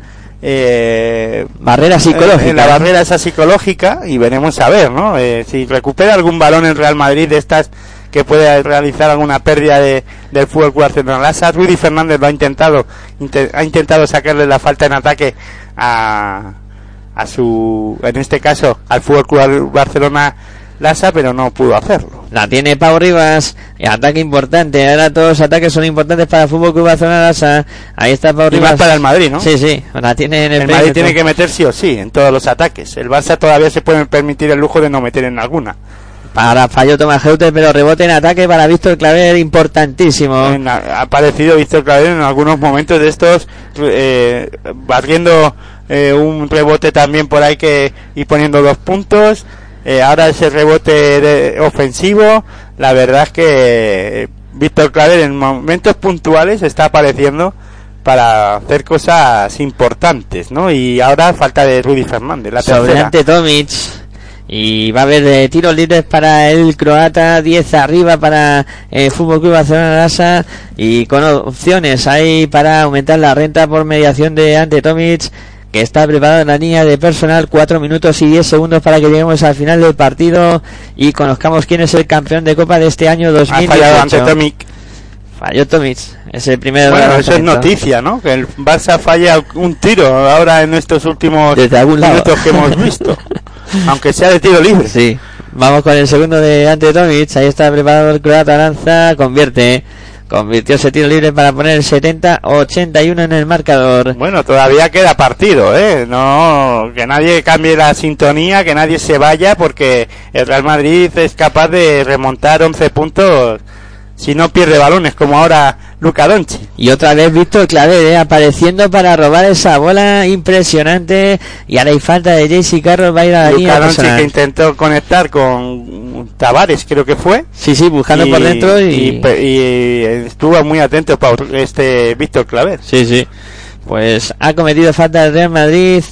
barrera psicológica, en la barrera esa psicológica, y veremos a ver, ¿no? Si recupera algún balón en Real Madrid de estas que puede realizar alguna pérdida del Fútbol Club Barcelona Lassa. Rudy Fernández lo ha intentado sacarle la falta en ataque a su, en este caso al Fútbol Club Barcelona Lassa, pero no pudo hacerlo. La tiene Pau Rivas, ataque importante. Ahora todos los ataques son importantes para el Fútbol Club Barcelona Lassa. Ahí está Pau Rivas. Y más para el Madrid, ¿no? Sí, la tiene en el Madrid tiene que meter sí o sí en todos los ataques. El Barça todavía se puede permitir el lujo de no meter en alguna. Falló Thomas Heutel, pero rebote en ataque para Víctor Claver, importantísimo. Ha aparecido Víctor Claver en algunos momentos de estos, batiendo un rebote también por ahí y poniendo 2 puntos. Ahora ese rebote ofensivo, la verdad es que Víctor Claver en momentos puntuales está apareciendo para hacer cosas importantes, ¿no? Y ahora falta de Rudy Fernández, la sobre tercera. Ante Tomic. Y va a haber tiros libres para el croata, 10 arriba para Fútbol Club Barcelona Lassa, y con opciones ahí para aumentar la renta por mediación de Ante Tomic, que está preparado en la línea de personal. 4 minutos y 10 segundos para que lleguemos al final del partido y conozcamos quién es el campeón de Copa de este año 2018. Ha fallado Ante Tomic. Falló Tomic, es el primero. Bueno, eso es noticia, ¿no? Que el Barça falla un tiro ahora en estos últimos minutos que hemos visto. Aunque sea de tiro libre. Sí. Vamos con el segundo de Ante Tomic. Ahí está preparado el croata, lanza, convirtió ese tiro libre para poner el 70-81 en el marcador. Bueno, todavía queda partido, no, que nadie cambie la sintonía, que nadie se vaya, porque el Real Madrid es capaz de remontar 11 puntos si no pierde balones, como ahora Luka Doncic. Y otra vez Víctor Claver apareciendo para robar esa bola impresionante, y ahora hay falta de JC Carroll, va a ir a la línea Luka Doncic, que intentó conectar con Tavares, creo que fue. Sí, buscando por dentro y estuvo muy atento Víctor Claver. Sí. Pues ha cometido falta el Real Madrid,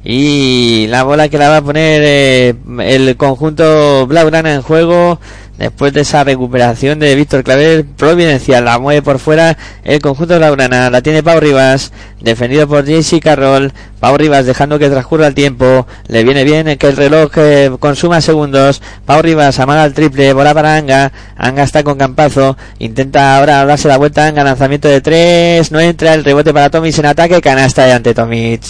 y la bola que la va a poner el conjunto blaugrana en juego. Después de esa recuperación de Víctor Claver providencial, la mueve por fuera el conjunto blaugrana, la tiene Pau Rivas, defendido por JC Carroll. Pau Rivas dejando que transcurra el tiempo, le viene bien que el reloj consuma segundos. Pau Rivas amaga el triple, bola para Anga está con Campazo, intenta ahora darse la vuelta a Anga, lanzamiento de 3, no entra, el rebote para Tomic en ataque, canasta de Ante Tomic.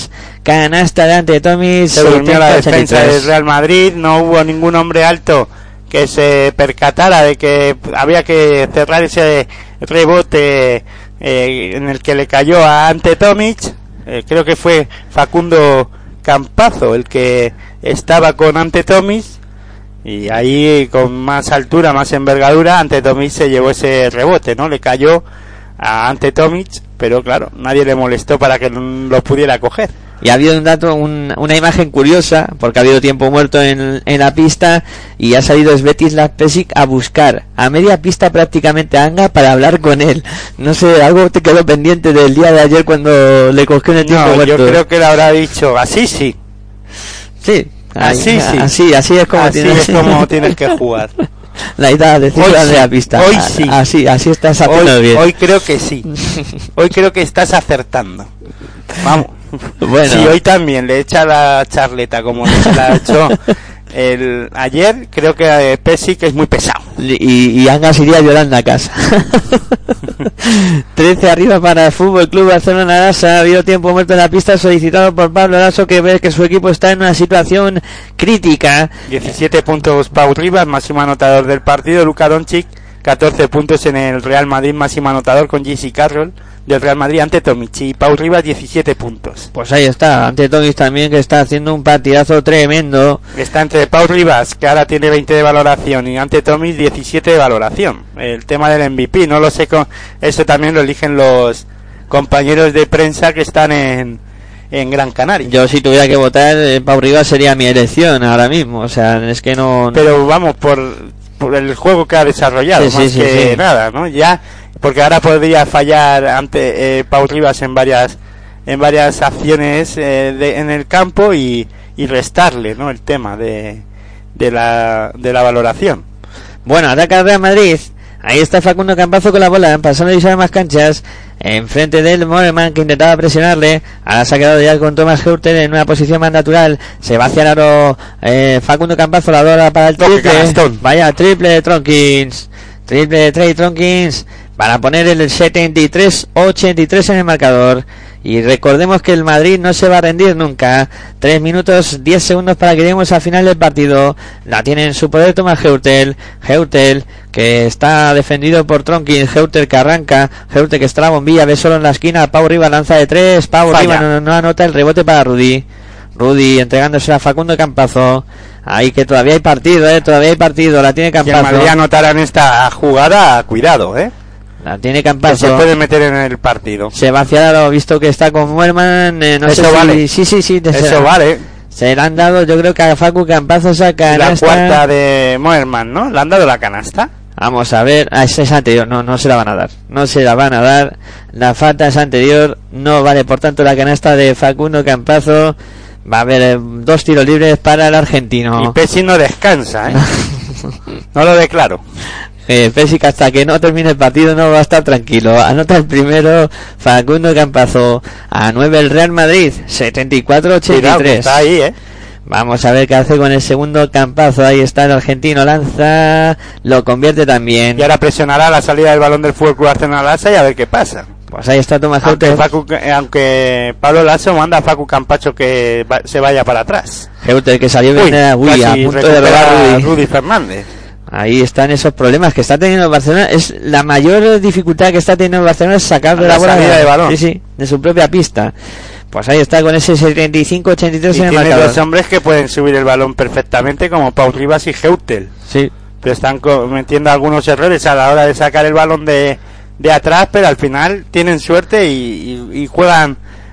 Se durmió la defensa del Real Madrid, no hubo ningún hombre alto que se percatara de que había que cerrar ese rebote en el que le cayó a Ante Tomic. Creo que fue Facundo Campazo el que estaba con Ante Tomic, y ahí con más altura, más envergadura, Ante Tomic se llevó ese rebote, ¿no? Le cayó a Ante Tomic, pero claro, nadie le molestó para que lo pudiera coger. Y ha habido una imagen curiosa, porque ha habido tiempo muerto en la pista, y ha salido Svetislav Pesic a buscar a media pista prácticamente a Anga para hablar con él. No sé, algo te quedó pendiente del día de ayer cuando le cogió en el tiempo muerto. Yo creo que le habrá dicho, así sí. Sí. Así sí. Así es como tienes que jugar. La idea de decirlo de la pista. Hoy sí. Así estás haciendo bien. Hoy creo que sí. Hoy creo que estás acertando. Vamos. Bueno. Si hoy también le echa la charleta como se la ha hecho ayer, creo que Pesic es muy pesado. Y Angas iría llorando a casa. 13 arriba para el Fútbol Club Barcelona Lassa. Ha habido tiempo muerto en la pista solicitado por Pablo Lasso, que ve que su equipo está en una situación crítica. 17 puntos Pau Rivas, máximo anotador del partido. Luka Doncic, 14 puntos en el Real Madrid, máximo anotador con JC Carroll del Real Madrid. Ante Tomic y Pau Rivas, 17 puntos. Pues ahí está, Ante Tomic también, que está haciendo un partidazo tremendo. Está entre Pau Rivas, que ahora tiene 20 de valoración, y Ante Tomic 17 de valoración. El tema del MVP, no lo sé, eso también lo eligen los compañeros de prensa que están en Gran Canaria. Yo, si tuviera que votar, Pau Rivas sería mi elección ahora mismo, o sea, es que no... Pero vamos, por el juego que ha desarrollado, sí, nada, ¿no? Ya, porque ahora podría fallar ante Pau Rivas en varias acciones en el campo y restarle, ¿no? El tema de la valoración. Bueno, ataca el Real Madrid. Ahí está Facundo Campazo con la bola, pasando y más canchas, enfrente del Moreman, que intentaba presionarle. Ahora se ha quedado ya con Thomas Heutel en una posición más natural. Se va hacia el aro Facundo Campazo, la bola para el triple. Vaya, triple de Tronkins. Triple de Trey Tronkins para poner el 73-83 en el marcador. Y recordemos que el Madrid no se va a rendir nunca. 3 minutos 10 segundos para que lleguemos al final del partido. La tiene en su poder Thomas Heutel. Heutel, que está defendido por Tronkins. Heutel, que arranca. Heutel, que está la bombilla, ve solo en la esquina. Pau Rivas lanza de 3. Pau Rivas no anota, el rebote para Rudy. Rudy entregándose a Facundo Campazo. Ahí que todavía hay partido, todavía hay partido. La tiene Si el Campazo. Madrid anotara en esta jugada, cuidado, La tiene que se Campazo. puede meter en el partido. Se va hacia lo visto que está con Muerman. No Eso sé vale. si... Sí. Eso vale. Se le han dado, yo creo que a Facu Campazo esa La canasta. cuarta de Moerman, ¿no? ¿Le han dado la canasta? Vamos a ver, esa es anterior, no se la van a dar. No se la van a dar. La falta es anterior, no vale por tanto la canasta de Facundo Campazo. Va a haber 2 tiros libres para el argentino. Y Pesci no descansa, No lo declaro. Pesic hasta que no termine el partido no va a estar tranquilo. Anota el primero Facundo Campazo. A 9 el Real Madrid, 74-83. Cuidado, que está ahí, Vamos a ver qué hace con el segundo Campazo. Ahí está el argentino, lanza, lo convierte también. Y ahora presionará la salida del balón del Fútbol Club Barcelona Lassa y a ver qué pasa. Pues ahí está Tomás Aunque, Heuter. aunque Pablo Lasso manda a Facu Campacho que se vaya para atrás. Heuter que salió bien a casi punto de recupera robar a Rudy Fernández. Ahí están esos problemas que está teniendo el Barcelona. Es la mayor dificultad que está teniendo el Barcelona es sacar de la bola salida de balón. Sí, de su propia pista. Pues ahí está con ese 75-83 Y en el tiene marcador. 2 hombres que pueden subir el balón perfectamente, como Pau Rivas y Heutel. Sí. Pero están cometiendo algunos errores a la hora de sacar el balón de atrás, pero al final tienen suerte y juegan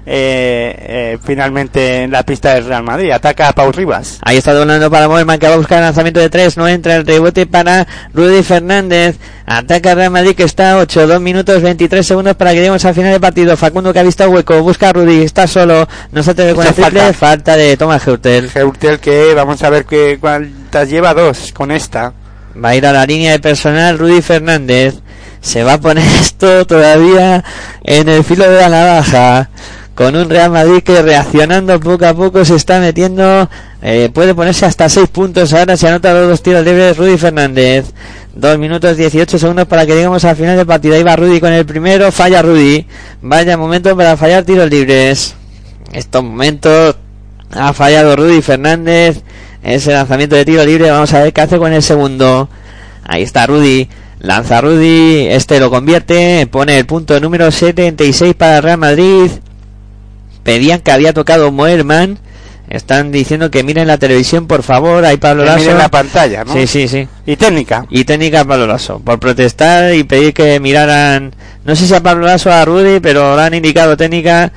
finalmente en la pista del Real Madrid. Ataca a Pau Rivas. Ahí está doblando para Moerman, que va a buscar el lanzamiento de 3, no entra el rebote para Rudy Fernández. Ataca el Real Madrid que está a 8, 2 minutos 23 segundos para que lleguemos al final del partido. Facundo que ha visto hueco, busca a Rudy, está solo, no se atreve con el triple, falta de Tomás Heutel. Heutel que vamos a ver cuántas lleva, 2 con esta. Va a ir a la línea de personal Rudy Fernández. Se va a poner esto todavía en el filo de la navaja, con un Real Madrid que reaccionando poco a poco se está metiendo, puede ponerse hasta 6 puntos ahora si anota los 2 tiros libres Rudy Fernández. 2 minutos 18 segundos para que lleguemos al final del partido. Ahí va Rudy con el primero, falla Rudy. Vaya momento para fallar tiros libres. Estos momentos ha fallado Rudy Fernández. Ese lanzamiento de tiro libre, vamos a ver qué hace con el segundo. Ahí está Rudy. Lanza Rudy, lo convierte, pone el punto número 76 para el Real Madrid. Pedían que había tocado Moerman. Están diciendo que miren la televisión, por favor. Ahí Pablo Lasso. Miren la pantalla, ¿no? Sí. Y técnica. Y técnica a Pablo Lasso. Por protestar y pedir que miraran, no sé si a Pablo Lasso o a Rudy, pero le han indicado técnica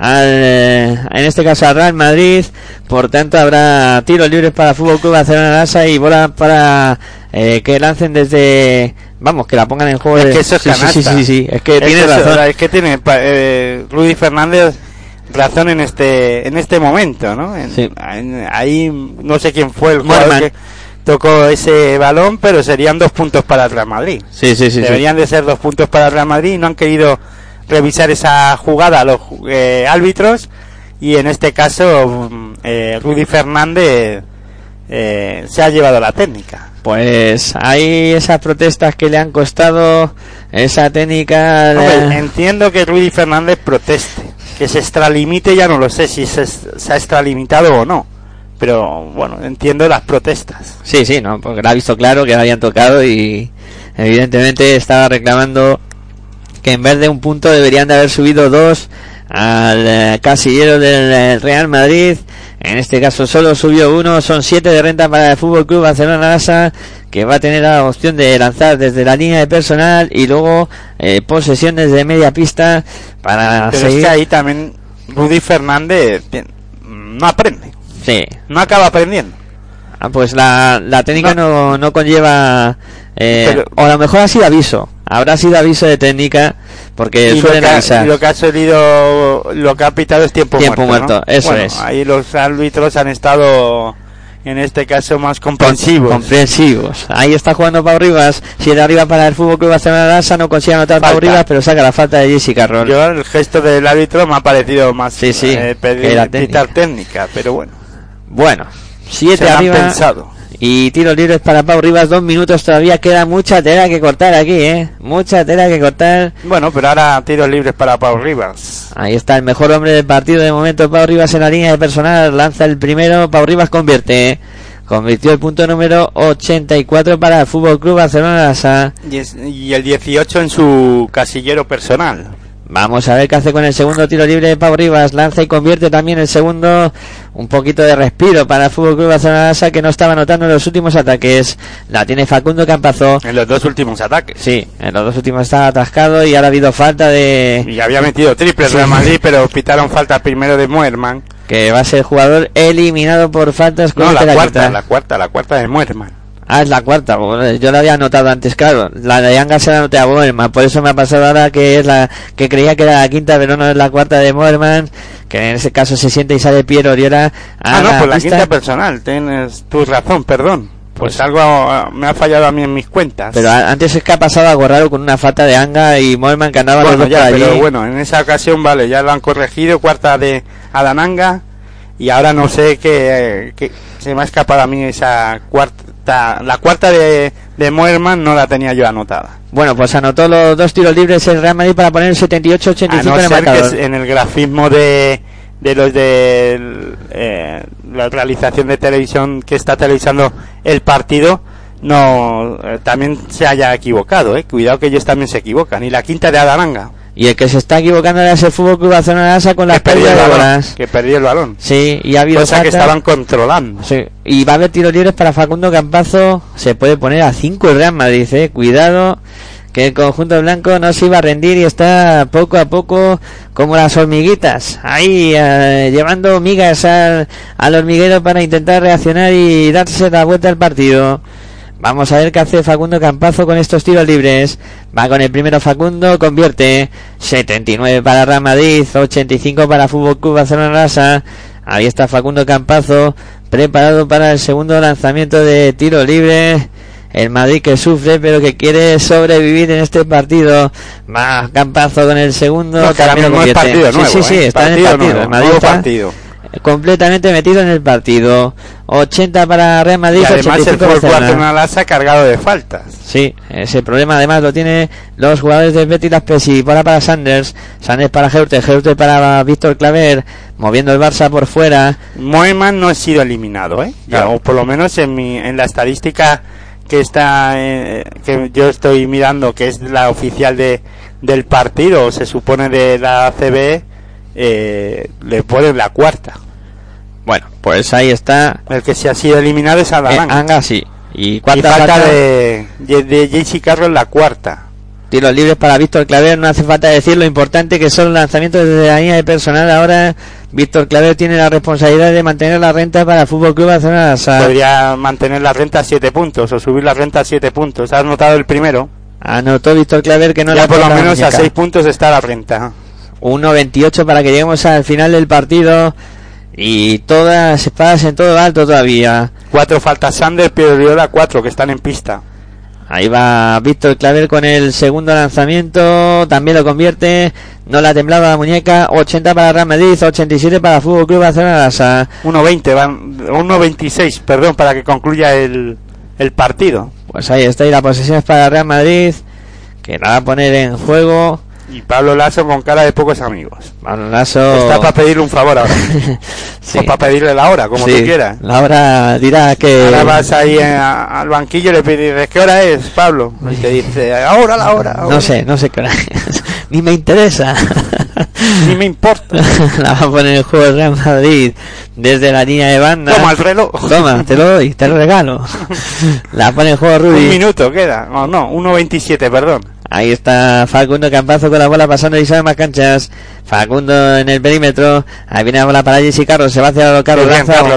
en este caso al Real Madrid. Por tanto habrá tiros libres para Fútbol Club Barcelona Lassa y bola para que lancen desde... Vamos, que la pongan en juego. Es que eso es canasta. Sí. Es que tiene razón. Es que tiene Rudy Fernández razón en este momento, ¿no? Ahí no sé quién fue el jugador que tocó ese balón, pero serían 2 puntos para el Real Madrid. Sí. Deberían de ser 2 puntos para el Real Madrid y no han querido revisar esa jugada los árbitros, y en este caso Rudy Fernández se ha llevado la técnica. Pues hay esas protestas que le han costado esa técnica. Hombre, entiendo que Rudy Fernández proteste, que se extralimite, ya no lo sé si se ha extralimitado o no, pero bueno, entiendo las protestas. Sí, no, porque lo ha visto claro que lo habían tocado y evidentemente estaba reclamando que en vez de 1 punto deberían de haber subido 2 al casillero del Real Madrid. En este caso solo subió 1, son 7 de renta para el Fútbol Club Barcelona Lassa, que va a tener la opción de lanzar desde la línea de personal y luego posesión desde media pista para pero seguir. Es que ahí también Rudy Fernández no aprende. Sí. No acaba aprendiendo. Pues la técnica no conlleva o a lo mejor ha sido aviso. Habrá sido aviso de técnica porque suelen avisar. Y lo que ha salido, lo que ha pitado es tiempo muerto, ¿no? Eso es. Ahí los árbitros han estado en este caso más comprensivos. Ahí está jugando Pau Rivas, 7 arriba para el Fútbol Club Barcelona Lassa, no consigue anotar Pau Rivas, pero saca la falta de Jessica Roll. Yo el gesto del árbitro me ha parecido más pedir pitar técnica, pero bueno, 7 arriba. Pensado. Y tiros libres para Pau Rivas, 2 minutos todavía, queda mucha tela que cortar aquí, mucha tela que cortar. Bueno, pero ahora tiros libres para Pau Rivas. Ahí está el mejor hombre del partido de momento, Pau Rivas en la línea de personal, lanza el primero, Pau Rivas convirtió el punto número 84 para el Fútbol Club Barcelona Lassa. Y el 18 en su casillero personal. Vamos a ver qué hace con el segundo tiro libre de Pau Rivas. Lanza y convierte también el segundo. Un poquito de respiro para el Fútbol Club Barcelona, que no estaba notando en los últimos ataques. La tiene Facundo Campazo. En los dos últimos ataques. Sí, en los dos últimos estaba atascado y ahora ha habido falta de... Y había metido triple Real Madrid, pero pitaron falta primero de Moerman. Que va a ser jugador eliminado por faltas. No, la cuarta de Moerman. Ah, es la cuarta. Yo la había anotado antes, claro. La de Anga se la anoté a Moerman. Por eso me ha pasado ahora que es la que creía que era la quinta, pero no es la cuarta de Moerman. Que en ese caso se siente y sale Piero Oriera. Pues la quinta personal. Tienes tu razón, perdón. Pues algo me ha fallado a mí en mis cuentas. Pero antes es que ha pasado algo raro con una falta de Anga y Moerman que andaba los dos por allí. Pero bueno, en esa ocasión, vale, ya lo han corregido. Cuarta de Adananga. Y ahora no sé qué se me ha escapado a mí esa cuarta. La cuarta de Moerman no la tenía yo anotada. Bueno, pues anotó los dos tiros libres el Real Madrid para poner el 78-85 en el marcador. Que en el grafismo de los de la realización de televisión que está televisando el partido, no también se haya equivocado, cuidado que ellos también se equivocan. Y la quinta de Adananga. Y el que se está equivocando era ese Fútbol Club Barcelona con las pérdidas de bolas. Que perdió el balón. Sí, y ha habido cosa que estaban controlando. Sí, y va a haber tiros libres para Facundo Campazo. Se puede poner a 5 el Real Madrid, cuidado, que el conjunto blanco no se iba a rendir y está poco a poco como las hormiguitas. Ahí llevando migas al hormiguero para intentar reaccionar y darse la vuelta al partido. Vamos a ver qué hace Facundo Campazo con estos tiros libres. Va con el primero Facundo, convierte. 79 para Real Madrid, 85 para Fútbol Club Barcelona Lassa. Ahí está Facundo Campazo, preparado para el segundo lanzamiento de tiro libre. El Madrid que sufre pero que quiere sobrevivir en este partido. Va Campazo con el segundo. No, también no es partido nuevo. Sí, está en el partido. Nuevo, el Madrid nuevo está partido. Completamente metido en el partido. 80 para Real Madrid, y además 85 el Fútbol Barcelona Lassa cargado de faltas. Sí, ese problema además lo tiene los jugadores del Betis Las Pesi. Para Sanders para Geurte para Víctor Claver, moviendo el Barça por fuera. Moerman no ha sido eliminado, claro. O por lo menos en la estadística que está que yo estoy mirando, que es la oficial del partido, se supone de la ACB, le ponen la cuarta. Bueno, pues ahí está. El que se ha sido eliminado es Adananga. Anga, sí. Y falta de JC Carroll la cuarta. Tiros libres para Víctor Claver, no hace falta decir lo importante que son los lanzamientos desde la línea de personal. Ahora Víctor Claver tiene la responsabilidad de mantener la renta para el Fútbol Club Barcelona. Podría mantener la renta a 7 puntos o subir la renta a 7 puntos. ¿Has notado el primero? Anotó Víctor Claver que no ya la por lo menos a 6 puntos está la renta. 1.28 para que lleguemos al final del partido. Y todas espadas en todo alto todavía. 4 faltas Sanders, Piero Oriola, 4 que están en pista. Ahí va Víctor Claver con el segundo lanzamiento. También lo convierte. No la temblaba la muñeca. 80 para Real Madrid, 87 para Fútbol Club Barcelona Lassa. 1.26, perdón, para que concluya el partido. Pues ahí está, y la posesión es para Real Madrid, que la va a poner en juego. Y Pablo Lasso con cara de pocos amigos. Pablo Lasso está para pedirle un favor ahora. Sí. O para pedirle la hora, como tú quieras. La hora dirá que... Ahora vas ahí al banquillo y le pides, ¿qué hora es, Pablo? Y te dice, ahora la hora. No sé qué hora es. Ni me interesa. Ni me importa. La va a poner en juego el Real Madrid desde la línea de banda. Toma el reloj. Toma, te lo doy, te lo regalo. La pone en juego Rudy. 1 minuto queda. No, 1.27, perdón. Ahí está Facundo Campazo con la bola pasando y sabe más canchas. Facundo en el perímetro. Ahí viene la bola para Jesse Carroll. Se va hacia Carroll.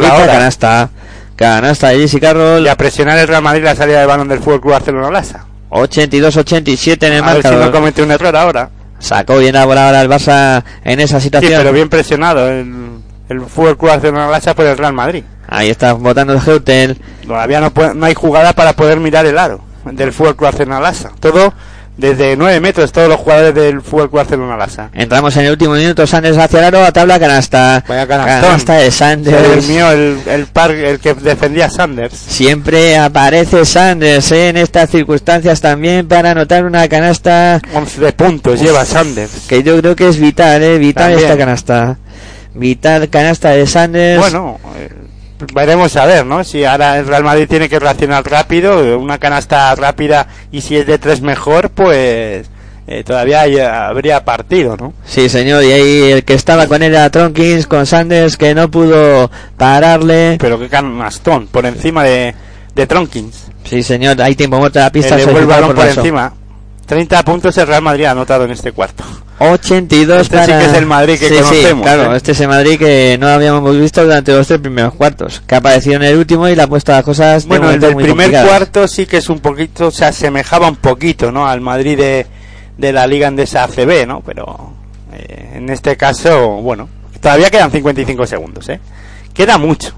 Canasta de Jesse Carroll. Y a presionar el Real Madrid la salida de balón del Fútbol Club Barcelona Lassa. 82-87 en el marcador. A ver si no comete un error ahora. Sacó bien la bola ahora el Barça en esa situación. Sí, pero bien presionado el Fútbol Club Barcelona Lassa por el Real Madrid. Ahí está votando el Geutel. Todavía no hay jugada para poder mirar el aro del Fútbol Club Barcelona Lassa. Todo desde 9 metros, todos los jugadores del Fútbol Club Barcelona Lassa. Entramos en el último minuto. Sanders hacia el aro, a tabla, canasta. Vaya canasta de Sanders. El mío, el que defendía Sanders. Siempre aparece Sanders en estas circunstancias también para anotar una canasta. 11 puntos lleva Sanders. Que yo creo que es vital, vital también. Esta canasta. Vital canasta de Sanders. Bueno, veremos a ver, ¿no? Si ahora el Real Madrid tiene que reaccionar rápido, una canasta rápida, y si es de 3 mejor, pues todavía habría partido, ¿no? Sí, señor, y ahí el que estaba con él era Tronkins, con Sanders, que no pudo pararle. Pero qué canastón, por encima de Tronkins. Sí, señor, hay tiempo muerto en la pista. Le vuelve el balón por Raso. encima. 30 puntos el Real Madrid ha anotado en este cuarto. 82 Este para... sí que es el Madrid que conocemos. Sí, claro, este es el Madrid que no habíamos visto durante los 3 primeros cuartos, que ha aparecido en el último y le ha puesto las cosas Bueno, de el del muy primer complicadas. cuarto sí que es un poquito, se asemejaba un poquito, ¿no? Al Madrid de la Liga Endesa ACB, ¿no? Pero en este caso, bueno, todavía quedan 55 segundos, ¿eh? Queda mucho.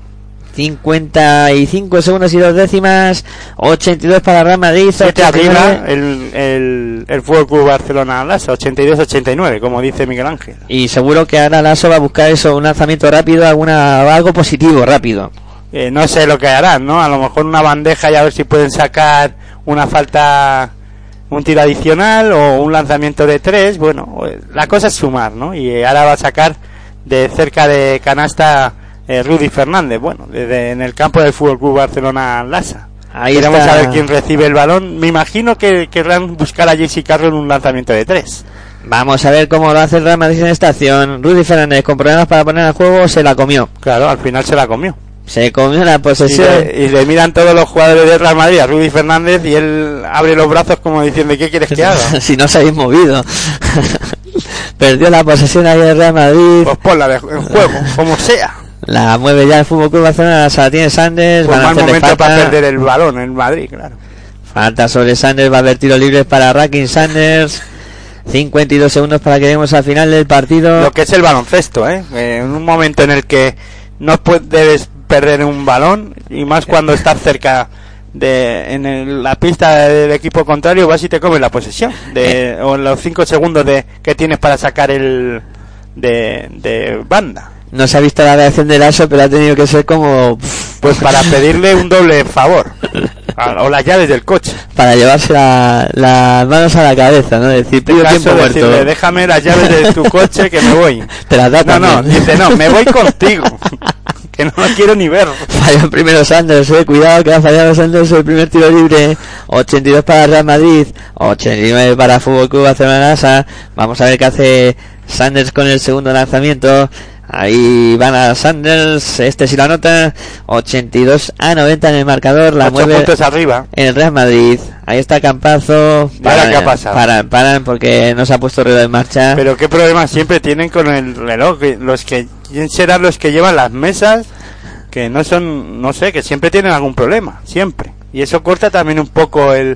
55 segundos y 2 décimas, 82 para Real Madrid, 7 arriba 89. el Fútbol Club Barcelona Lasso, 82-89, como dice Miguel Ángel. Y seguro que ahora Lasso va a buscar eso, un lanzamiento rápido, algo positivo, rápido. No sé lo que harán, ¿no? A lo mejor una bandeja y a ver si pueden sacar una falta, un tiro adicional o un lanzamiento de 3. Bueno, la cosa es sumar, ¿no? Y ahora va a sacar de cerca de canasta Rudy Fernández, bueno, en el campo del Fútbol Club Barcelona Lassa. Ahí Queremos está. saber quién recibe el balón. Me imagino que querrán buscar a Jesse Carroll en un lanzamiento de 3. Vamos a ver cómo lo hace el Real Madrid en esta acción. Rudy Fernández con problemas para poner al juego, se la comió. Claro, al final se la comió. Se comió la posesión. Y le miran todos los jugadores del Real Madrid a Rudy Fernández y él abre los brazos como diciendo, ¿qué quieres que haga? Si no se habéis movido. Perdió la posesión ahí el Real Madrid. Pues ponla en juego, como sea. La mueve ya el Fútbol Club Barcelona, se la tiene Sanders. Pues Van a mal hacerle momento falta. para perder el balón en Madrid, claro. Falta sobre Sanders, va a haber tiros libres para Rakin Sanders. 52 segundos para que demos al final del partido. Lo que es el baloncesto, en un momento en el que no debes perder un balón, y más cuando estás cerca la pista del equipo contrario, vas y te comes la posesión o los 5 segundos que tienes para sacar el de banda. No se ha visto la reacción de Lasso, pero ha tenido que ser como... Pues para pedirle un doble favor. O las llaves del coche. Para llevarse las manos a la cabeza, ¿no? Decir, pido tiempo muerto. Decirle, déjame las llaves de tu coche que me voy. Te las da No, dice, no, me voy contigo. Que no lo quiero ni ver. Falló primero Sanders, cuidado que ha fallado Sanders el primer tiro libre. 82 para Real Madrid, 89 para Fútbol Club Barcelona. Vamos a ver qué hace Sanders con el segundo lanzamiento. Ahí van a Sanders, este sí la anota. 82-90 en el marcador, la 8 mueve puntos arriba. el Real Madrid. Ahí está Campazo. ¿Y ahora qué ha pasado? Paran porque no se ha puesto el reloj en marcha. Pero qué problemas siempre tienen con el reloj. ¿Quién serán los que llevan las mesas? Que no son, no sé, que siempre tienen algún problema, siempre. Y eso corta también un poco el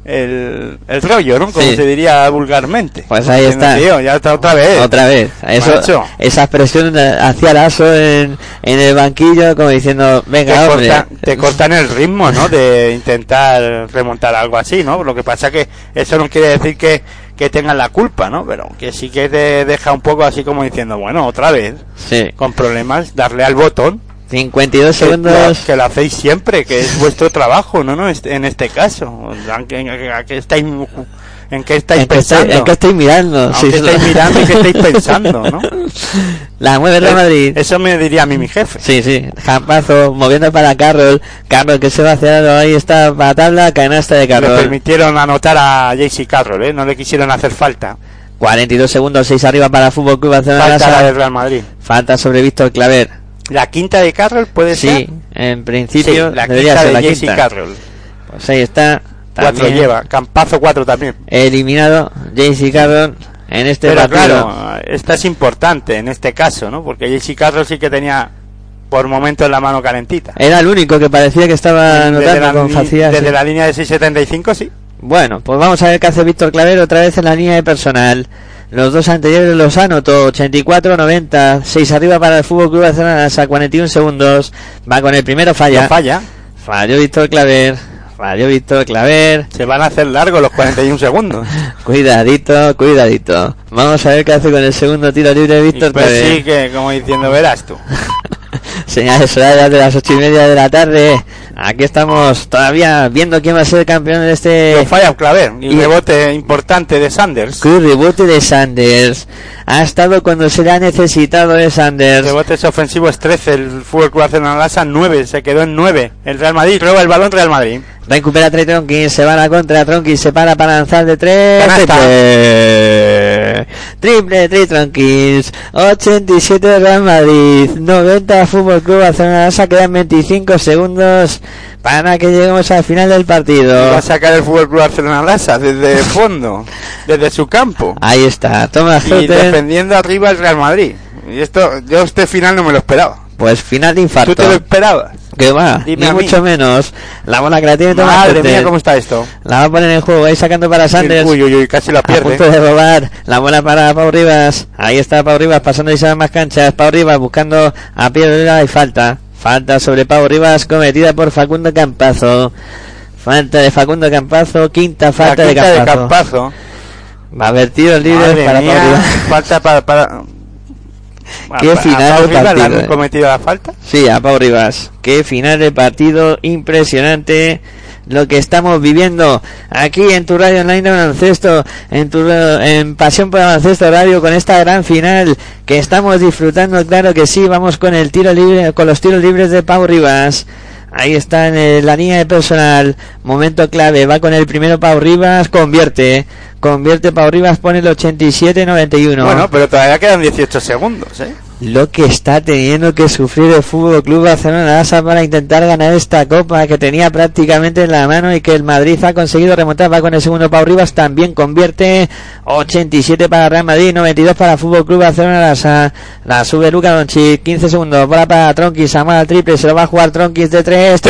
rollo, ¿no? Como Sí. se diría vulgarmente. Pues ahí está. Tío, ya está otra vez. Otra vez. Macho. Esa expresión hacia Lasso en el banquillo, como diciendo, venga, hombre. Te cortan el ritmo, ¿no? De intentar remontar algo así, ¿no? Lo que pasa que eso no quiere decir que tengan la culpa, ¿no? Pero que sí que te deja un poco así como diciendo, bueno, otra vez, Sí. con problemas, darle al botón. 52 segundos. Que lo hacéis siempre, que es vuestro trabajo, ¿no? En este caso. ¿En qué estáis pensando? ¿En qué estáis mirando? ¿En qué estáis mirando y qué estáis pensando, no? La mueve Real Madrid. Eso me diría a mí mi jefe. Sí. Campazo moviendo para Carroll. Carroll que se va hacia ahí está para tabla, canasta de Le Carroll. permitieron anotar a JC Carroll, ¿eh? No le quisieron hacer falta. 42 segundos, 6 arriba para Fútbol Club Barcelona. Falta la del Real Madrid. Falta sobre Víctor Claver. ¿La quinta de Carroll puede ser? Sí, en principio Sí, la debería quinta ser la de JC quinta. Carroll. Pues ahí está. 4 También lleva. Campazo 4 también. eliminado JC Carroll en este Pero partido. claro, esta es importante en este caso, ¿no? Porque JC Carroll sí que tenía por momentos la mano calentita. Era el único que parecía que estaba anotando con facilidad. Desde sí. la línea de 6.75, sí. Bueno, pues vamos a ver qué hace Víctor Claver otra vez en la línea de personal. Los dos anteriores los anotó, 84-90, 6 arriba para el Fútbol Club Barcelona a 41 segundos. Va con el primero, falla. No falla. Falló Víctor Claver. Se van a hacer largos los 41 segundos. Cuidadito. Vamos a ver qué hace con el segundo tiro libre de Víctor Pues Claver. sí, que como diciendo, verás tú. Señales horarias de las 8:30 de la tarde. Aquí estamos todavía viendo quién va a ser el campeón de este... Lo falla Claver y rebote importante de Sanders. ¡Qué rebote de Sanders! Ha estado cuando se le ha necesitado de Sanders. Rebotes ofensivos 13, el Fútbol Club Barcelona Lassa 9, se quedó en 9. El Real Madrid roba el balón, Real Madrid. Recupera Trey Tronkins, se va a la contra, Tronkins se para lanzar de 3. Triple Trey Tronkins, 87 Real Madrid, 90 Fútbol Club Barcelona Lassa, quedan 25 segundos para que lleguemos al final del partido. Va a sacar el Fútbol Club Barcelona Lassa desde el fondo, desde su campo. Ahí está, toma y defendiendo arriba el Real Madrid. Y esto, yo este final no me lo esperaba. Pues final de infarto. ¿Tú te lo esperabas? Que va, ni mucho menos. La bola que la tiene Tomás. Madre mía, ¿cómo está esto? La va a poner en juego, ahí sacando para Sanders. Uy, casi la pierde. A punto de robar la bola para Pau Rivas. Ahí está Pau Rivas pasando y se van más canchas. Pau Rivas buscando a Piedra y falta. Falta sobre Pau Rivas cometida por Facundo Campazo. Falta de Facundo Campazo, quinta falta de Campazo. Va a haber tiros libres para Pau Rivas. Falta para... ¿Qué final de partido? ¿Le han cometido la falta? Sí, a Pau Rivas. Qué final de partido impresionante lo que estamos viviendo aquí en tu radio online de baloncesto, en Pasión por el Baloncesto Radio, con esta gran final que estamos disfrutando. Claro que sí, vamos con el tiro libre, con los tiros libres de Pau Rivas. Ahí está en la línea de personal, momento clave, va con el primero Pau Rivas, convierte Pau Rivas, pone el 87-91. Bueno, pero todavía quedan 18 segundos, Lo que está teniendo que sufrir el Fútbol Club Barcelona Lassa para intentar ganar esta copa que tenía prácticamente en la mano y que el Madrid ha conseguido remontar. Va con el segundo Pau Rivas, también convierte, 87 para Real Madrid, 92 para Fútbol Club Barcelona Lassa. La sube Luka Doncic, 15 segundos, bola para Tronkins, Amada triple, se lo va a jugar Tronkins de 3,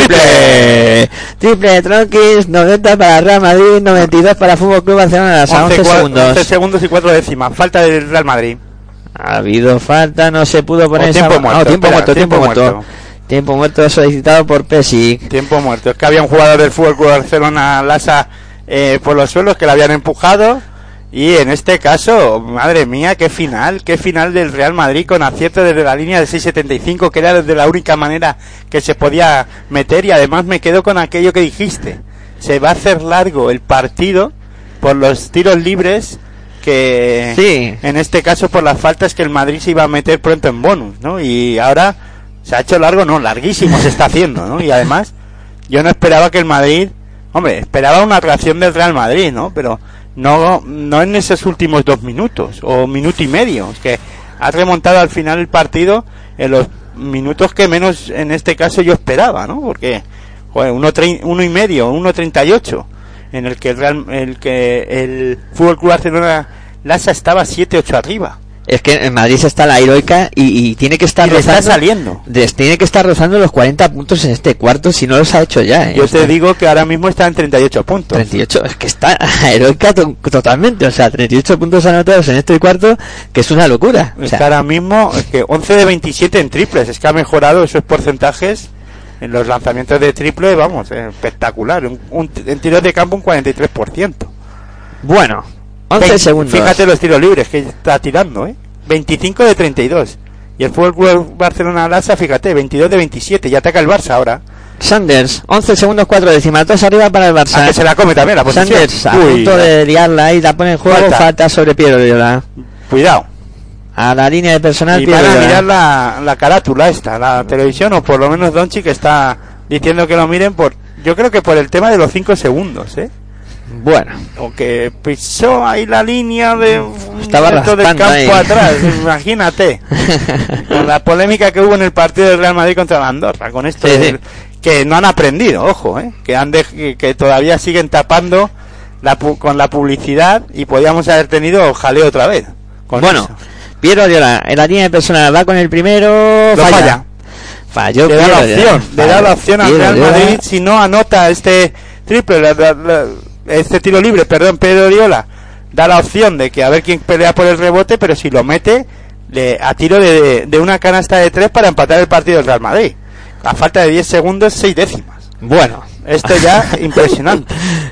triple de Tronkins, 90 para Real Madrid, 92 para Fútbol Club Barcelona Lassa. 11 segundos. 11 segundos y 4 décimas, falta del Real Madrid. Ha habido falta, no se pudo poner tiempo muerto. Tiempo muerto solicitado por Pesic. Tiempo muerto. Es que había un jugador del Fútbol Club Barcelona Lassa por los suelos que le habían empujado. Y en este caso, madre mía, qué final del Real Madrid con acierto desde la línea de 6.75, que era desde la única manera que se podía meter. Y además me quedo con aquello que dijiste. Se va a hacer largo el partido por los tiros libres, que sí, en este caso por las faltas que el Madrid se iba a meter pronto en bonus, ¿no? Y ahora se ha hecho largo, no, larguísimo se está haciendo, ¿no? Y además yo no esperaba que el Madrid, esperaba una reacción del Real Madrid, ¿no? Pero no en esos últimos 2 minutos o minuto y medio, es que ha remontado al final el partido en los minutos que menos en este caso yo esperaba, ¿no? Porque 1:38 en el que el Fútbol Club Barcelona Lassa estaba 7-8 arriba. Es que en Madrid está la heroica y tiene que estar rozando, tiene que estar rozando los 40 puntos en este cuarto, si no los ha hecho ya. Yo te digo que ahora mismo está en 38 puntos. 38, es que está heroica totalmente, o sea, 38 puntos anotados en este cuarto, que es una locura. Es que ahora mismo, es que 11 de 27 en triples, es que ha mejorado esos porcentajes en los lanzamientos de triple, vamos, espectacular. En tiros de campo un 43%. Bueno, 11 segundos. Fíjate los tiros libres que está tirando, 25 de 32. Y el Fútbol Club Barcelona Lassa, fíjate, 22 de 27. Y ataca el Barça ahora. Sanders, 11 segundos 4 décimas, 2 arriba para el Barça. Que se la come también la posición. Sanders a punto de liarla y la pone en juego, falta sobre Piero Viola. Cuidado. A la línea de personal. Y van a mirar la carátula esta, la televisión, o por lo menos Doncic que está diciendo que lo miren yo creo que por el tema de los 5 segundos, Bueno. O que pisó ahí la línea de estaba del campo ahí atrás, imagínate. Con la polémica que hubo en el partido del Real Madrid contra la Andorra, con esto sí. Que no han aprendido, ojo, que todavía siguen tapando con la publicidad y podíamos haber tenido jaleo otra vez. Bueno, Piero Oriola en la línea de personal va con el primero, falló. Le da la opción al Real Madrid si no anota este triple, este tiro libre, Pedro Oriola da la opción de que a ver quién pelea por el rebote, pero si lo mete a tiro de una canasta de 3 para empatar el partido del Real Madrid. A falta de 10 segundos, 6 décimas. Bueno, esto ya impresionante.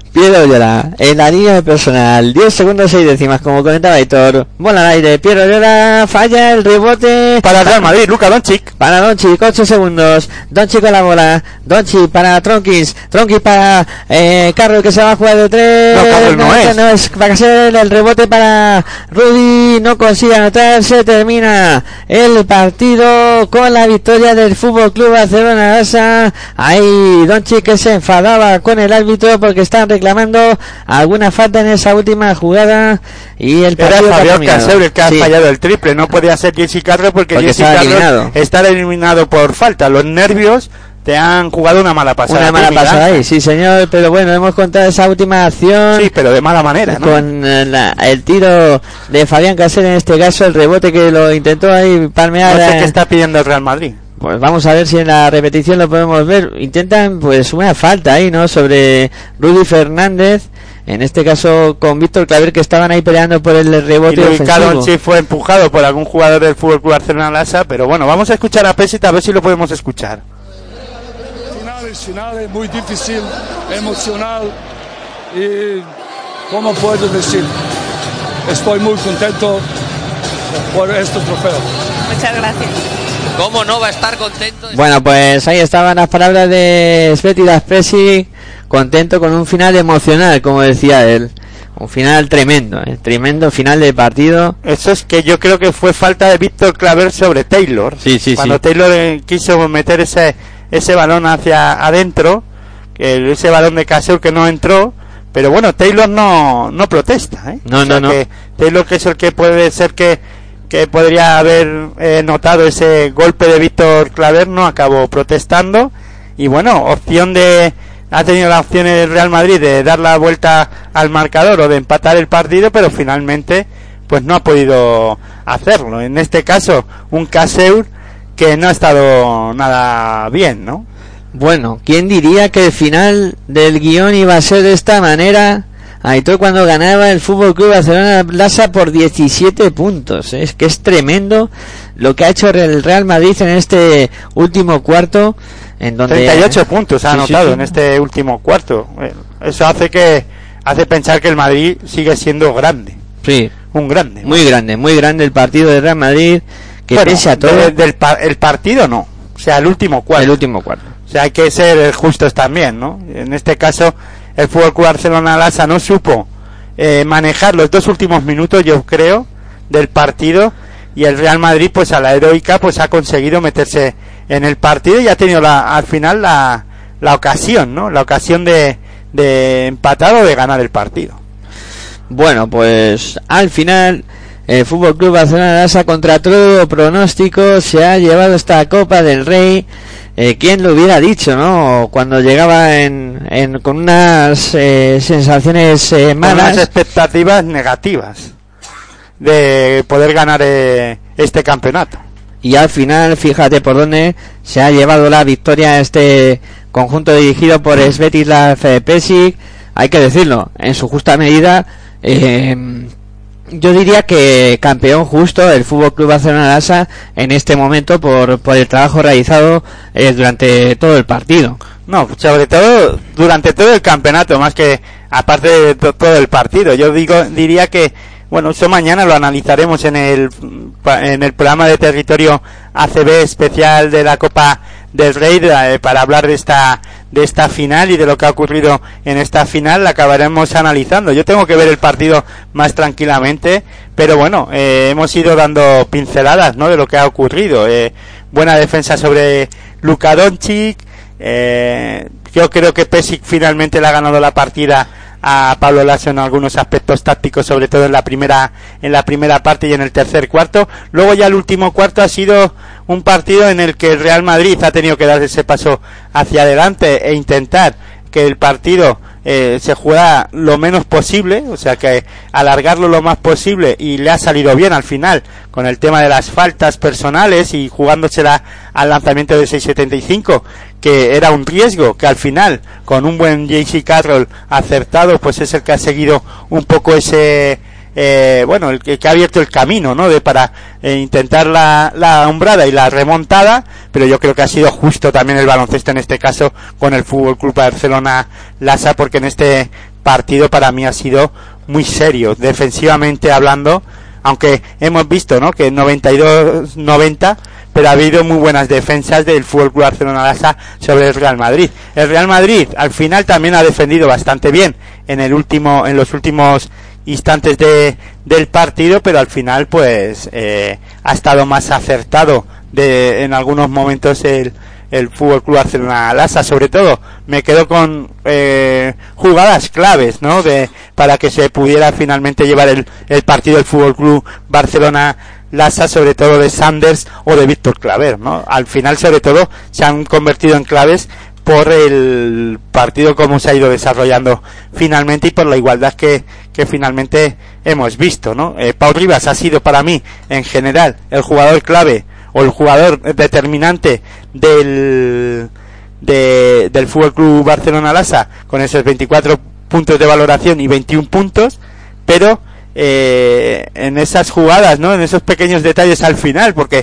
Piero Llora, en la línea de personal, 10 segundos 6 décimas, como comentaba Aitor. Bola al aire, Piero Llora, falla el rebote. Para el Real Madrid, Luka Doncic. Para Doncic, 8 segundos. Doncic con la bola. Doncic para Tronkins. Tronkins para Carroll, que se va a jugar de 3. No, Carroll no es. Va a ser el rebote para Rudy. No consigue anotar. Se termina el partido con la victoria del Fútbol Club Barcelona Lassa. Ahí Doncic, que se enfadaba con el árbitro porque están reclamando alguna falta en esa última jugada. Y el partido era Fabián terminado. Casebre el que ha Sí. fallado el triple. No podía ser Jesse Carroll porque Jesse estaba Carroll eliminado. está eliminado por falta. Los nervios te han jugado una mala pasada. Una mala Miguel pasada Ángel. ahí, sí señor, pero bueno, hemos contado esa última acción. Sí, pero de mala manera, ¿no? Con el tiro de Fabián Casebre, en este caso el rebote que lo intentó ahí palmear. No sé qué está pidiendo el Real Madrid. Pues vamos a ver si en la repetición lo podemos ver. Intentan pues una falta ahí, ¿no? Sobre Rudy Fernández. En este caso con Víctor Claver, que estaban ahí peleando por el rebote Y Luka ofensivo. Doncic fue empujado por algún jugador del Fútbol Club Barcelona Lassa, pero bueno, vamos a escuchar a Pesit a ver si lo podemos escuchar. Finales, muy difícil, emocional y, ¿cómo puedo decir? Estoy muy contento por este trofeo. Muchas gracias. ¿Cómo no va a estar contento? Bueno, pues ahí estaban las palabras de Svetislav Pešić, contento con un final emocional, como decía él. Un final tremendo, tremendo final de partido. Eso es que yo creo que fue falta de Víctor Claver sobre Taylor. Sí, sí, Cuando sí. Taylor quiso meter ese balón hacia adentro, ese balón de Casebre que no entró, pero bueno, Taylor no protesta, ¿eh? No, no. Que Taylor, que es el que puede ser que podría haber notado ese golpe de Víctor Claver, no acabó protestando. Y bueno, ha tenido la opción el Real Madrid de dar la vuelta al marcador o de empatar el partido, pero finalmente pues no ha podido hacerlo. En este caso, un Casebre que no ha estado nada bien, ¿no? Bueno, ¿quién diría que el final del guión iba a ser de esta manera? Aitor, cuando ganaba el Fútbol Club Barcelona Lassa por 17 puntos. Es que es tremendo lo que ha hecho el Real Madrid en este último cuarto, en donde 38 puntos ha Sí, anotado sí. en este último cuarto. Eso hace pensar que el Madrid sigue siendo grande. Sí, Un grande. muy grande el partido del Real Madrid, que Bueno, pese a todo el partido no. O sea, el último cuarto. el último cuarto. O sea, hay que ser justos también, ¿no? En este caso, el Fútbol Club Barcelona Lassa no supo manejar los dos últimos minutos, yo creo, del partido, y el Real Madrid, pues a la heroica, pues ha conseguido meterse en el partido y ha tenido al final la ocasión, ¿no? La ocasión de empatar o de ganar el partido. Bueno, pues al final el Fútbol Club Barcelona Lassa, contra todo pronóstico, se ha llevado esta Copa del Rey. ¿Quién lo hubiera dicho, no? Cuando llegaba con unas sensaciones Con malas. unas expectativas negativas de poder ganar este campeonato. Y al final, fíjate por dónde se ha llevado la victoria a este conjunto dirigido por Svetislav Pešić. Hay que decirlo, en su justa medida. Yo diría que campeón justo el Fútbol Club Barcelona Lassa en este momento por el trabajo realizado durante todo el partido. No, sobre todo durante todo el campeonato, más que aparte de todo el partido. Yo diría que, bueno, eso mañana lo analizaremos en el programa de territorio ACB especial de la Copa del Rey, para hablar de esta final y de lo que ha ocurrido en esta final. La acabaremos analizando. Yo tengo que ver el partido más tranquilamente, pero bueno, hemos ido dando pinceladas, ¿no?, de lo que ha ocurrido. Buena defensa sobre Luka Doncic. Yo creo que Pešić finalmente le ha ganado la partida a Pablo Laso en algunos aspectos tácticos, sobre todo en la primera parte y en el tercer cuarto. Luego ya el último cuarto ha sido un partido en el que el Real Madrid ha tenido que dar ese paso hacia adelante e intentar que el partido se juega lo menos posible, o sea, que alargarlo lo más posible, y le ha salido bien al final con el tema de las faltas personales y jugándosela al lanzamiento de 6.75, que era un riesgo, que al final con un buen J.C. Carroll acertado, pues es el que ha seguido un poco ese el que ha abierto el camino, ¿no?, para intentar la hombrada y la remontada. Pero yo creo que ha sido justo también el baloncesto en este caso con el Fútbol Club Barcelona Lassa, porque en este partido para mí ha sido muy serio, defensivamente hablando, aunque hemos visto, ¿no?, que 92-90, pero ha habido muy buenas defensas del Fútbol Club Barcelona Lassa sobre el Real Madrid. El Real Madrid al final también ha defendido bastante bien en los últimos instantes del partido, pero al final pues ha estado más acertado en algunos momentos el Fútbol Club Barcelona Lassa. Sobre todo me quedo con jugadas claves, ¿no?, para que se pudiera finalmente llevar el partido del Fútbol Club Barcelona Lassa, sobre todo de Sanders o de Víctor Claver, ¿no? Al final, sobre todo, se han convertido en claves por el partido como se ha ido desarrollando finalmente y por la igualdad que finalmente hemos visto, ¿no? Pau Ribas ha sido para mí, en general, el jugador clave o el jugador determinante del Fútbol Club Barcelona Lassa, con esos 24 puntos de valoración y 21 puntos, pero en esas jugadas, ¿no?, en esos pequeños detalles al final, porque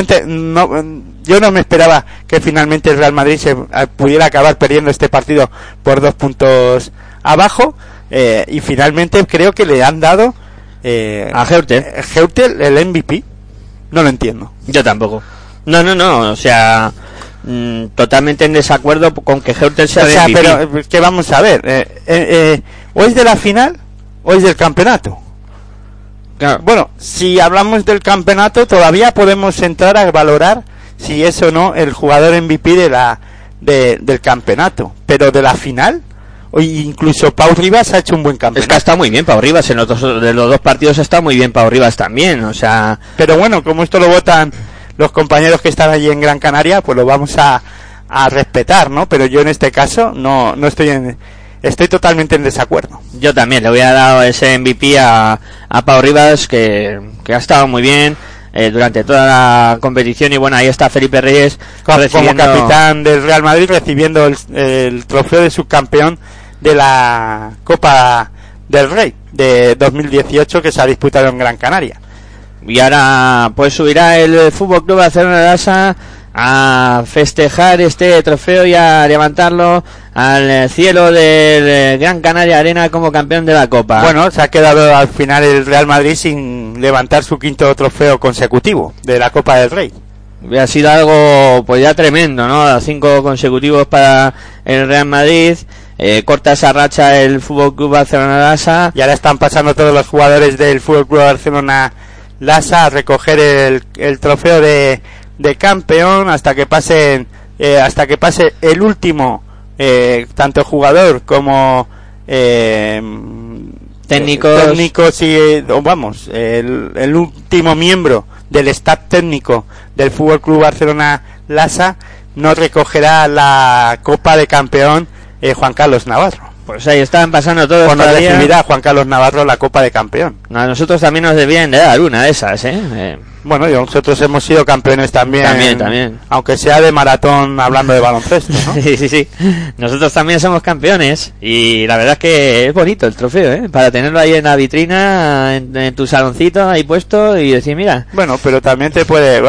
yo no me esperaba que finalmente el Real Madrid se pudiera acabar perdiendo este partido por 2 puntos abajo, y finalmente creo que le han dado a Heurtel el MVP. No lo entiendo. Yo tampoco. No, o sea, totalmente en desacuerdo con que Heurtel sea el MVP. Pero que vamos a ver, o es de la final o es del campeonato. Claro. Bueno, si hablamos del campeonato todavía podemos entrar a valorar si es o no el jugador MVP del campeonato, pero de la final, o incluso Pau Ribas ha hecho un buen campeonato. Es que ha estado muy bien Pau Ribas, de los dos partidos ha estado muy bien Pau Ribas también, o sea... Pero bueno, como esto lo votan los compañeros que están allí en Gran Canaria, pues lo vamos a respetar, ¿no? Pero yo en este caso no estoy totalmente en desacuerdo. Yo también le voy a dar ese MVP a Pau Ribas, que ha estado muy bien durante toda la competición. Y bueno, ahí está Felipe Reyes como capitán del Real Madrid, recibiendo el trofeo de subcampeón de la Copa del Rey de 2018, que se ha disputado en Gran Canaria. Y ahora pues subirá el Fútbol Club Barcelona Lassa a festejar este trofeo y a levantarlo al cielo del Gran Canaria Arena como campeón de la Copa. Bueno, se ha quedado al final el Real Madrid sin levantar su quinto trofeo consecutivo de la Copa del Rey. Ha sido algo pues ya tremendo, ¿no? 5 consecutivos para el Real Madrid. Corta esa racha el Fútbol Club Barcelona Lassa. Y ahora están pasando todos los jugadores del Fútbol Club Barcelona Lassa a recoger el trofeo de campeón hasta que pase el último tanto jugador como técnicos y el último miembro del staff técnico del Fútbol Club Barcelona Lassa. No recogerá la Copa de Campeón Juan Carlos Navarro. Pues ahí están pasando todos. Pues no recibirá Juan Carlos Navarro la Copa de Campeón. A nosotros también nos debían de dar una de esas, Bueno, nosotros hemos sido campeones también. Aunque sea de maratón, hablando de baloncesto, ¿no? Sí. Nosotros también somos campeones. Y la verdad es que es bonito el trofeo, para tenerlo ahí en la vitrina, en tu saloncito ahí puesto y decir, mira. Bueno, pero también te puede,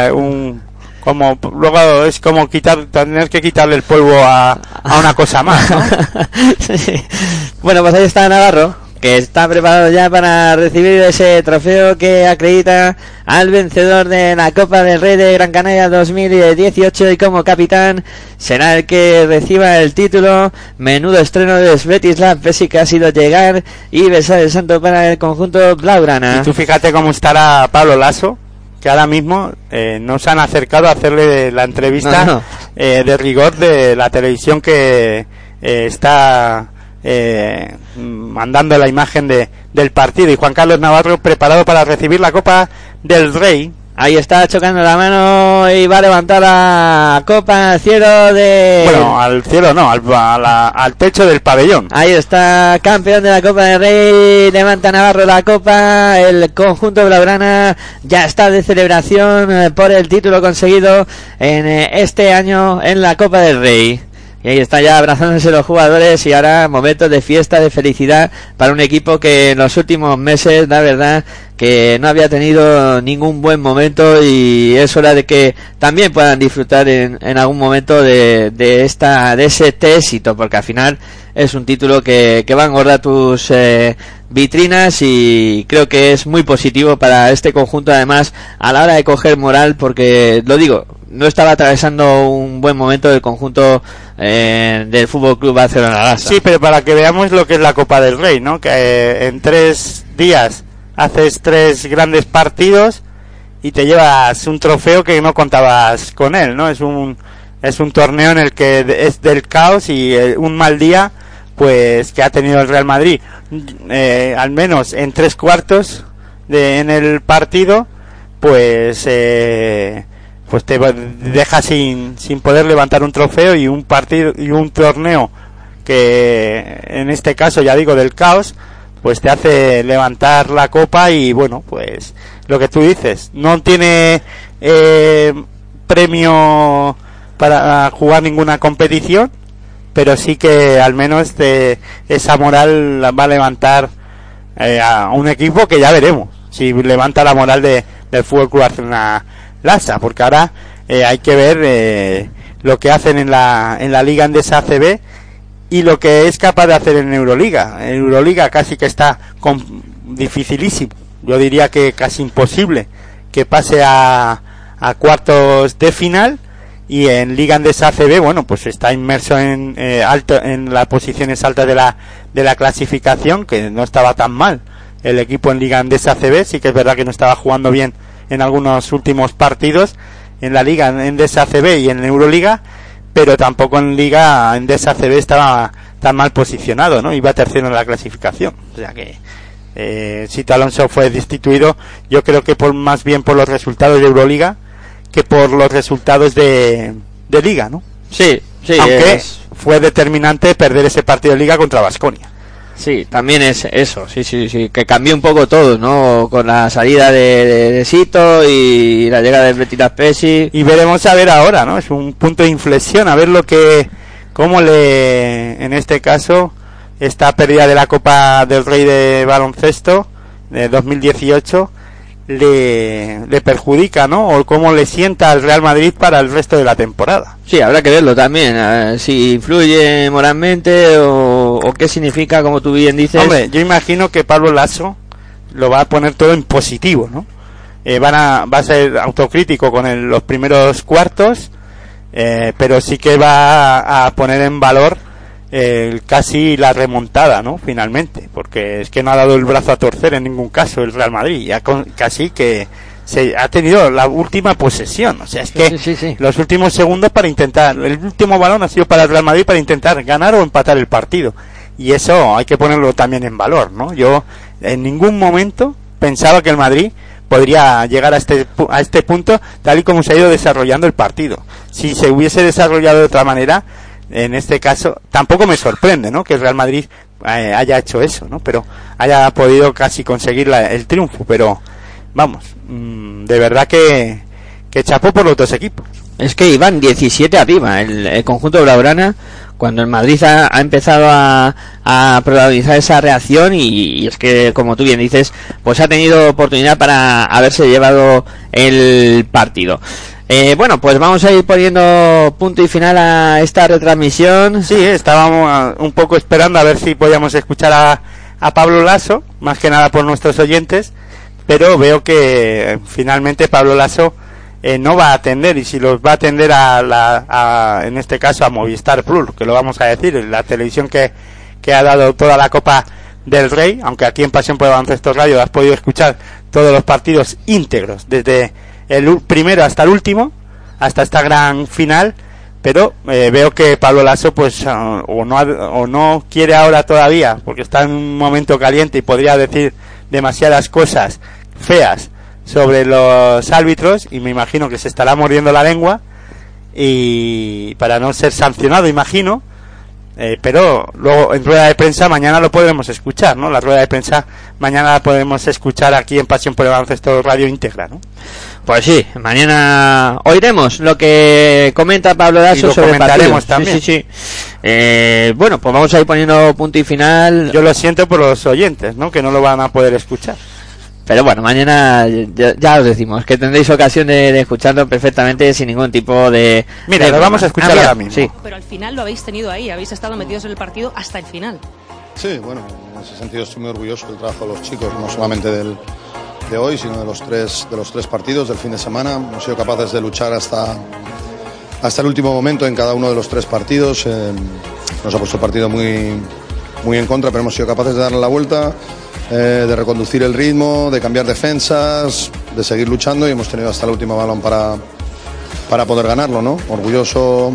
luego es como tener que quitarle el polvo a una cosa más, ¿no? Sí. Bueno, pues ahí está Navarro, que está preparado ya para recibir ese trofeo que acredita al vencedor de la Copa del Rey de Gran Canaria 2018, y como capitán será el que reciba el título. Menudo estreno de Svetislav Pesic que ha sido llegar y besar el santo para el conjunto blaugrana. Y tú fíjate cómo estará Pablo Lasso, que ahora mismo nos han acercado a hacerle la entrevista de rigor de la televisión que está mandando la imagen del partido, y Juan Carlos Navarro preparado para recibir la Copa del Rey. Ahí está chocando la mano y va a levantar la copa al cielo Bueno, al cielo no, al techo del pabellón. Ahí está, campeón de la Copa del Rey, levanta Navarro la copa, el conjunto blaugrana ya está de celebración por el título conseguido en este año en la Copa del Rey. Y ahí está ya abrazándose los jugadores y ahora momentos de fiesta, de felicidad para un equipo que en los últimos meses, la verdad, que no había tenido ningún buen momento, y es hora de que también puedan disfrutar en algún momento de ese éxito, porque al final es un título que va a engordar tus vitrinas, y creo que es muy positivo para este conjunto, además a la hora de coger moral, porque lo digo, no estaba atravesando un buen momento del conjunto del Fútbol Club Barcelona Lassa. Sí, pero para que veamos lo que es la Copa del Rey, ¿no? Que en 3 días haces 3 grandes partidos y te llevas un trofeo que no contabas con él, ¿no? Es un torneo en el que es del caos, y un mal día pues que ha tenido el Real Madrid, al menos en 3 cuartos en el partido, pues te deja sin poder levantar un trofeo, y un partido y un torneo que en este caso, ya digo, del caos, pues te hace levantar la copa. Y bueno, pues lo que tú dices, no tiene premio para jugar ninguna competición, pero sí que al menos esa moral va a levantar a un equipo que ya veremos si levanta la moral del Fútbol Club Barcelona Lassa, porque ahora hay que ver lo que hacen en la Liga Endesa ACB y lo que es capaz de hacer en Euroliga. En Euroliga casi que está dificilísimo, yo diría que casi imposible que pase a cuartos de final, y en Liga Endesa ACB, bueno, pues está inmerso en las posiciones altas de la clasificación, que no estaba tan mal el equipo en Liga Endesa ACB. Sí que es verdad que no estaba jugando bien en algunos últimos partidos en la Liga Endesa ACB y en Euroliga, pero tampoco en Liga Endesa ACB estaba tan mal posicionado, ¿no? Iba tercero en la clasificación. O sea que Sito Alonso fue destituido, yo creo que más bien por los resultados de Euroliga que por los resultados de Liga, ¿no? Sí, aunque fue determinante perder ese partido de Liga contra Baskonia. Sí, también es eso, sí, que cambió un poco todo, ¿no? Con la salida de Sito y la llegada de Betty Laspesi. Y veremos a ver ahora, ¿no? Es un punto de inflexión, a ver cómo en este caso, esta pérdida de la Copa del Rey de baloncesto de 2018 le perjudica, ¿no? O cómo le sienta al Real Madrid para el resto de la temporada. Sí, habrá que verlo también, si influye moralmente o qué significa, como tú bien dices. Hombre, yo imagino que Pablo Lasso lo va a poner todo en positivo, ¿no? Va a ser autocrítico con los primeros cuartos, pero sí que va a poner en valor casi la remontada, ¿no? Finalmente, porque es que no ha dado el brazo a torcer en ningún caso el Real Madrid, ya casi que se ha tenido la última posesión, o sea, es que sí. Los últimos segundos para intentar, el último balón ha sido para el Real Madrid para intentar ganar o empatar el partido, y eso hay que ponerlo también en valor, ¿no? Yo en ningún momento pensaba que el Madrid podría llegar a este punto tal y como se ha ido desarrollando el partido. Si se hubiese desarrollado de otra manera, en este caso tampoco me sorprende, ¿no? Que el Real Madrid haya hecho eso, ¿no? Pero haya podido casi conseguir el triunfo, pero vamos, de verdad que chapó por los dos equipos. Es que iban 17 arriba el conjunto blaugrana cuando el Madrid ha empezado a protagonizar esa reacción, y es que, como tú bien dices, pues ha tenido oportunidad para haberse llevado el partido. Bueno, pues vamos a ir poniendo punto y final a esta retransmisión. Sí, estábamos un poco esperando a ver si podíamos escuchar a Pablo Lasso, más que nada por nuestros oyentes, pero veo que finalmente Pablo Lasso no va a atender, y si los va a atender en este caso a Movistar Plus, que lo vamos a decir, la televisión que ha dado toda la Copa del Rey, aunque aquí en Pasión por el Baloncesto Radio has podido escuchar todos los partidos íntegros, desde el primero hasta el último, hasta esta gran final, pero veo que Pablo Lasso pues o no quiere ahora todavía, porque está en un momento caliente y podría decir demasiadas cosas feas sobre los árbitros, y me imagino que se estará mordiendo la lengua y para no ser sancionado, imagino, pero luego en rueda de prensa mañana lo podremos escuchar, ¿no? La rueda de prensa mañana la podemos escuchar aquí en Pasión por el Baloncesto Radio íntegra, ¿no? Pues sí, mañana oiremos lo que comenta Pablo Lasso sobre el partido. También. Sí. Bueno, pues vamos a ir poniendo punto y final. Yo lo siento por los oyentes, ¿no? Que no lo van a poder escuchar. Pero bueno, mañana ya os decimos que tendréis ocasión de escucharlo perfectamente sin ningún tipo de... Mira, lo vamos a escuchar ahora mismo. Sí. Pero al final lo habéis tenido ahí, habéis estado metidos en el partido hasta el final. Sí, bueno, en ese sentido estoy muy orgulloso del trabajo de los chicos, no solamente de hoy, sino de los tres partidos del fin de semana. Hemos sido capaces de luchar hasta el último momento en cada uno de los 3 partidos. Nos ha puesto el partido muy en contra, pero hemos sido capaces de darle la vuelta, de reconducir el ritmo, de cambiar defensas, de seguir luchando, y hemos tenido hasta el último balón para poder ganarlo, ¿no? Orgulloso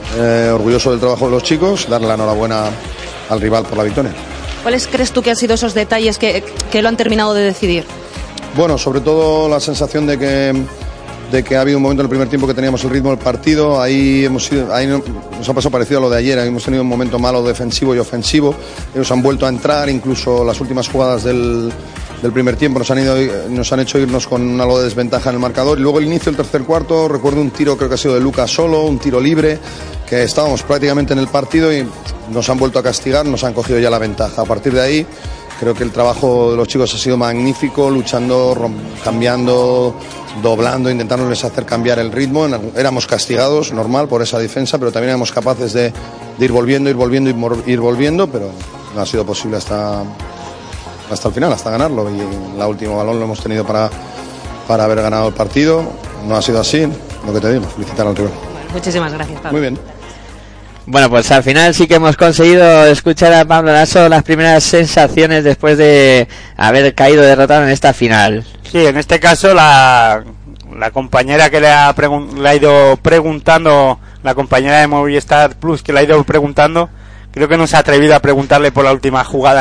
del trabajo de los chicos, darle la enhorabuena al rival por la victoria. ¿Cuáles crees tú que han sido esos detalles que lo han terminado de decidir? Bueno, sobre todo la sensación de que ha habido un momento en el primer tiempo que teníamos el ritmo del partido. Ahí nos ha pasado parecido a lo de ayer. Hemos tenido un momento malo defensivo y ofensivo. Ellos han vuelto a entrar, incluso las últimas jugadas del primer tiempo nos han hecho irnos con algo de desventaja en el marcador. Y luego el inicio del tercer cuarto, recuerdo un tiro, creo que ha sido de Lucas solo, un tiro libre, que estábamos prácticamente en el partido y nos han vuelto a castigar, nos han cogido ya la ventaja. A partir de ahí creo que el trabajo de los chicos ha sido magnífico, luchando, cambiando, doblando, intentándoles hacer cambiar el ritmo. Éramos castigados, normal, por esa defensa, pero también éramos capaces de ir volviendo, pero no ha sido posible hasta el final, hasta ganarlo. Y el último balón lo hemos tenido para haber ganado el partido. No ha sido así, lo que te digo, felicitar al rival. Bueno, muchísimas gracias, Pablo. Muy bien. Bueno, pues al final sí que hemos conseguido escuchar a Pablo Lasso las primeras sensaciones después de haber caído derrotado en esta final. Sí, en este caso la compañera que le ha ido preguntando, la compañera de Movistar Plus que le ha ido preguntando, creo que no se ha atrevido a preguntarle por la última jugada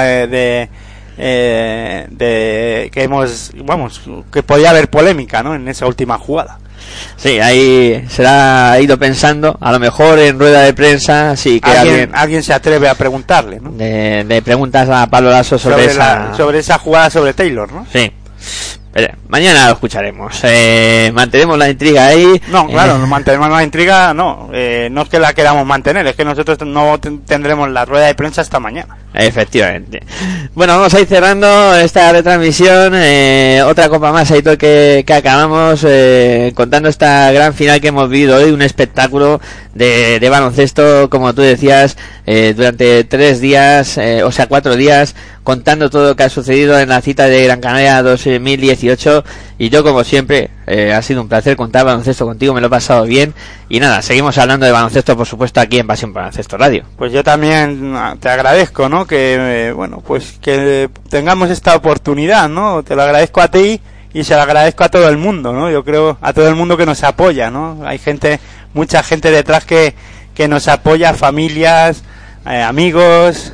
que podía haber polémica, ¿no? En esa última jugada. Sí, ahí se la ha ido pensando, a lo mejor en rueda de prensa sí que alguien se atreve a preguntarle, ¿no? Le preguntas a Pablo Lasso sobre esa jugada sobre Taylor, ¿no? Sí. Pero mañana lo escucharemos. Mantenemos la intriga ahí. No, claro, mantenemos la intriga, no es que la queramos mantener, es que nosotros no tendremos la rueda de prensa hasta mañana. Efectivamente. Bueno, vamos a ir cerrando esta retransmisión. Otra copa más, Aitor, que acabamos contando esta gran final que hemos vivido hoy. Un espectáculo de baloncesto, como tú decías, durante 3 días, 4 días, contando todo lo que ha sucedido en la cita de Gran Canaria 2018. Y yo, como siempre, ha sido un placer contar baloncesto contigo, me lo he pasado bien. Y nada, seguimos hablando de baloncesto, por supuesto, aquí en Pasión por Baloncesto Radio. Pues yo también te agradezco, ¿no? Que, pues que tengamos esta oportunidad, ¿no? Te lo agradezco a ti y se lo agradezco a todo el mundo, ¿no? Yo creo a todo el mundo que nos apoya, ¿no? Hay mucha gente detrás que nos apoya, familias, amigos,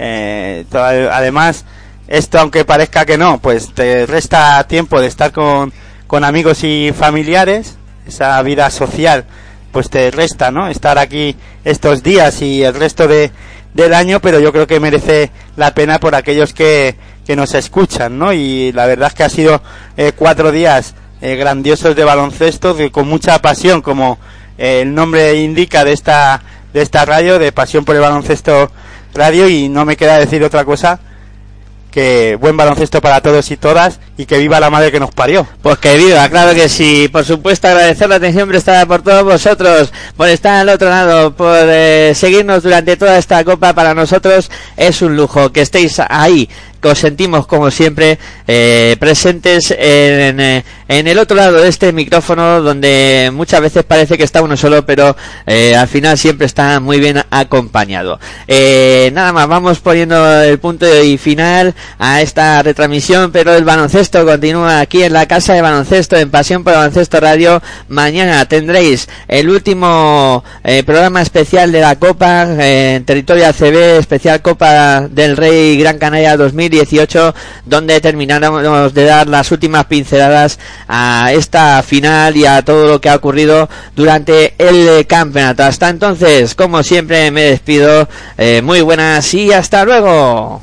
además, esto aunque parezca que no, pues te resta tiempo de estar con amigos y familiares, esa vida social, pues te resta, ¿no? Estar aquí estos días y el resto del año, pero yo creo que merece la pena por aquellos que nos escuchan, ¿no? Y la verdad es que ha sido 4 días grandiosos de baloncesto, con mucha pasión, como el nombre indica de esta radio, de Pasión por el Baloncesto Radio, y no me queda decir otra cosa que buen baloncesto para todos y todas, y que viva la madre que nos parió. Pues que viva, claro que sí. Por supuesto, agradecer la atención prestada por todos vosotros, por estar al otro lado, por seguirnos durante toda esta copa. Para nosotros es un lujo que estéis ahí, que os sentimos como siempre presentes en el otro lado de este micrófono, donde muchas veces parece que está uno solo, pero al final siempre está muy bien acompañado. Nada más, vamos poniendo el punto y final a esta retransmisión, pero el baloncesto continúa aquí en la Casa de Baloncesto, en Pasión por Baloncesto Radio. Mañana tendréis el último programa especial de la Copa, en territorio ACB, especial Copa del Rey Gran Canaria 2018. 2018, donde termináramos de dar las últimas pinceladas a esta final y a todo lo que ha ocurrido durante el campeonato. Hasta entonces, como siempre, me despido. Muy buenas y hasta luego.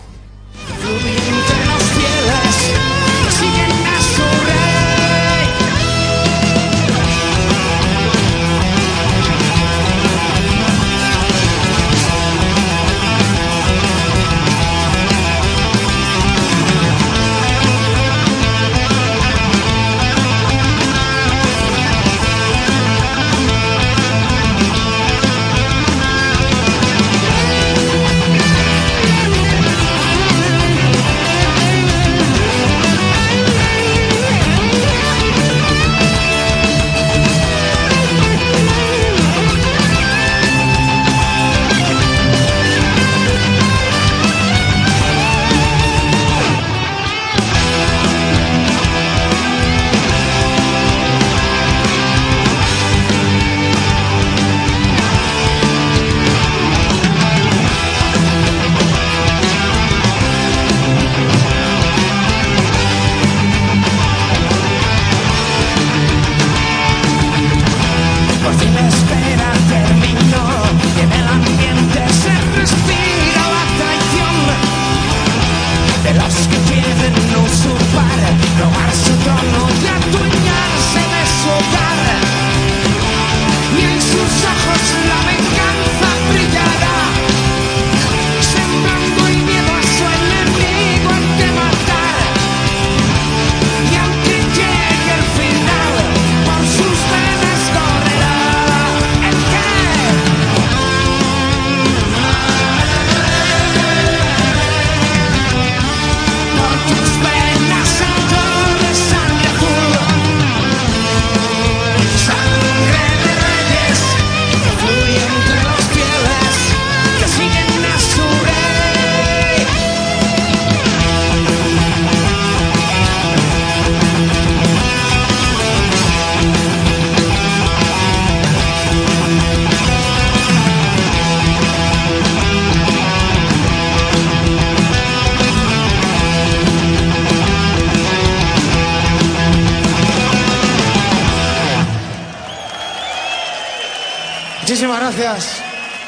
Muchísimas gracias.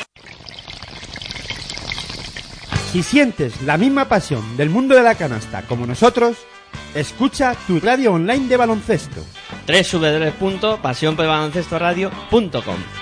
Si sientes la misma pasión del mundo de la canasta como nosotros, escucha tu radio online de baloncesto. www.pasionporbaloncestoradio.com